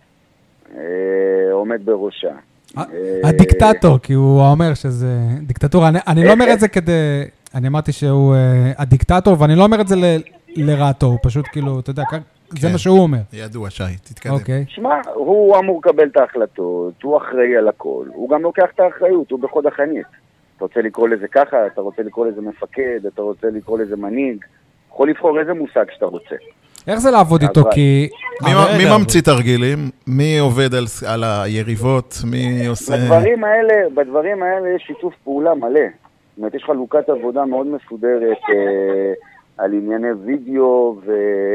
עומד בראשה. הדיקטטור, כי הוא אומר שזה דיקטטורה. אני לא אומר את זה כדי... אני אמרתי שהוא הדיקטטור, ואני לא אומר את זה לרעתו, הוא פשוט כאילו, אתה יודע, זה מה שהוא אומר. ידוע, שי, תתקדם. אוקיי. שמע, הוא אמור לקבל את ההחלטות, הוא אחראי על הכל, הוא גם לוקח את האחריות, הוא בחוד החנית. אתה רוצה לקרוא לזה ככה, אתה רוצה לקרוא לזה מפקד, אתה רוצה לקרוא לזה מנהיג, יכול לבחור איזה מושג שאתה רוצה. איך זה לעבוד איתו? כי... מי ממציא תרגילים? מי עובד על היריבות? מי עושה... בדברים האלה, בדברים האלה יש שיתוף פעולה מלא. זאת אומרת, יש חלוקת עבודה מאוד מסודרת אה, על ענייני וידאו,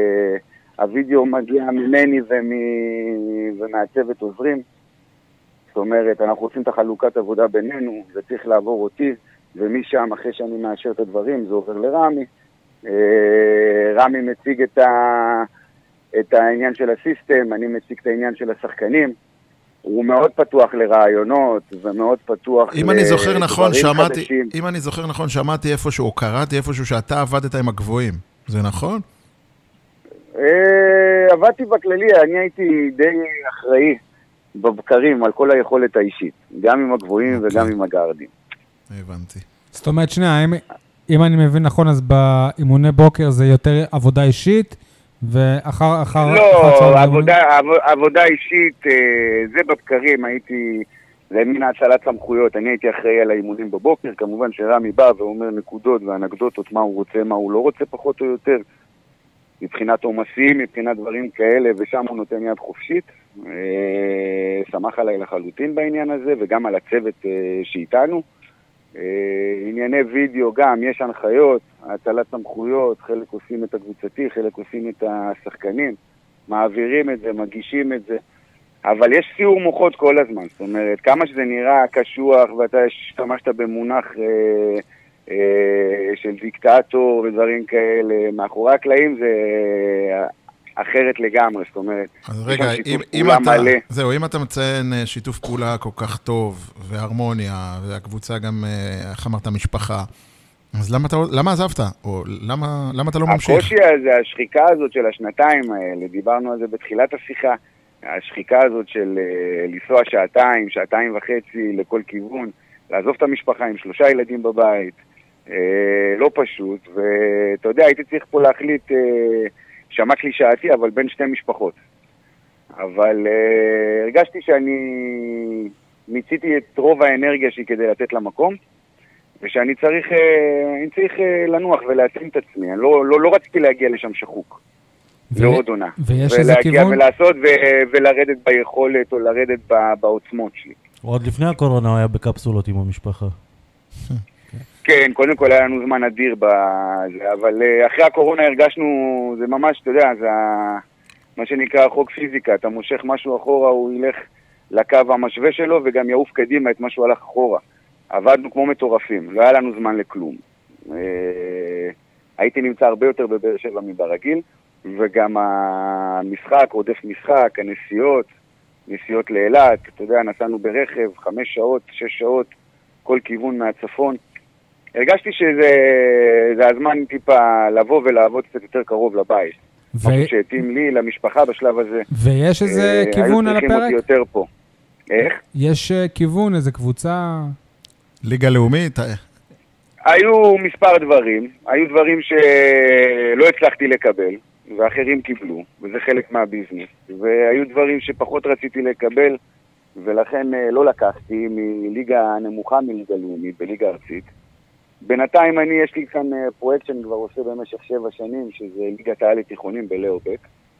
והווידאו מגיע ממני ומהצוות עוזרים. זאת אומרת, אנחנו עושים את החלוקת עבודה בינינו, זה צריך לעבור אותי, ומשם, אחרי שאני מאשר את הדברים, זה עובר לרמי. רמי מציג את, ה... את העניין של הסיסטם, אני מציג את העניין של השחקנים. הוא מאוד פתוח לרעיונות, ומאוד פתוח אם אני זוכר נכון, שמעתי, אם אני זוכר נכון, שמעתי איפשהו, או קראתי איפשהו שאתה עבדת עם הגבוהים. זה נכון? עבדתי בכללי, אני הייתי די אחראי בבקרים על כל היכולת האישית, גם עם הגבוהים וגם עם הגארדים. הבנתי. זאת אומרת, שנייה, אם אני מבין נכון, אז באימוני בוקר זה יותר עבודה אישית, ואחר... אחר, לא, אחר עבודה, עבודה, עבודה אישית, זה בבקרים, הייתי, זה מן הצלת סמכויות, אני הייתי אחראי על האימונים בבוקר, כמובן שרמי בא ואומר נקודות ואנקדוטות, מה הוא רוצה, מה הוא לא רוצה פחות או יותר, מבחינת עומסים, מבחינת דברים כאלה, ושם הוא נותן יד חופשית, שמח עליי לחלוטין בעניין הזה, וגם על הצוות שאיתנו. ענייני וידאו גם, יש הנחיות, הצלת סמכויות, חלק עושים את הקבוצתי, חלק עושים את השחקנים, מעבירים את זה, מגישים את זה, אבל יש סיור מוחות כל הזמן, זאת אומרת, כמה שזה נראה קשוח, ואתה השתמשת במונח אה, אה, של דיקטטור ודברים כאלה, מאחורי הקלעים זה אחרת לגמרי, זאת אומרת, אז רגע, אם, אם אתה, זהו, אם אתה מציין שיתוף פעולה כל כך טוב, והרמוניה, והקבוצה גם, איך אמרת, משפחה, אז למה, אתה, למה עזבת? או למה, למה אתה לא ממשיך? הקושי הזה, השחיקה הזאת של השנתיים האלה, דיברנו על זה בתחילת השיחה, השחיקה הזאת של לנסוע שעתיים, שעתיים וחצי לכל כיוון, לעזוב את המשפחה עם שלושה ילדים בבית, לא פשוט, ואתה יודע, הייתי צריך פה להחליט, שמע קלישאתי, אבל בין שתי משפחות. אבל uh, הרגשתי שאני מיציתי את רוב האנרגיה שלי כדי לתת למקום, ושאני צריך, uh, אני צריך uh, לנוח ולהתאים את עצמי. אני לא, לא, לא רציתי להגיע לשם שחוק. ו... לעוד עונה. ויש איזה כיוון? ולעשות ו- ולרדת ביכולת או לרדת ב- בעוצמות שלי. עוד לפני הקורונה הוא היה בקפסולות עם המשפחה. כן, קודם כל היה לנו זמן אדיר בזה, אבל אחרי הקורונה הרגשנו, זה ממש, אתה יודע, זה מה שנקרא חוק פיזיקה, אתה מושך משהו אחורה, הוא ילך לקו המשווה שלו וגם יעוף קדימה את משהו הלך אחורה. עבדנו כמו מטורפים, לא היה לנו זמן לכלום. הייתי נמצא הרבה יותר בבאר שבע מברגיל, וגם המשחק, עודף משחק, הנסיעות, נסיעות לאילת, אתה יודע, נסענו ברכב, חמש שעות, שש שעות, כל כיוון מהצפון. הרגשתי שזה הזמן טיפה לבוא ולעבוד קצת יותר קרוב לבית. ו... משהו שהתאים לי, למשפחה בשלב הזה. ויש איזה כיוון על הפרק? היו צריכים אותי יותר פה. איך? יש כיוון, איזה קבוצה? ליגה לאומית? היו מספר דברים. היו דברים שלא הצלחתי לקבל, ואחרים קיבלו, וזה חלק מהביזנס. והיו דברים שפחות רציתי לקבל, ולכן לא לקחתי מליגה נמוכה מליגה לאומית, בליגה ארצית. בינתיים אני, יש לי כאן פרויקט שאני כבר עושה במשך שבע שנים, שזה ליגת העל לתיכונים בלאובק.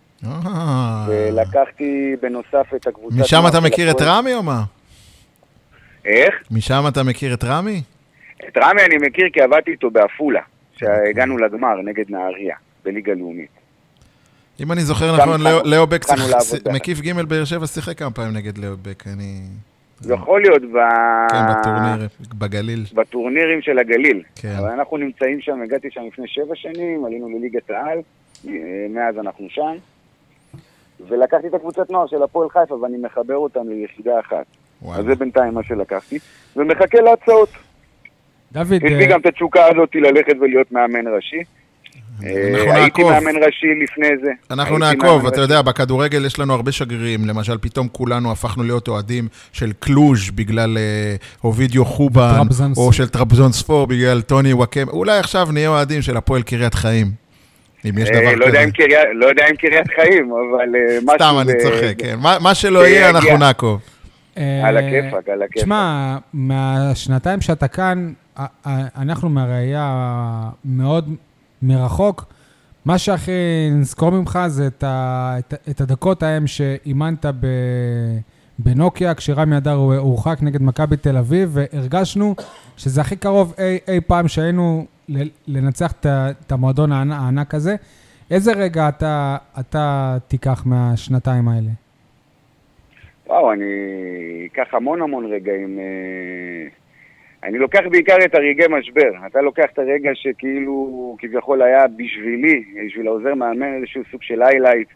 ולקחתי בנוסף את הקבוצה... משם אתה מכיר את רמי או מה? איך? משם אתה מכיר את רמי? את רמי אני מכיר כי עבדתי איתו באפולה, שהגענו לגמר נגד נהריה, בליגה לאומית. אם אני זוכר נכון, לאובק, מקיף ג' באר שבע שיחק כמה פעמים נגד לאובק, אני... יכול להיות ב... כן, בטורניר, בגליל. בטורנירים של הגליל. כן. אבל אנחנו נמצאים שם, הגעתי שם לפני שבע שנים, עלינו לליגת העל, מאז אנחנו שם. ולקחתי את הקבוצת נוער של הפועל חיפה, ואני מחבר אותם ליחידה אחת. וואלה. אז זה בינתיים מה שלקחתי. ומחכה להצעות. דוד... יש לי גם את התשוקה הזאת ללכת ולהיות מאמן ראשי. הייתי מאמן ראשי לפני זה. אנחנו נעקוב, אתה יודע, בכדורגל יש לנו הרבה שגרירים, למשל פתאום כולנו הפכנו להיות אוהדים של קלוז' בגלל אובידיו חובן, או של טרבזונספור בגלל טוני וואקם, אולי עכשיו נהיה אוהדים של הפועל קריית חיים, אם יש דבר כזה. לא יודע אם קריית חיים, אבל... סתם, אני צוחק, כן. מה שלא יהיה, אנחנו נעקוב. על הכיפק, על הכיפק. תשמע, מהשנתיים שאתה כאן, אנחנו מהראייה מאוד... מרחוק, מה שהכי נזכור ממך זה את, ה, את, את הדקות ההם שאימנת ב, בנוקיה, כשרמי אדר הורחק נגד מכבי תל אביב, והרגשנו שזה הכי קרוב אי, אי פעם שהיינו לנצח את, את המועדון הענק הזה. איזה רגע אתה, אתה תיקח מהשנתיים האלה? וואו, אני אקח המון המון רגעים. אני לוקח בעיקר את הרגעי משבר. אתה לוקח את הרגע שכאילו כביכול היה בשבילי, בשביל העוזר מאמן איזשהו סוג של היילייט.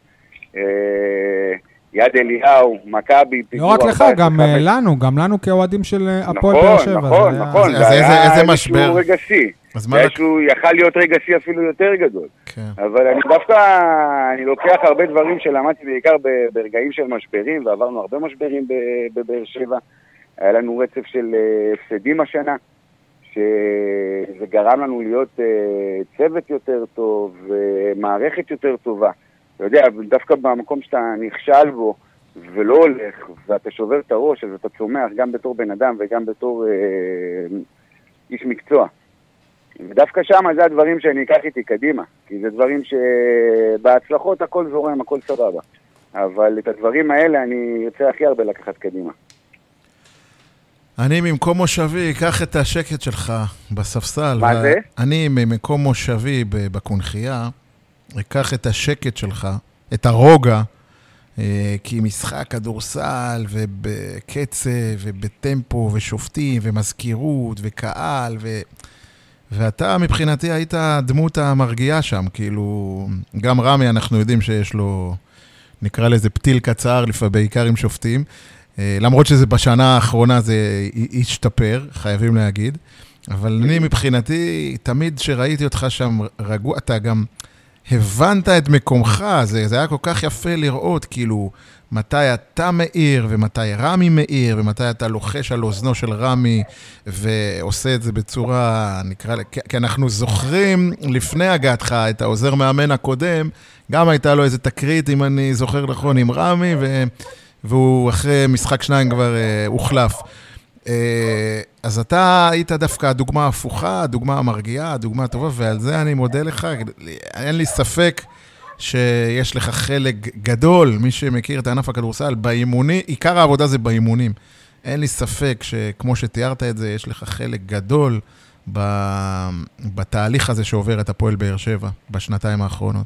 יד אליהו, מכבי, לא רק לך, גם לנו, גם לנו כאוהדים של הפועל באר שבע. נכון, נכון, זה היה איזשהו רגע שיא. זה יכל להיות רגע שיא אפילו יותר גדול. אבל אני דווקא, אני לוקח הרבה דברים שלמדתי בעיקר ברגעים של משברים, ועברנו הרבה משברים בבאר שבע. היה לנו רצף של הפסדים השנה, שזה גרם לנו להיות צוות יותר טוב, ומערכת יותר טובה. אתה יודע, דווקא במקום שאתה נכשל בו ולא הולך, ואתה שובר את הראש, אז אתה צומח גם בתור בן אדם וגם בתור אה, איש מקצוע. ודווקא שם זה הדברים שאני אקח איתי קדימה, כי זה דברים שבהצלחות הכל זורם, הכל סבבה. אבל את הדברים האלה אני יוצא הכי הרבה לקחת קדימה. אני ממקום מושבי אקח את השקט שלך בספסל. מה זה? אני ממקום מושבי בקונחייה, אקח את השקט שלך, את הרוגע, כי משחק כדורסל ובקצב ובטמפו ושופטים ומזכירות וקהל ו... ואתה מבחינתי היית דמות המרגיעה שם, כאילו גם רמי אנחנו יודעים שיש לו, נקרא לזה פתיל קצר, בעיקר עם שופטים, למרות שזה בשנה האחרונה זה השתפר, חייבים להגיד, אבל אני מבחינתי תמיד שראיתי אותך שם רגוע, אתה גם הבנת את מקומך, זה, זה היה כל כך יפה לראות, כאילו, מתי אתה מאיר, ומתי רמי מאיר, ומתי אתה לוחש על אוזנו של רמי, ועושה את זה בצורה, נקרא, כי אנחנו זוכרים לפני הגעתך את העוזר מאמן הקודם, גם הייתה לו איזה תקרית, אם אני זוכר נכון, עם רמי, ו, והוא אחרי משחק שניים כבר uh, הוחלף. Uh, אז אתה היית דווקא הדוגמה ההפוכה, הדוגמה המרגיעה, הדוגמה הטובה, ועל זה אני מודה לך. אין לי ספק שיש לך חלק גדול, מי שמכיר את הענף הכדורסל, באימוני, עיקר העבודה זה באימונים. אין לי ספק שכמו שתיארת את זה, יש לך חלק גדול בתהליך הזה שעובר את הפועל באר שבע בשנתיים האחרונות.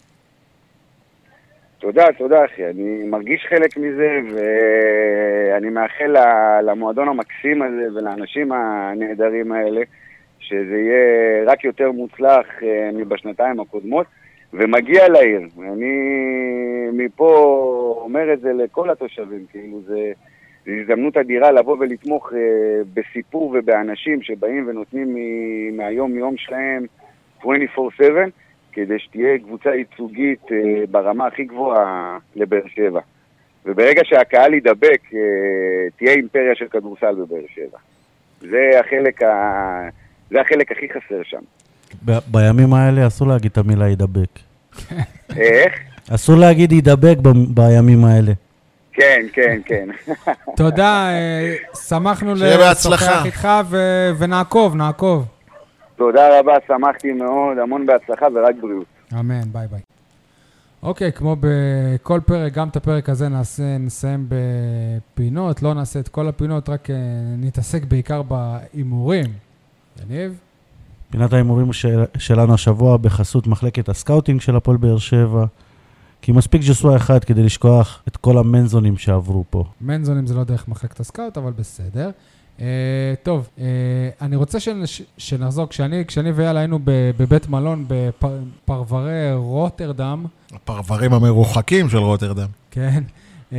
תודה, תודה אחי, אני מרגיש חלק מזה ואני מאחל למועדון המקסים הזה ולאנשים הנהדרים האלה שזה יהיה רק יותר מוצלח מבשנתיים הקודמות ומגיע לעיר. אני מפה אומר את זה לכל התושבים, כאילו זה, זה הזדמנות אדירה לבוא ולתמוך בסיפור ובאנשים שבאים ונותנים מהיום יום שלהם עשרים וארבע שבע כדי שתהיה קבוצה ייצוגית אה, ברמה הכי גבוהה לבאר שבע. וברגע שהקהל ידבק, אה, תהיה אימפריה של כדורסל בבאר שבע. זה החלק, ה... זה החלק הכי חסר שם. ב- בימים האלה אסור להגיד את המילה ידבק. איך? אסור להגיד ידבק ב- בימים האלה. כן, כן, כן. תודה, אה, שמחנו לשוחח איתך ו- ונעקוב, נעקוב. תודה רבה, שמחתי מאוד, המון בהצלחה ורק בריאות. אמן, ביי ביי. אוקיי, כמו בכל פרק, גם את הפרק הזה נעשה, נסיים בפינות, לא נעשה את כל הפינות, רק נתעסק בעיקר באימורים. יניב? פינת האימורים של, שלנו השבוע בחסות מחלקת הסקאוטינג של הפועל באר שבע, כי מספיק ג'סווה אחד כדי לשכוח את כל המנזונים שעברו פה. מנזונים זה לא דרך מחלקת הסקאוט, אבל בסדר. Uh, טוב, uh, אני רוצה שנש, שנחזור, כשאני, כשאני ויאל היינו בבית מלון בפרברי רוטרדם. הפרברים המרוחקים של רוטרדם. כן. Uh,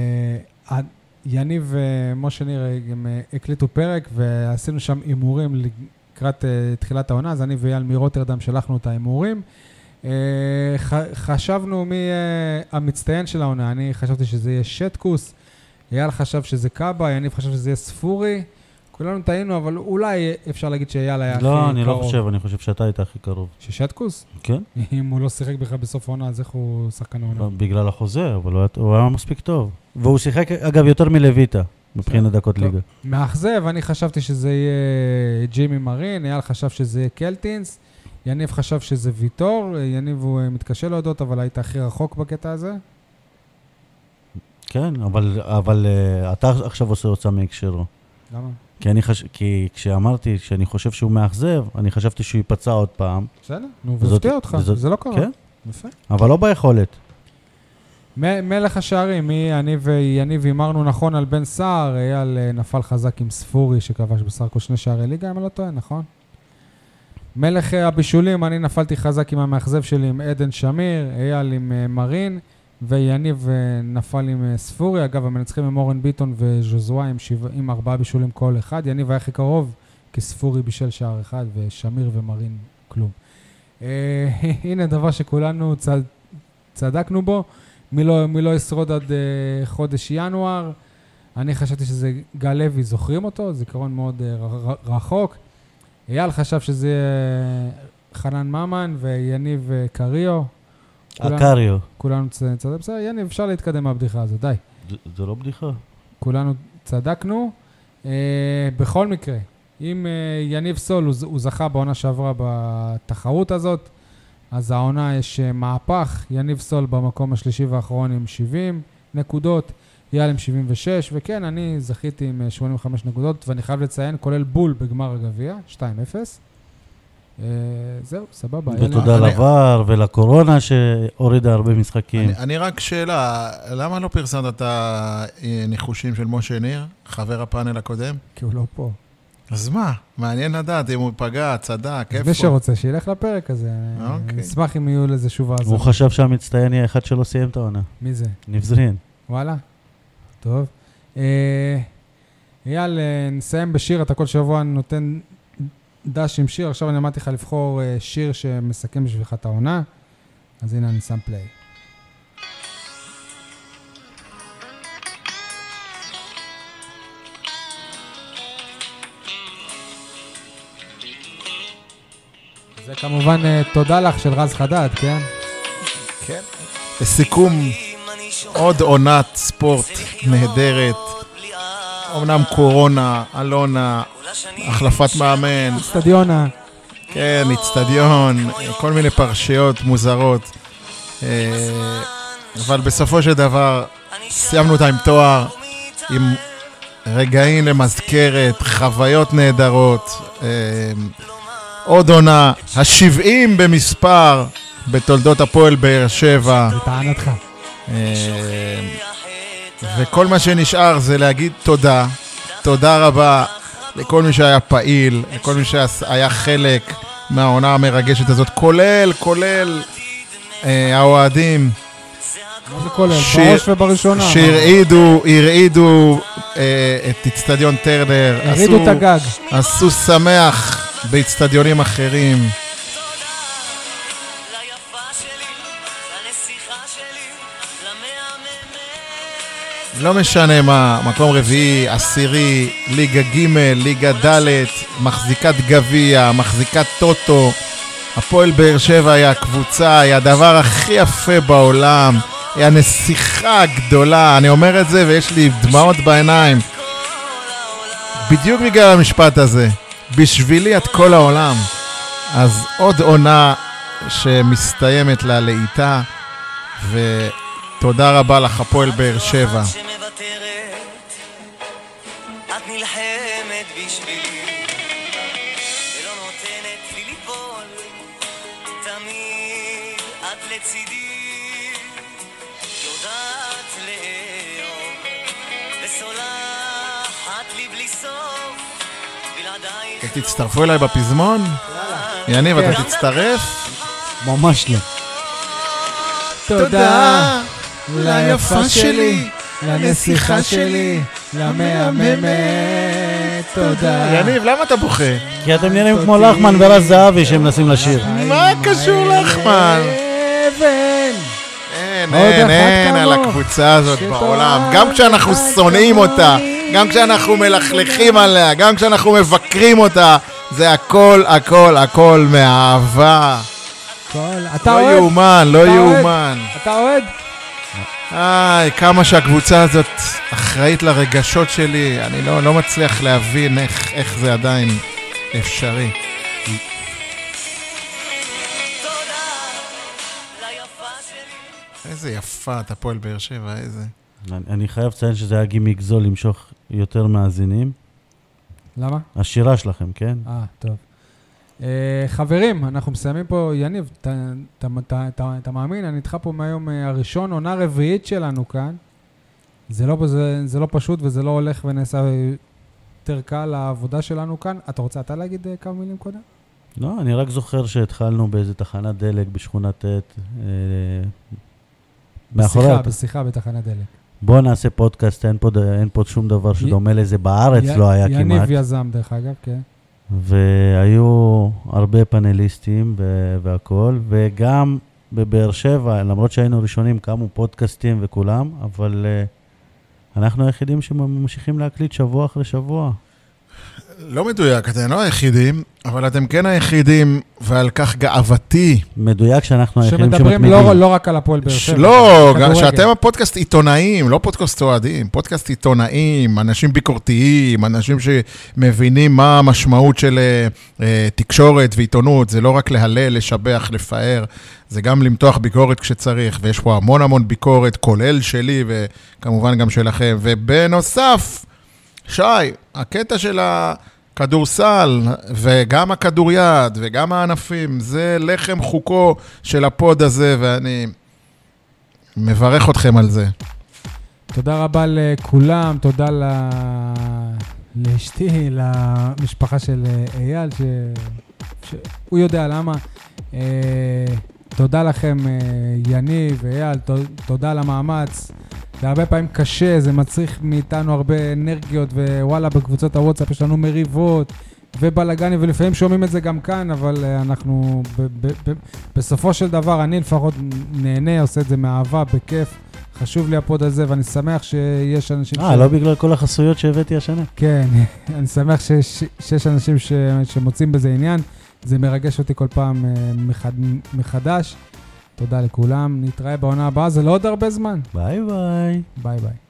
יניב ומשה ניר הם הקליטו פרק ועשינו שם אימורים לקראת uh, תחילת העונה, אז אני ויאל מרוטרדם שלחנו את האימורים. Uh, ח, חשבנו מי uh, המצטיין של העונה, אני חשבתי שזה יהיה שטקוס, אייל חשב שזה קאבה, יניב חשב שזה יהיה ספורי. כולנו טעינו, אבל אולי אפשר להגיד שאייל היה הכי קרוב. לא, אני לא חושב, אני חושב שאתה היית הכי קרוב. ששטקוס? כן. אם הוא לא שיחק בכלל בסוף העונה, אז איך הוא שחקן העונה? בגלל החוזה, אבל הוא היה מספיק טוב. והוא שיחק, אגב, יותר מלויטה, מבחינת דקות ליגה. מאכזב, אני חשבתי שזה יהיה ג'ימי מרין, אייל חשב שזה יהיה קלטינס, יניב חשב שזה ויטור, יניב הוא מתקשה להודות, אבל היית הכי רחוק בקטע הזה. כן, אבל, אבל uh, אתה עכשיו עושה הוצאה מהקשרו. למה? כי, אני חש... כי כשאמרתי שאני חושב שהוא מאכזב, אני חשבתי שהוא ייפצע עוד פעם. בסדר, נו, והפתיע אותך, וזאת... זה לא קרה. כן? יפה. אבל לא ביכולת. מ- מלך השערים, מי אני ויניב אמרנו נכון על בן סער, אייל נפל חזק עם ספורי שכבש בסך הכל שני שערי ליגה, אם אני לא טועה, נכון? מלך הבישולים, אני נפלתי חזק עם המאכזב שלי עם עדן שמיר, אייל עם uh, מרין, ויניב uh, נפל עם uh, ספורי. אגב, המנצחים עם אורן ביטון וז'וזואה עם, שבע, עם ארבעה בישולים כל אחד. יניב היה הכי קרוב, כי ספורי בישל שער אחד, ושמיר ומרין כלום. Uh, הנה דבר שכולנו צד, צדקנו בו, מי לא, מי לא ישרוד עד uh, חודש ינואר. אני חשבתי שזה גל לוי, זוכרים אותו, זיכרון מאוד uh, ר, ר, רחוק. אייל חשב שזה חנן ממן ויניב קריו. הקריו. כולנו צדקנו, בסדר, יניב, אפשר להתקדם מהבדיחה הזאת, די. זה לא בדיחה. כולנו צדקנו. בכל מקרה, אם יניב סול הוא זכה בעונה שעברה בתחרות הזאת, אז העונה יש מהפך, יניב סול במקום השלישי והאחרון עם שבעים נקודות, אייל עם שבעים ושש, וכן, אני זכיתי עם שמונים וחמש נקודות, ואני חייב לציין, כולל בול בגמר הגביע, שתיים אפס. זהו, סבבה. ותודה לבר ולקורונה שהורידה הרבה משחקים. אני, אני רק שאלה, למה לא פרסמת את הניחושים של משה ניר, חבר הפאנל הקודם? כי הוא לא פה. אז מה? מעניין לדעת אם הוא פגע, צדק, איפה? מי שרוצה, שילך לפרק הזה. אוקיי. אני אשמח אם יהיו לזה שוב האזנה. הוא חשב שהמצטיין יהיה אחד שלא סיים את העונה. מי זה? נבזרין. וואלה. טוב. אייל, נסיים בשיר, אתה כל שבוע נותן דש עם שיר, עכשיו אני אמרתי לך לבחור שיר שמסכם בשבילך את העונה, אז הנה אני שם פליי. זה כמובן תודה לך של רז חדד, כן? כן. לסיכום, עוד עונת ספורט נהדרת, אמנם קורונה, אלונה, החלפת מאמן, אצטדיונה. כן, אצטדיון, כל מיני פרשיות מוזרות, אבל בסופו של דבר סיימנו אותה עם תואר, עם רגעים למזכרת, חוויות נהדרות, עוד עונה, השבעים במספר בתולדות הפועל באר שבע. לטענתך. וכל מה שנשאר זה להגיד תודה, תודה רבה לכל מי שהיה פעיל, לכל מי שהיה חלק מהעונה המרגשת הזאת, כולל, כולל אה, האוהדים. מה זה כולל? בראש ובראשונה. שהרעידו, הרעידו אה, את אצטדיון טרנר. הרעידו את הגג. עשו שמח באצטדיונים אחרים. לא משנה מה, מקום רביעי, עשירי, ליגה ג', ליגה ד', מחזיקת גביע, מחזיקת טוטו. הפועל באר שבע היא הקבוצה, היא הדבר הכי יפה בעולם, היא הנסיכה הגדולה, אני אומר את זה ויש לי דמעות בעיניים. בדיוק בגלל המשפט הזה, בשבילי את כל העולם. אז עוד עונה שמסתיימת לה לאיתה, ותודה רבה לך הפועל באר שבע. את נלחמת בשבילי ולא נותנת לי ליפול, תמיד את לצידי, יודעת לאהוב וסולחת לי בלי סוף בלעדייך. תצטרפו אליי בפזמון? יניב, אתה תצטרף? ממש לא. תודה ליפה שלי, לנסיכה שלי, למהממת, תודה. יניב, למה אתה בוכה? כי אתם נראים כמו לחמן ורז זהבי שהם מנסים לשיר. מה קשור לחמן? אין, אין, אין על הקבוצה הזאת בעולם. גם כשאנחנו שונאים אותה, גם כשאנחנו מלכלכים עליה, גם כשאנחנו מבקרים אותה, זה הכל, הכל, הכל מאהבה. לא יאומן, לא יאומן. אתה אוהד? איי, כמה שהקבוצה הזאת אחראית לרגשות שלי, אני לא, לא מצליח להבין איך, איך זה עדיין אפשרי. איזה יפה, אתה פועל באר שבע, איזה. אני, אני חייב לציין שזה היה גימיק זול למשוך יותר מאזינים. למה? השירה שלכם, כן? אה, טוב. חברים, אנחנו מסיימים פה, יניב, אתה מאמין? אני איתך פה מהיום הראשון, עונה רביעית שלנו כאן. זה לא, זה, זה לא פשוט וזה לא הולך ונעשה יותר קל העבודה שלנו כאן. אתה רוצה אתה להגיד כמה מילים קודם? לא, אני רק זוכר שהתחלנו באיזה תחנת דלק בשכונת תת. בשיחה, בשיחה בתחנת דלק. בוא נעשה פודקאסט, אין פה, אין פה שום דבר שדומה לזה בארץ, י, לא היה יניב כמעט. יניב יזם דרך אגב, כן. והיו הרבה פאנליסטים והכל, וגם בבאר שבע, למרות שהיינו ראשונים, קמו פודקאסטים וכולם, אבל אנחנו היחידים שממשיכים להקליט שבוע אחרי שבוע. לא מדויק, אתם לא היחידים, אבל אתם כן היחידים, ועל כך גאוותי. מדויק שאנחנו היחידים שמתמידים. שמדברים לא, לא רק על הפועל באר שבע. לא, שאתם הפודקאסט עיתונאים, לא פודקאסט אוהדים, פודקאסט עיתונאים, אנשים ביקורתיים, אנשים שמבינים מה המשמעות של uh, תקשורת ועיתונות, זה לא רק להלל, לשבח, לפאר, זה גם למתוח ביקורת כשצריך, ויש פה המון המון ביקורת, כולל שלי וכמובן גם שלכם, ובנוסף, שי, הקטע של הכדורסל וגם הכדוריד וגם הענפים, זה לחם חוקו של הפוד הזה, ואני מברך אתכם על זה. תודה רבה לכולם, תודה ל... לאשתי, למשפחה של אייל, ש... שהוא יודע למה. תודה לכם יניב ואייל, תודה על המאמץ. זה הרבה פעמים קשה, זה מצריך מאיתנו הרבה אנרגיות, ווואלה, בקבוצות הוואטסאפ יש לנו מריבות ובלגנים, ולפעמים שומעים את זה גם כאן, אבל אנחנו ב- ב- ב- בסופו של דבר, אני לפחות נהנה, עושה את זה מאהבה, בכיף. חשוב לי הפוד הזה, ואני שמח שיש אנשים... אה, ש... לא בגלל כל החסויות שהבאתי השנה. כן, אני שמח שיש, שיש אנשים ש... שמוצאים בזה עניין. זה מרגש אותי כל פעם מחד... מחדש. תודה לכולם, נתראה בעונה הבאה, זה לא עוד הרבה זמן. ביי ביי. ביי ביי.